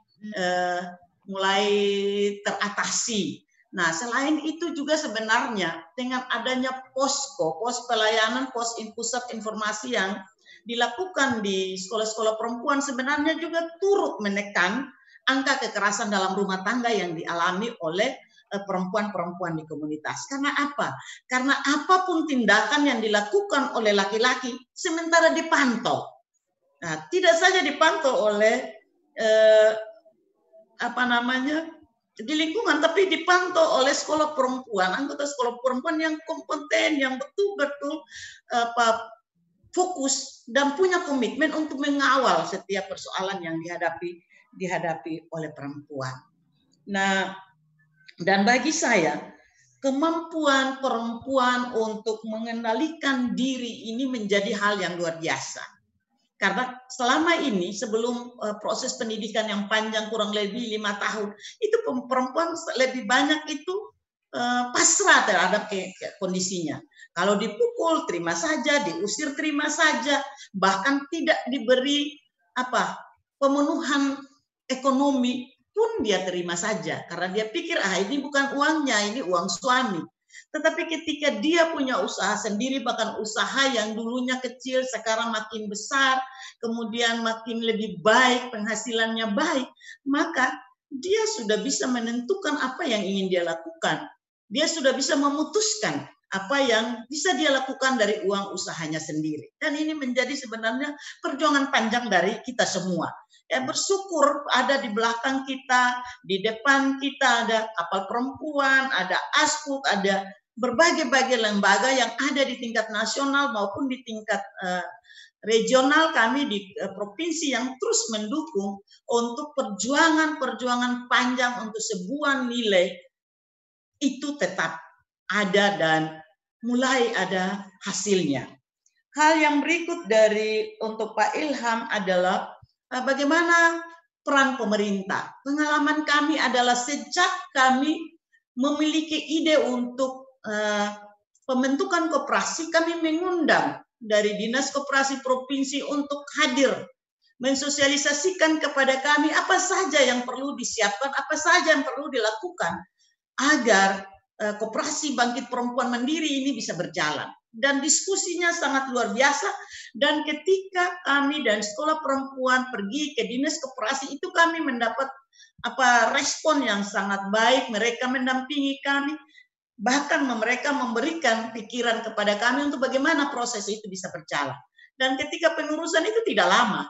teratasi. Nah, selain itu juga sebenarnya dengan adanya pos pelayanan, pusat informasi yang dilakukan di sekolah-sekolah perempuan sebenarnya juga turut menekan angka kekerasan dalam rumah tangga yang dialami oleh perempuan-perempuan di komunitas. Karena apa? Karena apapun tindakan yang dilakukan oleh laki-laki sementara dipantau. Nah, tidak saja dipantau oleh di lingkungan, tapi dipantau oleh sekolah perempuan, anggota sekolah perempuan yang kompeten, yang betul-betul fokus dan punya komitmen untuk mengawal setiap persoalan yang dihadapi oleh perempuan. Nah, dan bagi saya kemampuan perempuan untuk mengendalikan diri ini menjadi hal yang luar biasa. Karena selama ini sebelum proses pendidikan yang panjang kurang lebih 5 tahun, itu perempuan lebih banyak itu pasrah terhadap kondisinya. Kalau dipukul terima saja, diusir terima saja, bahkan tidak diberi pemenuhan ekonomi pun dia terima saja karena dia pikir ini bukan uangnya, ini uang suami. Tetapi ketika dia punya usaha sendiri, bahkan usaha yang dulunya kecil sekarang makin besar, kemudian makin lebih baik, penghasilannya baik, maka dia sudah bisa menentukan apa yang ingin dia lakukan. Dia sudah bisa memutuskan apa yang bisa dia lakukan dari uang usahanya sendiri. Dan ini menjadi sebenarnya perjuangan panjang dari kita semua. Ya, bersyukur ada di belakang kita, di depan kita ada kapal perempuan, ada ASPUK, ada berbagai-bagai lembaga yang ada di tingkat nasional maupun di tingkat regional, kami di provinsi yang terus mendukung untuk perjuangan panjang untuk sebuah nilai itu tetap ada dan mulai ada hasilnya. Hal yang berikut untuk Pak Ilham adalah bagaimana peran pemerintah. Pengalaman kami adalah sejak kami memiliki ide untuk pembentukan koperasi, kami mengundang dari Dinas Koperasi Provinsi untuk hadir, mensosialisasikan kepada kami apa saja yang perlu disiapkan, apa saja yang perlu dilakukan agar koperasi bangkit perempuan mandiri ini bisa berjalan. Dan diskusinya sangat luar biasa, dan ketika kami dan sekolah perempuan pergi ke Dinas Koperasi itu kami mendapat respon yang sangat baik. Mereka mendampingi kami, bahkan mereka memberikan pikiran kepada kami untuk bagaimana proses itu bisa berjalan. Dan ketika pengurusan itu tidak lama,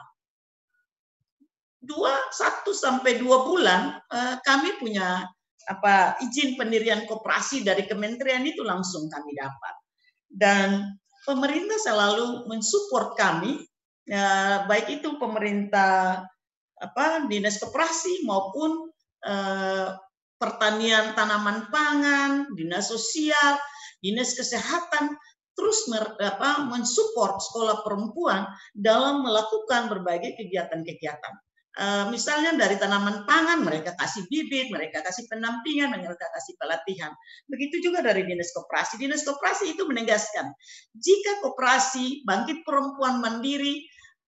1 sampai 2 bulan kami punya izin pendirian koperasi dari kementerian itu langsung kami dapat. Dan pemerintah selalu mensupport kami, baik itu pemerintah Dinas Koperasi maupun pertanian tanaman pangan, Dinas Sosial, Dinas Kesehatan terus mensupport sekolah perempuan dalam melakukan berbagai kegiatan-kegiatan. Misalnya dari tanaman pangan mereka kasih bibit, mereka kasih pendampingan, mereka kasih pelatihan. Begitu juga dari Dinas Koperasi. Dinas Koperasi itu menegaskan jika koperasi bangkit perempuan mandiri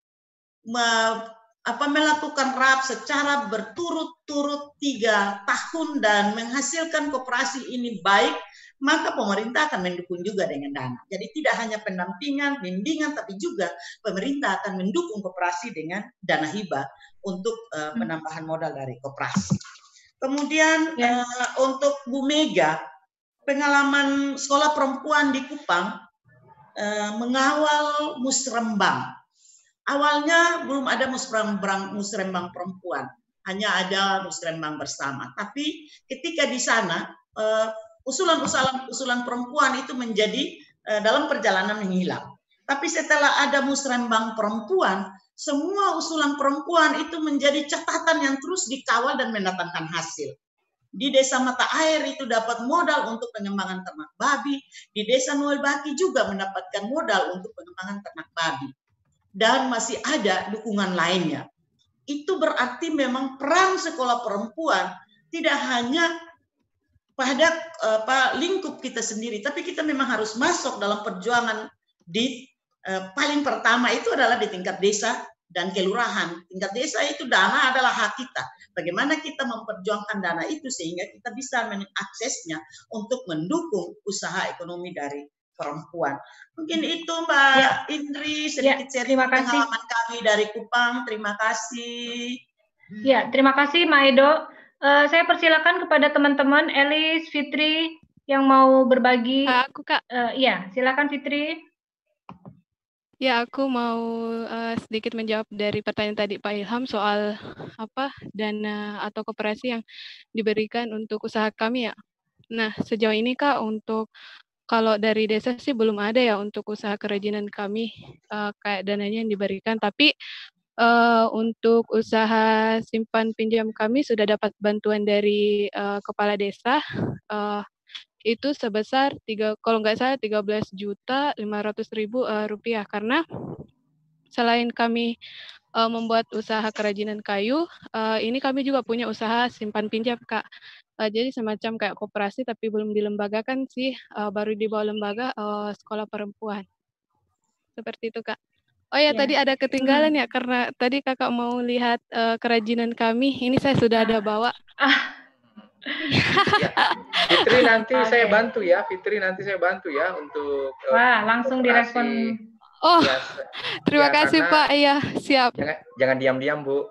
melakukan RAP secara berturut-turut 3 tahun dan menghasilkan koperasi ini baik, maka pemerintah akan mendukung juga dengan dana. Jadi tidak hanya pendampingan, bimbingan, tapi juga pemerintah akan mendukung koperasi dengan dana hibah untuk penambahan modal dari koperasi. Kemudian untuk Bu Mega, pengalaman sekolah perempuan di Kupang mengawal musrembang. Awalnya belum ada musrembang perempuan, hanya ada musrembang bersama. Tapi ketika di sana usulan perempuan itu menjadi dalam perjalanan menghilang. Tapi setelah ada musrembang perempuan, semua usulan perempuan itu menjadi catatan yang terus dikawal dan mendatangkan hasil. Di Desa Mata Air itu dapat modal untuk pengembangan ternak babi. Di Desa Noel Baki juga mendapatkan modal untuk pengembangan ternak babi. Dan masih ada dukungan lainnya. Itu berarti memang peran sekolah perempuan tidak hanya pada lingkup kita sendiri, tapi kita memang harus masuk dalam perjuangan di paling pertama itu adalah di tingkat desa dan kelurahan. Tingkat desa itu dana adalah hak kita. Bagaimana kita memperjuangkan dana itu sehingga kita bisa mengaksesnya untuk mendukung usaha ekonomi dari perempuan. Mungkin itu Mbak Indri sedikit sharing pengalaman kami dari Kupang. Terima kasih. Ya, terima kasih Maedo. Saya persilakan kepada teman-teman Elis, Fitri yang mau berbagi. Aku Kak. Ya, silakan Fitri. Ya, aku mau sedikit menjawab dari pertanyaan tadi Pak Ilham soal dana atau koperasi yang diberikan untuk usaha kami ya. Nah, sejauh ini Kak, untuk kalau dari desa sih belum ada ya untuk usaha kerajinan kami kayak dananya yang diberikan. Tapi untuk usaha simpan pinjam kami sudah dapat bantuan dari kepala desa. Itu sebesar kalau nggak salah 13.500.000 rupiah, karena selain kami membuat usaha kerajinan kayu, ini kami juga punya usaha simpan pinjam Kak. Jadi semacam kayak koperasi tapi belum dilembagakan sih, baru di bawah lembaga sekolah perempuan. Seperti itu Kak. Oh ya, tadi ada ketinggalan ya, karena tadi Kakak mau lihat kerajinan kami, ini saya sudah ada bawa. Fitri nanti saya bantu ya, untuk langsung direspon. Oh, terima kasih Pak. Iya, siap. Jangan diam-diam Bu.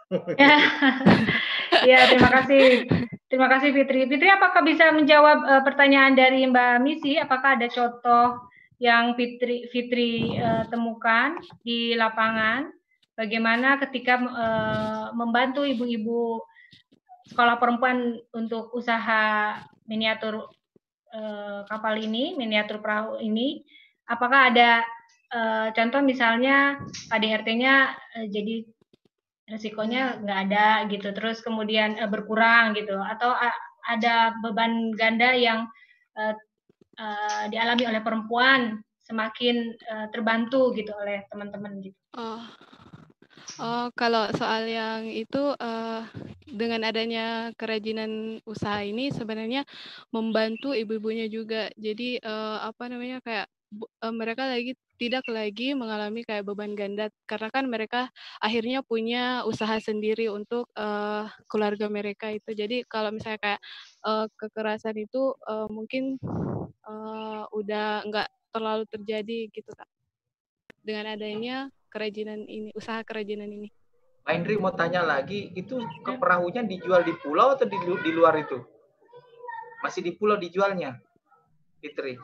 Ya, terima kasih Fitri. Fitri, apakah bisa menjawab pertanyaan dari Mbak Misi? Apakah ada contoh yang Fitri temukan di lapangan? Bagaimana ketika membantu ibu-ibu sekolah perempuan untuk usaha miniatur kapal ini, miniatur perahu ini, apakah ada contoh misalnya KDRT-nya jadi resikonya nggak ada gitu, terus kemudian berkurang gitu, atau ada beban ganda yang dialami oleh perempuan semakin terbantu gitu oleh teman-teman gitu. Oh, kalau soal yang itu dengan adanya kerajinan usaha ini sebenarnya membantu ibu-ibunya juga. Jadi kayak mereka tidak lagi mengalami kayak beban ganda, karena kan mereka akhirnya punya usaha sendiri untuk keluarga mereka itu. Jadi kalau misalnya kayak kekerasan itu mungkin udah nggak terlalu terjadi gitu Kak, dengan adanya kerajinan ini, usaha kerajinan ini. Mbak Indri mau tanya lagi, itu ke perahunya dijual di pulau atau di luar itu? Masih di pulau dijualnya, Fitri?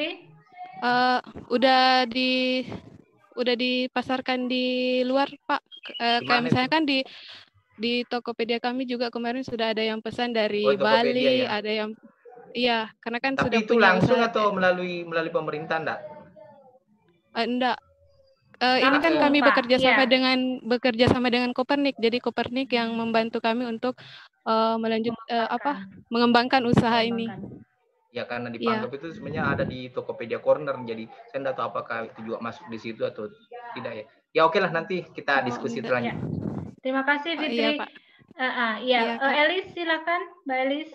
Udah dipasarkan di luar Pak. Kayak misalnya kan di Tokopedia kami juga kemarin sudah ada yang pesan dari Bali, ya? Ada yang karena kan tapi sudah itu punya langsung usaha. Atau melalui pemerintah enggak? Enggak. Ini kan kami bekerja sama dengan Kopernik. Jadi Kopernik yang membantu kami untuk mengembangkan usaha ini. Ya karena dipanggap itu sebenarnya ada di Tokopedia Corner, jadi saya enggak tahu apakah itu juga masuk di situ atau tidak ya. Ya oke lah, nanti kita diskusi selanjutnya. Terima kasih Fitri. Iya, Pak. Elis silakan, Mbak Elis.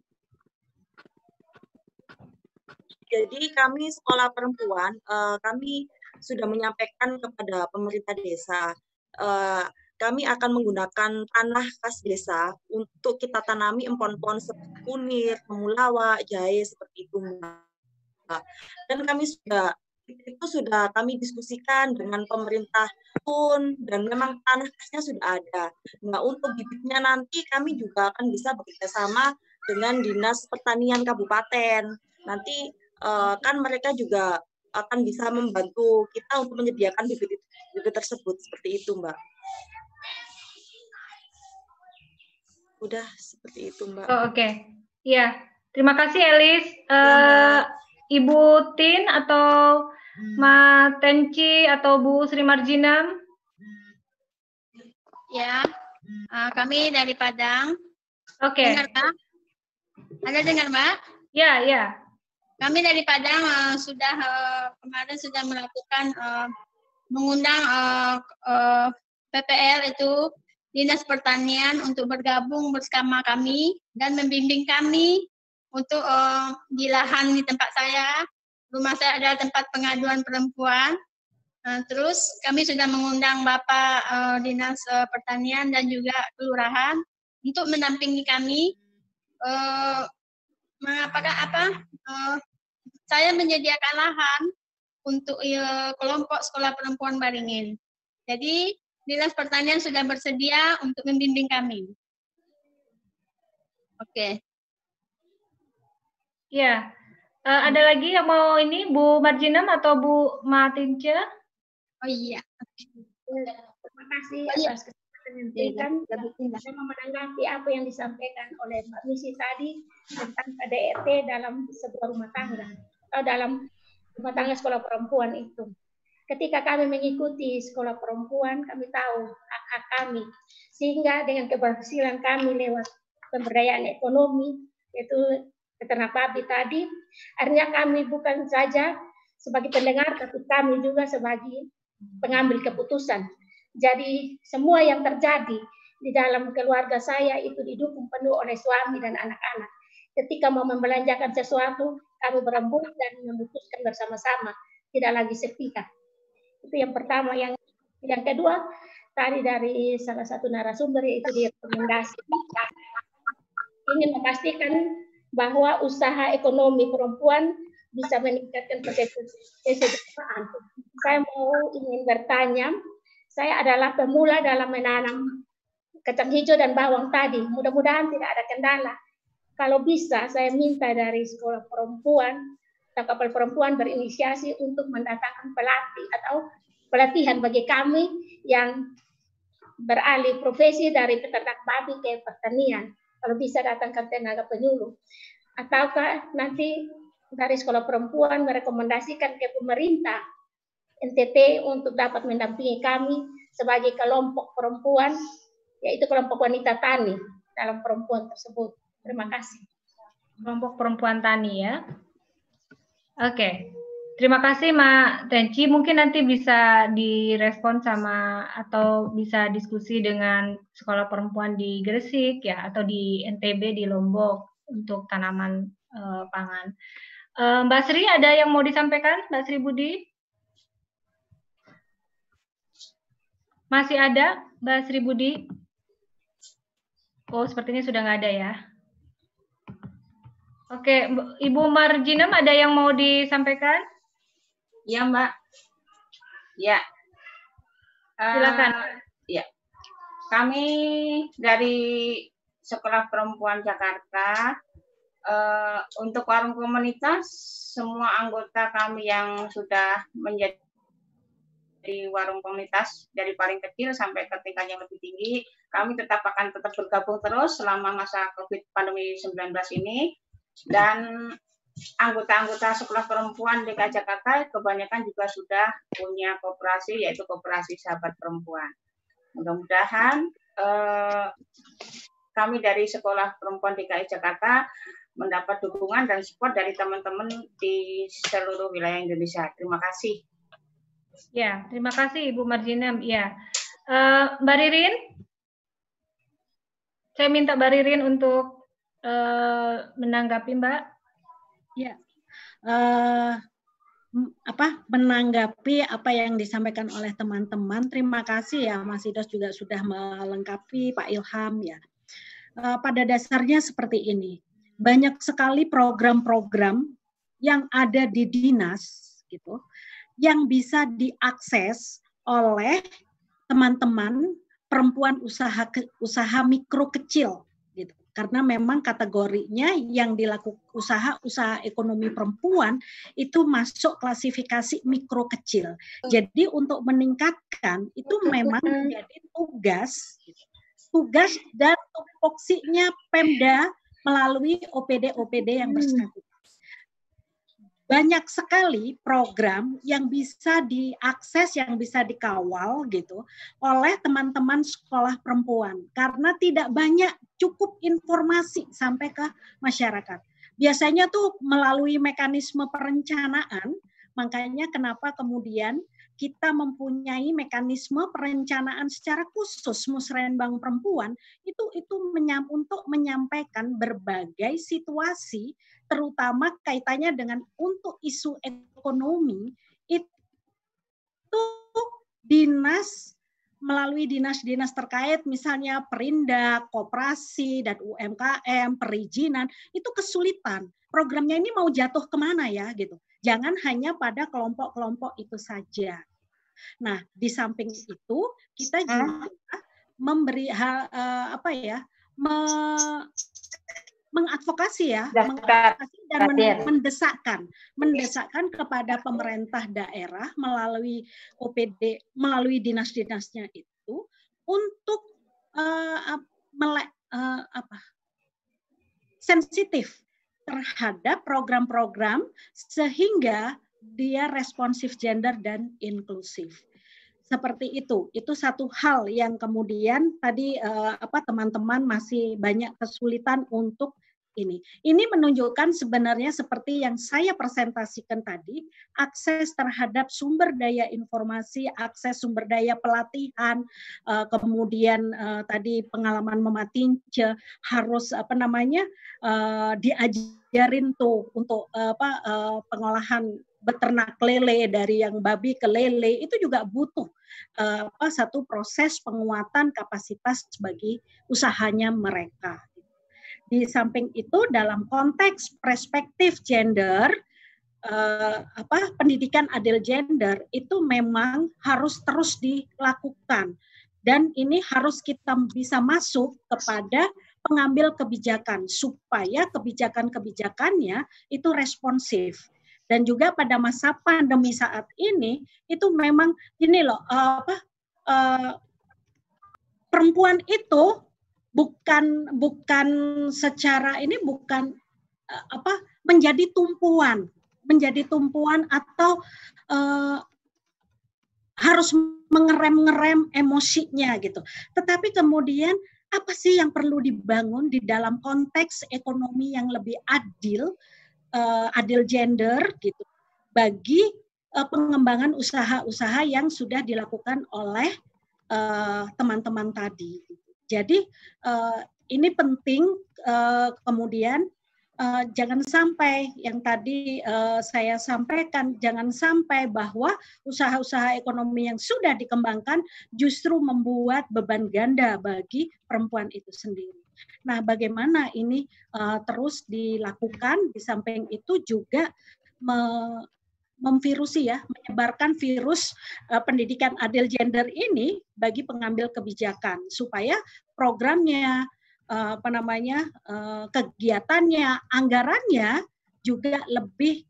Jadi kami sekolah perempuan, kami sudah menyampaikan kepada pemerintah desa, kami akan menggunakan tanah kas desa untuk kita tanami empon-empon seperti kunir, temulawak, jahe seperti itu. Dan kami sudah kami diskusikan dengan pemerintah pun, dan memang tanah kasnya sudah ada. Nah, untuk bibitnya nanti kami juga akan bisa bekerjasama dengan Dinas Pertanian Kabupaten. Nanti kan mereka juga akan bisa membantu kita untuk menyediakan bibit tersebut, seperti itu Mbak. Udah seperti itu Mbak. Oke. Iya, Terima kasih Elis. Ibu Tin atau Ma Tenci atau Bu Sri Marjinam? Ya, kami dari Padang. Oke. Dengar, Mbak? Ada dengar, Mbak? Ya, ya. Kami dari Padang sudah kemarin sudah melakukan mengundang PPL itu Dinas Pertanian untuk bergabung bersama kami dan membimbing kami untuk di lahan di tempat saya. Rumah saya adalah tempat pengaduan perempuan. Terus kami sudah mengundang Bapak Dinas Pertanian dan juga Kelurahan untuk mendampingi kami. Saya menyediakan lahan untuk kelompok sekolah perempuan Baringin. Jadi Dinas Pertanian sudah bersedia untuk membimbing kami. Oke. Ya, ada lagi yang mau ini Bu Marjinam atau Bu Matince? Oh iya. Terima kasih atas kesempatan yang diberikan. Saya menanggapi apa yang disampaikan oleh Mbak Misi tadi tentang KDRT dalam sebuah rumah tangga atau dalam rumah tangga sekolah perempuan itu. Ketika kami mengikuti sekolah perempuan, kami tahu hak-hak kami. Sehingga dengan keberhasilan kami lewat pemberdayaan ekonomi, yaitu peternak babi tadi, akhirnya kami bukan saja sebagai pendengar, tapi kami juga sebagai pengambil keputusan. Jadi semua yang terjadi di dalam keluarga saya itu didukung penuh oleh suami dan anak-anak. Ketika mau membelanjakan sesuatu, kami berembuk dan memutuskan bersama-sama, tidak lagi sepihak. Itu yang pertama. Yang kedua, tadi dari salah satu narasumber yaitu direkomendasi ingin memastikan bahwa usaha ekonomi perempuan bisa meningkatkan kesejahteraan. Saya ingin bertanya, saya adalah pemula dalam menanam kacang hijau dan bawang tadi. Mudah-mudahan tidak ada kendala. Kalau bisa, saya minta dari sekolah perempuan atau kapal perempuan berinisiasi untuk mendatangkan pelatih atau pelatihan bagi kami yang beralih profesi dari peternak babi ke pertanian. Kalau bisa datangkan tenaga penyuluh. Ataukah nanti dari sekolah perempuan merekomendasikan ke pemerintah NTT untuk dapat mendampingi kami sebagai kelompok perempuan, yaitu kelompok wanita tani dalam perempuan tersebut. Terima kasih. Kelompok perempuan tani ya. Oke. Terima kasih Mak Tenci. Mungkin nanti bisa direspon sama atau bisa diskusi dengan sekolah perempuan di Gresik ya atau di NTB di Lombok untuk tanaman pangan. Mbak Sri ada yang mau disampaikan? Mbak Sri Budi? Masih ada Mbak Sri Budi? Oh, sepertinya sudah nggak ada ya. Oke, Ibu Marjinam ada yang mau disampaikan? Ya, Mbak. Ya. Silakan. Ya. Kami dari Sekolah Perempuan Jakarta, untuk warung komunitas, semua anggota kami yang sudah menjadi warung komunitas dari paling kecil sampai ke tingkat yang lebih tinggi, kami akan tetap bergabung terus selama masa COVID pandemi 19 ini. Dan anggota-anggota sekolah perempuan DKI Jakarta kebanyakan juga sudah punya koperasi, yaitu Koperasi Sahabat Perempuan. Mudah-mudahan kami dari Sekolah Perempuan DKI Jakarta mendapat dukungan dan support dari teman-teman di seluruh wilayah Indonesia. Terima kasih. Ya, terima kasih Ibu Marjinam. Ya, Mbak Ririn, saya minta Mbak Ririn untuk menanggapi Mbak. Ya, menanggapi apa yang disampaikan oleh teman-teman. Terima kasih ya, Mas Idos juga sudah melengkapi, Pak Ilham ya. Pada dasarnya seperti ini, banyak sekali program-program yang ada di dinas gitu, yang bisa diakses oleh teman-teman perempuan usaha mikro kecil. Karena memang kategorinya yang dilakukan usaha ekonomi perempuan itu masuk klasifikasi mikro kecil. Jadi untuk meningkatkan itu memang menjadi tugas dan tupoksinya Pemda melalui OPD-OPD yang bersangkutan. Banyak sekali program yang bisa diakses, yang bisa dikawal gitu oleh teman-teman sekolah perempuan karena tidak banyak cukup informasi sampai ke masyarakat. Biasanya tuh melalui mekanisme perencanaan, makanya kenapa kemudian kita mempunyai mekanisme perencanaan secara khusus Musrenbang Perempuan itu untuk menyampaikan berbagai situasi terutama kaitannya dengan untuk isu ekonomi itu melalui dinas-dinas terkait misalnya Perindak, Koperasi dan UMKM, perizinan itu kesulitan. Programnya ini mau jatuh kemana ya gitu. Jangan hanya pada kelompok-kelompok itu saja. Nah, di samping itu kita juga memberi mengadvokasi ya, mengadvokasi dan mendesakkan kepada pemerintah daerah melalui OPD, melalui dinas-dinasnya itu untuk sensitif terhadap program-program sehingga dia responsif gender dan inklusif. Seperti itu satu hal yang kemudian tadi teman-teman masih banyak kesulitan untuk ini. Ini menunjukkan sebenarnya seperti yang saya presentasikan tadi, akses terhadap sumber daya informasi, akses sumber daya pelatihan, kemudian tadi pengalaman mematince harus diajarin tuh untuk pengolahan beternak lele dari yang babi ke lele itu juga butuh satu proses penguatan kapasitas bagi usahanya mereka. Di samping itu dalam konteks perspektif gender, pendidikan adil gender itu memang harus terus dilakukan dan ini harus kita bisa masuk kepada pengambil kebijakan supaya kebijakan-kebijakannya itu responsif. Dan juga pada masa pandemi saat ini itu memang gini loh, perempuan itu bukan secara ini bukan menjadi tumpuan atau harus mengerem emosinya gitu. Tetapi kemudian apa sih yang perlu dibangun di dalam konteks ekonomi yang lebih adil gender gitu bagi pengembangan usaha-usaha yang sudah dilakukan oleh teman-teman tadi. Jadi ini penting kemudian jangan sampai yang tadi saya sampaikan, jangan sampai bahwa usaha-usaha ekonomi yang sudah dikembangkan justru membuat beban ganda bagi perempuan itu sendiri. Nah, bagaimana ini terus dilakukan, di samping itu juga menyebarkan virus pendidikan adil gender ini bagi pengambil kebijakan supaya programnya kegiatannya, anggarannya juga lebih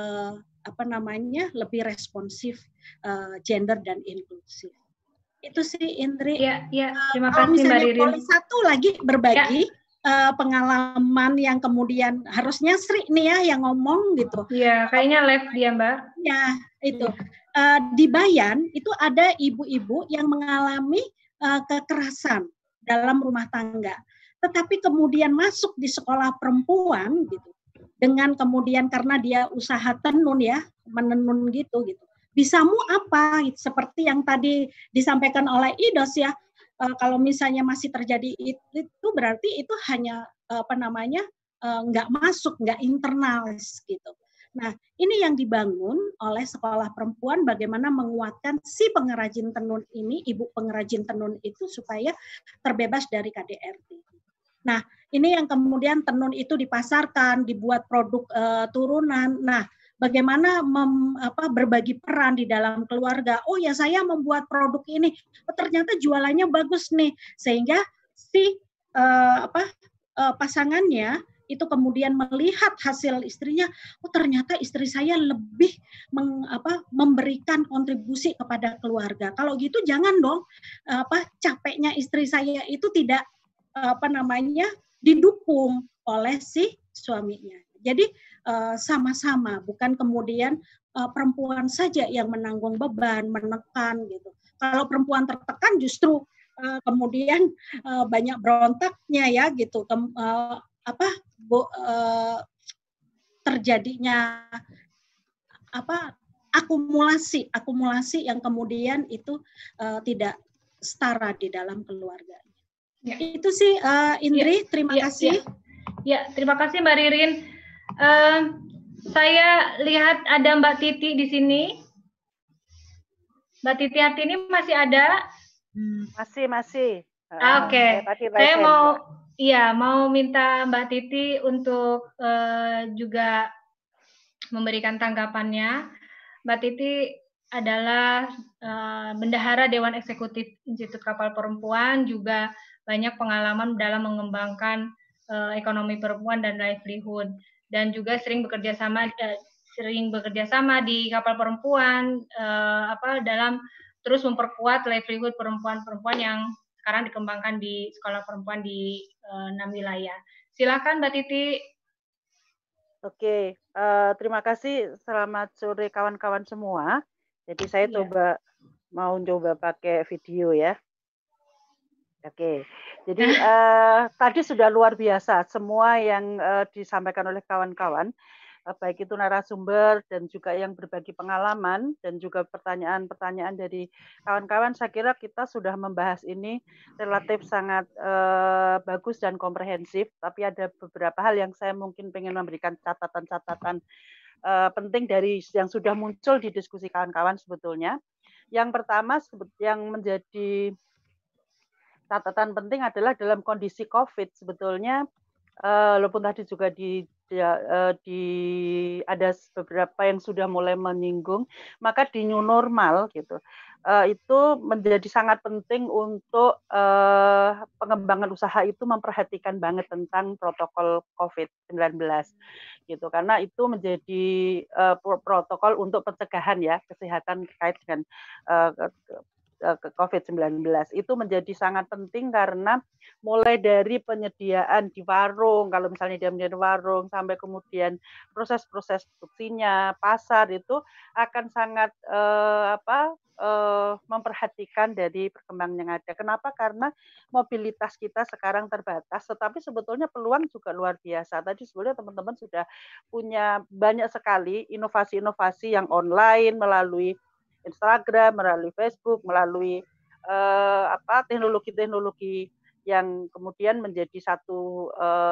lebih responsif gender dan inklusif. Itu sih Indri. Ya, terima kasih Mbak Ririn. Boleh satu lagi berbagi pengalaman yang kemudian harusnya Sri nih ya yang ngomong gitu. Iya, kayaknya live dia Mbak. Ya, itu. Di Bayan itu ada ibu-ibu yang mengalami kekerasan dalam rumah tangga. Tetapi kemudian masuk di sekolah perempuan gitu. Dengan kemudian karena dia usaha tenun ya, menenun gitu. Bisamu apa? Seperti yang tadi disampaikan oleh Idos ya. Kalau misalnya masih terjadi itu berarti itu hanya nggak masuk, nggak internalis gitu. Nah, ini yang dibangun oleh sekolah perempuan bagaimana menguatkan si pengrajin tenun ini, ibu pengrajin tenun itu supaya terbebas dari KDRT. Nah, ini yang kemudian tenun itu dipasarkan, dibuat produk turunan. Nah, bagaimana berbagi peran di dalam keluarga. Oh ya, saya membuat produk ini, ternyata jualannya bagus nih, sehingga si pasangannya itu kemudian melihat hasil istrinya, oh ternyata istri saya lebih memberikan kontribusi kepada keluarga. Kalau gitu jangan dong capeknya istri saya itu tidak didukung oleh si suaminya. Jadi sama-sama, bukan kemudian perempuan saja yang menanggung beban, menekan gitu. Kalau perempuan tertekan justru kemudian banyak berontaknya ya gitu. Terjadinya akumulasi yang kemudian itu tidak setara di dalam keluarga. Ya. Itu sih Indri, terima kasih. Ya, terima kasih Mbak Ririn. Saya lihat ada Mbak Titi di sini. Mbak Titi Hartini masih ada? Masih. Oke. Saya mau minta Mbak Titi untuk juga memberikan tanggapannya. Mbak Titi adalah bendahara Dewan Eksekutif Institut Kapal Perempuan, juga banyak pengalaman dalam mengembangkan ekonomi perempuan dan livelihood, dan juga sering bekerja sama di kapal perempuan dalam terus memperkuat livelihood perempuan-perempuan yang sekarang dikembangkan di sekolah perempuan di 6 wilayah. Silakan Mbak Titi. Oke, terima kasih. Selamat sore kawan-kawan semua. Jadi saya mau coba pakai video ya. Oke, jadi tadi sudah luar biasa semua yang disampaikan oleh kawan-kawan, baik itu narasumber dan juga yang berbagi pengalaman dan juga pertanyaan-pertanyaan dari kawan-kawan. Saya kira kita sudah membahas ini relatif sangat bagus dan komprehensif, tapi ada beberapa hal yang saya mungkin pengen memberikan catatan-catatan penting dari yang sudah muncul di diskusi kawan-kawan sebetulnya. Yang pertama yang menjadi catatan penting adalah dalam kondisi COVID sebetulnya, walaupun tadi juga ada beberapa yang sudah mulai menyinggung, maka di new normal gitu, itu menjadi sangat penting untuk pengembangan usaha itu memperhatikan banget tentang protokol COVID-19 gitu, karena itu menjadi protokol untuk pencegahan ya kesehatan terkait dengan COVID-19 itu menjadi sangat penting karena mulai dari penyediaan di warung, kalau misalnya dia menyediakan warung, sampai kemudian proses-proses produksinya, pasar itu akan sangat memperhatikan dari perkembangan yang ada. Kenapa? Karena mobilitas kita sekarang terbatas, tetapi sebetulnya peluang juga luar biasa. Tadi sebetulnya teman-teman sudah punya banyak sekali inovasi-inovasi yang online melalui Instagram, melalui Facebook, melalui teknologi-teknologi yang kemudian menjadi satu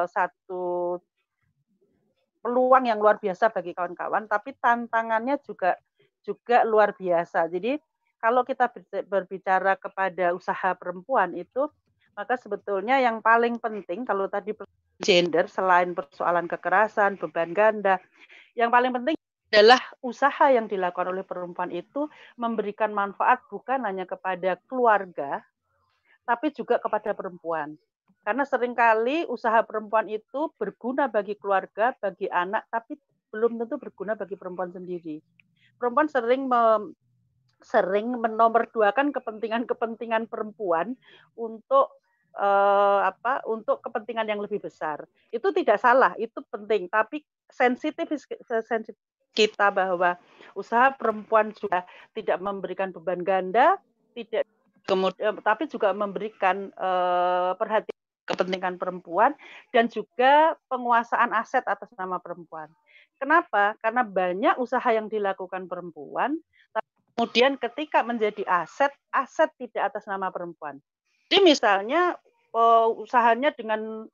peluang yang luar biasa bagi kawan-kawan, tapi tantangannya juga luar biasa. Jadi kalau kita berbicara kepada usaha perempuan itu, maka sebetulnya yang paling penting kalau tadi gender selain persoalan kekerasan, beban ganda, yang paling penting adalah usaha yang dilakukan oleh perempuan itu memberikan manfaat bukan hanya kepada keluarga, tapi juga kepada perempuan. Karena seringkali usaha perempuan itu berguna bagi keluarga, bagi anak, tapi belum tentu berguna bagi perempuan sendiri. Perempuan sering menomorduakan kepentingan-kepentingan perempuan untuk untuk kepentingan yang lebih besar. Itu tidak salah, itu penting, tapi sensitif kita bahwa usaha perempuan juga tidak memberikan beban ganda, tapi juga memberikan perhatian kepentingan perempuan dan juga penguasaan aset atas nama perempuan. Kenapa? Karena banyak usaha yang dilakukan perempuan, tapi kemudian ketika menjadi aset tidak atas nama perempuan. Jadi misalnya usahanya dengan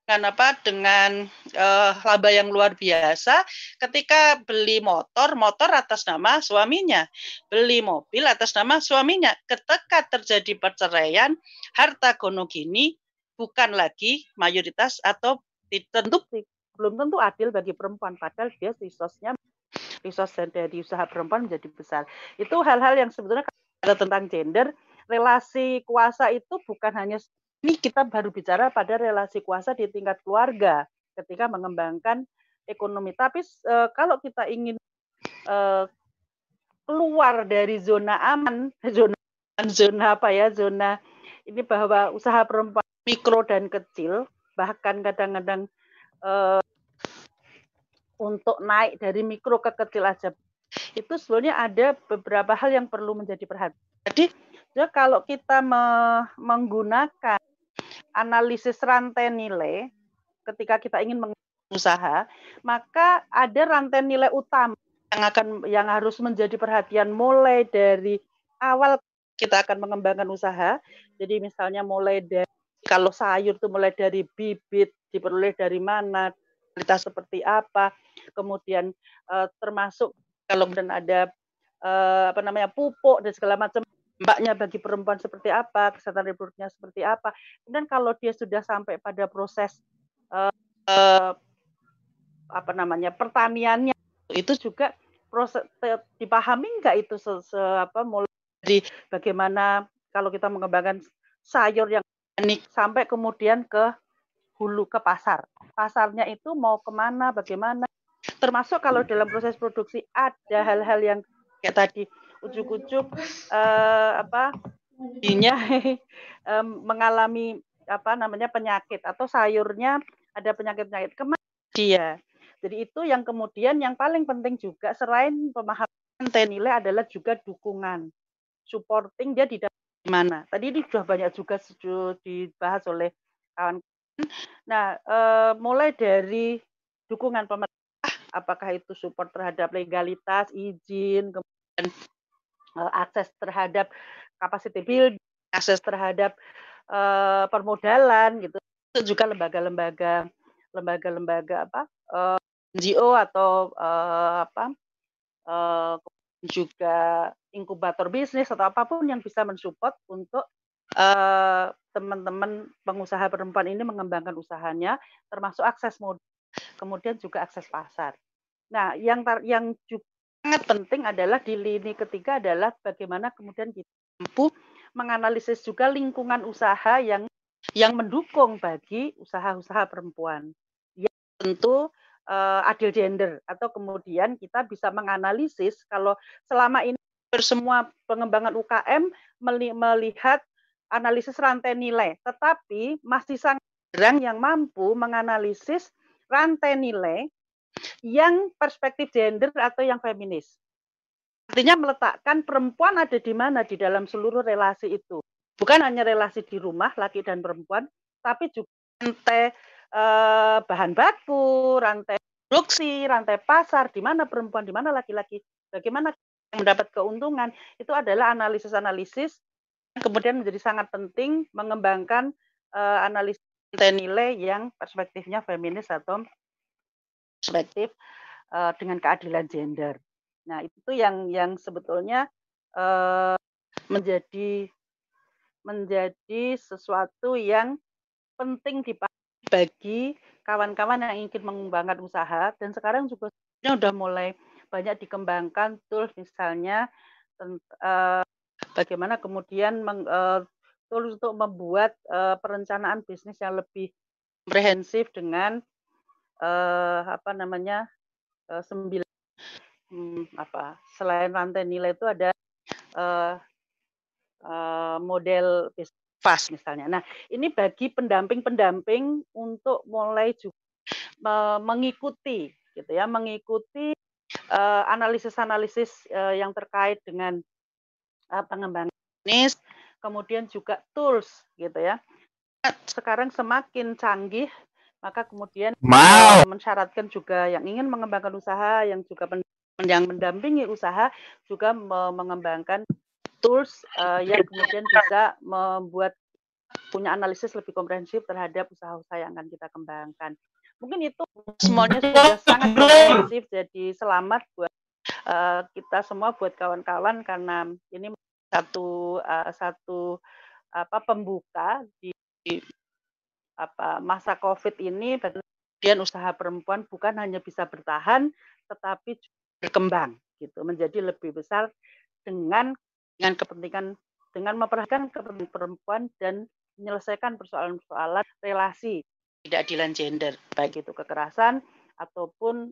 laba yang luar biasa, ketika beli motor atas nama suaminya, beli mobil atas nama suaminya. Ketika terjadi perceraian, harta gonogini bukan lagi mayoritas atau belum tentu adil bagi perempuan, padahal dia resource dari usaha perempuan menjadi besar. Itu hal-hal yang sebetulnya ada tentang gender, relasi kuasa itu bukan hanya ini kita baru bicara pada relasi kuasa di tingkat keluarga ketika mengembangkan ekonomi. Tapi kalau kita ingin keluar dari zona aman, zona ini bahwa usaha perempuan mikro dan kecil, bahkan kadang-kadang untuk naik dari mikro ke kecil aja, itu sebenarnya ada beberapa hal yang perlu menjadi perhatian. Jadi ya kalau kita menggunakan analisis rantai nilai ketika kita ingin usaha, maka ada rantai nilai utama yang harus menjadi perhatian mulai dari awal kita akan mengembangkan usaha. Jadi misalnya mulai dari kalau sayur itu mulai dari bibit, diperoleh dari mana, kualitas seperti apa, kemudian termasuk kalau kemudian ada pupuk dan segala macam, dampaknya bagi perempuan seperti apa, kesehatan reproduktifnya seperti apa. Kemudian kalau dia sudah sampai pada proses pertaniannya, itu juga proses dipahami nggak itu mulai dari bagaimana kalau kita mengembangkan sayur yang organik sampai kemudian ke hulu ke pasar. Pasarnya itu mau kemana, bagaimana. Termasuk kalau dalam proses produksi ada hal-hal yang kayak tadi ujuk-ujuk mengalami penyakit atau sayurnya ada penyakit-penyakit kemana dia. Jadi itu yang kemudian yang paling penting juga selain pemahaman nilai adalah juga dukungan, supporting dia di mana. Tadi ini sudah banyak juga dibahas oleh kawan-kawan. Nah, mulai dari dukungan pemerintah, apakah itu support terhadap legalitas, izin, kemudian akses terhadap capacity building, akses terhadap permodalan gitu. Itu juga lembaga-lembaga NGO atau juga inkubator bisnis atau apapun yang bisa mensupport untuk teman-teman pengusaha perempuan ini mengembangkan usahanya, termasuk akses modal, kemudian juga akses pasar. Nah, yang juga sangat penting adalah di lini ketiga adalah bagaimana kemudian kita mampu menganalisis juga lingkungan usaha yang mendukung bagi usaha-usaha perempuan. Yang tentu adil gender, atau kemudian kita bisa menganalisis kalau selama ini semua pengembangan UKM melihat analisis rantai nilai, tetapi masih sangat jarang yang mampu menganalisis rantai nilai yang perspektif gender atau yang feminis. Artinya meletakkan perempuan ada di mana di dalam seluruh relasi itu. Bukan hanya relasi di rumah, laki dan perempuan, tapi juga rantai bahan baku, rantai produksi, rantai pasar, di mana perempuan, di mana laki-laki, bagaimana mendapat keuntungan, itu adalah analisis-analisis yang kemudian menjadi sangat penting mengembangkan analisis nilai yang perspektifnya feminis atau perspektif dengan keadilan gender. Nah, itu yang sebetulnya menjadi sesuatu yang penting dipahami bagi kawan-kawan yang ingin mengembangkan usaha, dan sekarang juga sudah mulai banyak dikembangkan tools misalnya bagaimana kemudian tools untuk membuat perencanaan bisnis yang lebih komprehensif dengan selain rantai nilai itu ada model bisnis fast misalnya. Nah, ini bagi pendamping-pendamping untuk mulai juga mengikuti gitu ya, mengikuti analisis-analisis yang terkait dengan pengembangan bisnis, kemudian juga tools gitu ya. Sekarang semakin canggih, maka kemudian mensyaratkan juga yang ingin mengembangkan usaha, yang juga yang mendampingi usaha juga mengembangkan tools yang kemudian bisa membuat punya analisis lebih komprehensif terhadap usaha-usaha yang akan kita kembangkan. Mungkin itu semuanya sudah sangat komprehensif, jadi selamat buat kita semua, buat kawan-kawan, karena ini satu pembuka di masa COVID ini. Kemudian usaha perempuan bukan hanya bisa bertahan, tetapi juga berkembang gitu, menjadi lebih besar dengan kepentingan, dengan memperhatikan kepentingan perempuan dan menyelesaikan persoalan-persoalan relasi ketidakadilan gender, baik itu kekerasan ataupun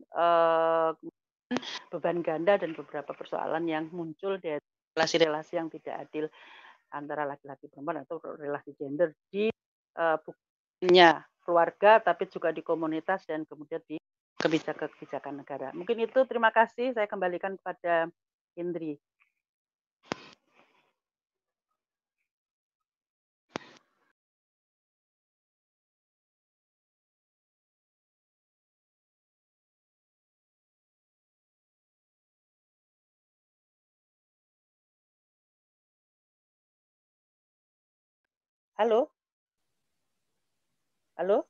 beban ganda dan beberapa persoalan yang muncul dari relasi-relasi yang tidak adil antara laki-laki perempuan atau relasi gender di bukunya keluarga, tapi juga di komunitas dan kemudian di kebijakan negara. Mungkin itu, terima kasih. Saya kembalikan kepada Indri. Halo? Halo?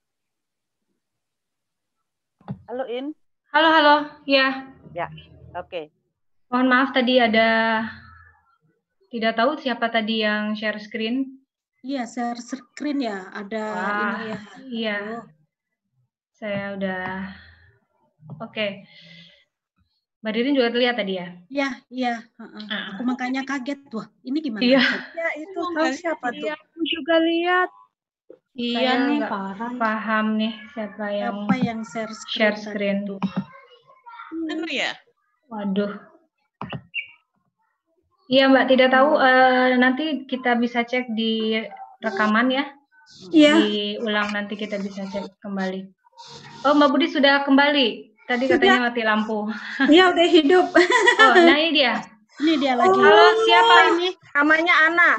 Halo, In? Halo, ya. Ya, oke. Mohon maaf tadi tidak tahu siapa tadi yang share screen. Iya, share screen ya, ada Wah, ini ya. iya. Saya udah, oke. Mbak Ririn juga terlihat tadi ya? Iya. Aku makanya kaget, wah ini gimana? Iya. Ya, itu tahu siapa tuh? Iya, aku juga lihat. Iya Saya nih, nggak parah. paham nih siapa yang share screen tuh. Anu ya? Waduh. Iya Mbak, tidak tahu, nanti kita bisa cek di rekaman ya. Iya. Diulang nanti kita bisa cek kembali. Oh, Mbak Budi sudah kembali. Tadi katanya mati lampu. Iya, udah hidup. Oh, nah ini dia. Ini dia lagi. Halo, siapa ini? Namanya Ana.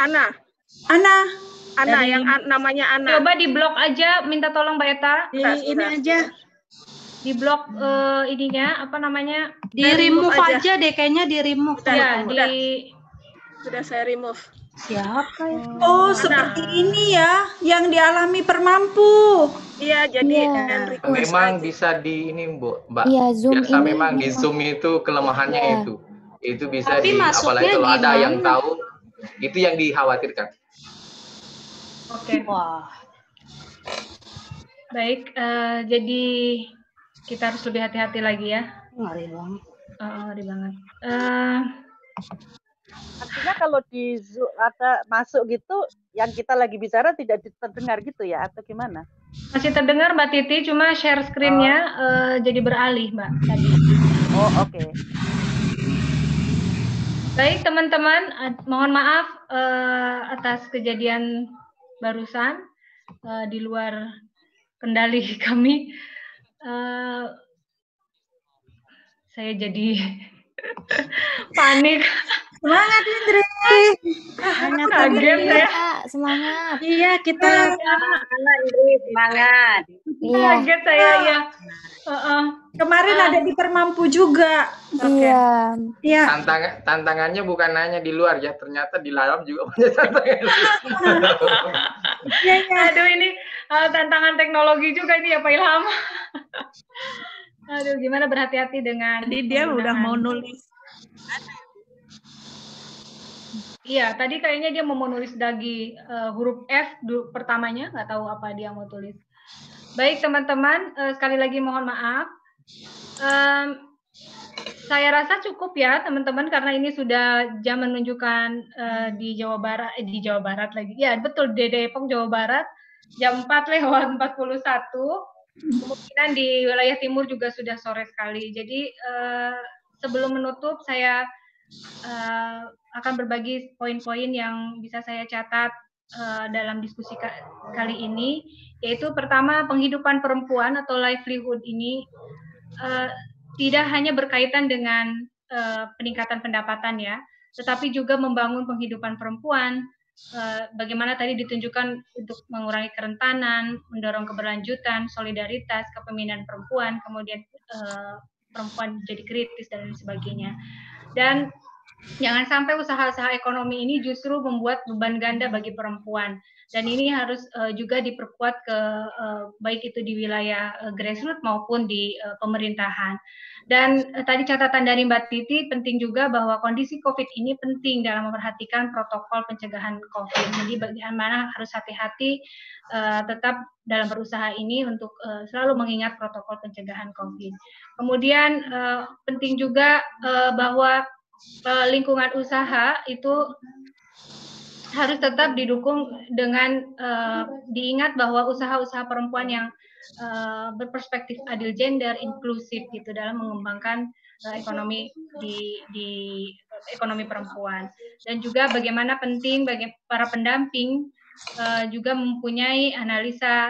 Ana yang namanya Ana. Coba di blok aja, minta tolong Mbak Eta. Ini aja. Di blok ininya, apa namanya? Di remove aja deh, kayaknya di remove. Ya, Sudah saya remove. Siapa ya? Oh, seperti ini ya, yang dialami permampu. Iya, jadi Enrico. Memang bisa di ini, Mbak. Iya, Zoom Biasa ini memang di Zoom itu kelemahannya Iya. itu bisa Tapi apalagi masuknya kalau ada gimana? yang tahu, itu yang dikhawatirkan. Oke. Wah. Baik, jadi kita harus lebih hati-hati lagi ya. Ngeri banget. Ngeri banget. Artinya kalau di Zoom ada masuk gitu, yang kita lagi bicara tidak terdengar gitu ya, atau gimana? Masih terdengar Mbak Titi, cuma share screen-nya jadi beralih Mbak tadi. Oh, oke. Baik teman-teman, mohon maaf atas kejadian barusan di luar kendali kami. Saya jadi panik. Semangat Indri. Kaget saya. Semangat. Iya, kita Indri, semangat. Kaget saya ya. Kemarin ada di permampu juga. Iya. Iya. Tantangannya bukan hanya di luar ya, ternyata di dalam juga banyak tantangan. Aduh, ini tantangan teknologi juga ini ya Pak Ilham. Aduh, gimana berhati-hati dengan. Jadi dia udah mau nulis. Iya, tadi kayaknya dia mau menulis lagi huruf F pertamanya, nggak tahu apa dia mau tulis. Baik teman-teman, sekali lagi mohon maaf. Saya rasa cukup ya teman-teman, karena ini sudah jam menunjukkan di Jawa Barat lagi. Ya betul, di Depok Jawa Barat jam 4:41. Kemungkinan di wilayah timur juga sudah sore sekali. Jadi sebelum menutup saya akan berbagi poin-poin yang bisa saya catat dalam diskusi kali ini, yaitu pertama, penghidupan perempuan atau livelihood ini tidak hanya berkaitan dengan peningkatan pendapatan ya, tetapi juga membangun penghidupan perempuan, bagaimana tadi ditunjukkan untuk mengurangi kerentanan, mendorong keberlanjutan, solidaritas, kepemimpinan perempuan, kemudian perempuan jadi kritis dan lain sebagainya. Dan jangan sampai usaha-usaha ekonomi ini justru membuat beban ganda bagi perempuan. Dan ini harus juga diperkuat baik itu di wilayah grassroots maupun di pemerintahan. Dan tadi catatan dari Mbak Titi, penting juga bahwa kondisi COVID ini penting dalam memperhatikan protokol pencegahan COVID. Jadi bagaimana harus hati-hati tetap dalam berusaha ini untuk selalu mengingat protokol pencegahan COVID. Kemudian penting juga bahwa lingkungan usaha itu harus tetap didukung dengan diingat bahwa usaha-usaha perempuan yang berperspektif adil gender, inklusif gitu dalam mengembangkan ekonomi di ekonomi perempuan. Dan juga bagaimana penting bagi para pendamping juga mempunyai analisa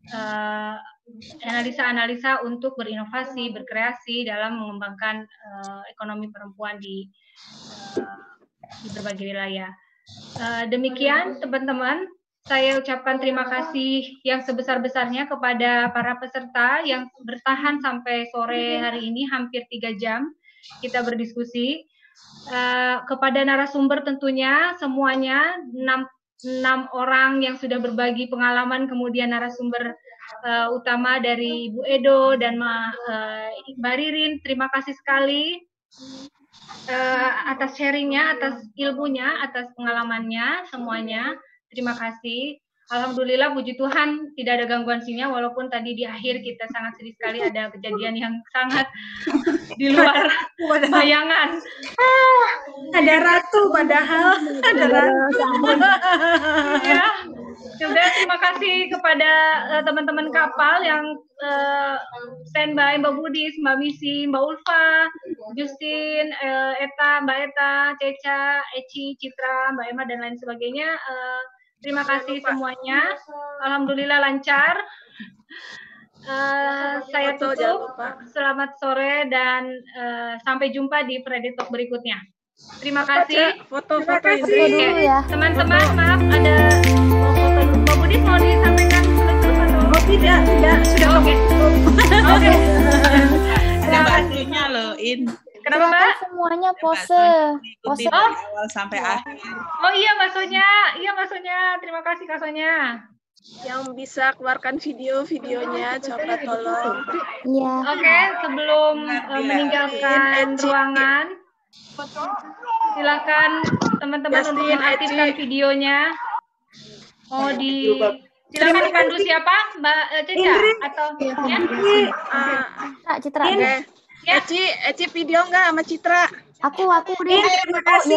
analisa-analisa untuk berinovasi, berkreasi dalam mengembangkan ekonomi perempuan di berbagai wilayah. Demikian teman-teman, saya ucapkan terima kasih yang sebesar-besarnya kepada para peserta yang bertahan sampai sore hari ini, hampir 3 jam kita berdiskusi. Kepada narasumber tentunya semuanya 6 orang yang sudah berbagi pengalaman, kemudian narasumber utama dari Ibu Edo dan Mbak Ririn, terima kasih sekali atas sharingnya, atas ilmunya, atas pengalamannya semuanya. Terima kasih. Alhamdulillah, puji Tuhan tidak ada gangguan sinyal, walaupun tadi di akhir kita sangat sedih sekali ada kejadian yang sangat di luar bayangan. Ada ratu padahal. Ada ratu. Ya. Juga terima kasih kepada teman-teman kapal yang standby, Mbak Budi, Mbak Misi, Mbak Ulfa, Justin, Mbak Eta, Ceca, Eci, Citra, Mbak Emma, dan lain sebagainya. Terima kasih semuanya. Alhamdulillah lancar. Saya tutup. Selamat sore dan sampai jumpa di Friday Talk berikutnya. Terima kasih. Foto-foto dulu ya. Teman-teman, maaf ada foto. Mbak Budi mau disampaikan terus atau? Oh tidak, sudah oke. Oke. Ada bantunya loh, In. Kenapa, Mbak? Semuanya pose. Pose dari awal sampai akhir. Oh iya, Mbak Sonya. Iya, Mbak Sonya. Terima kasih, Kak Sonya. Yang bisa keluarkan videonya, coba tolong. Iya. Oke, sebelum meninggalkan ruangan, silakan teman-teman untuk mengaktifkan videonya. Mau silakan dipandu siapa? Mbak Ceca atau ya? Citra. Eci video enggak sama Citra? Aku deh.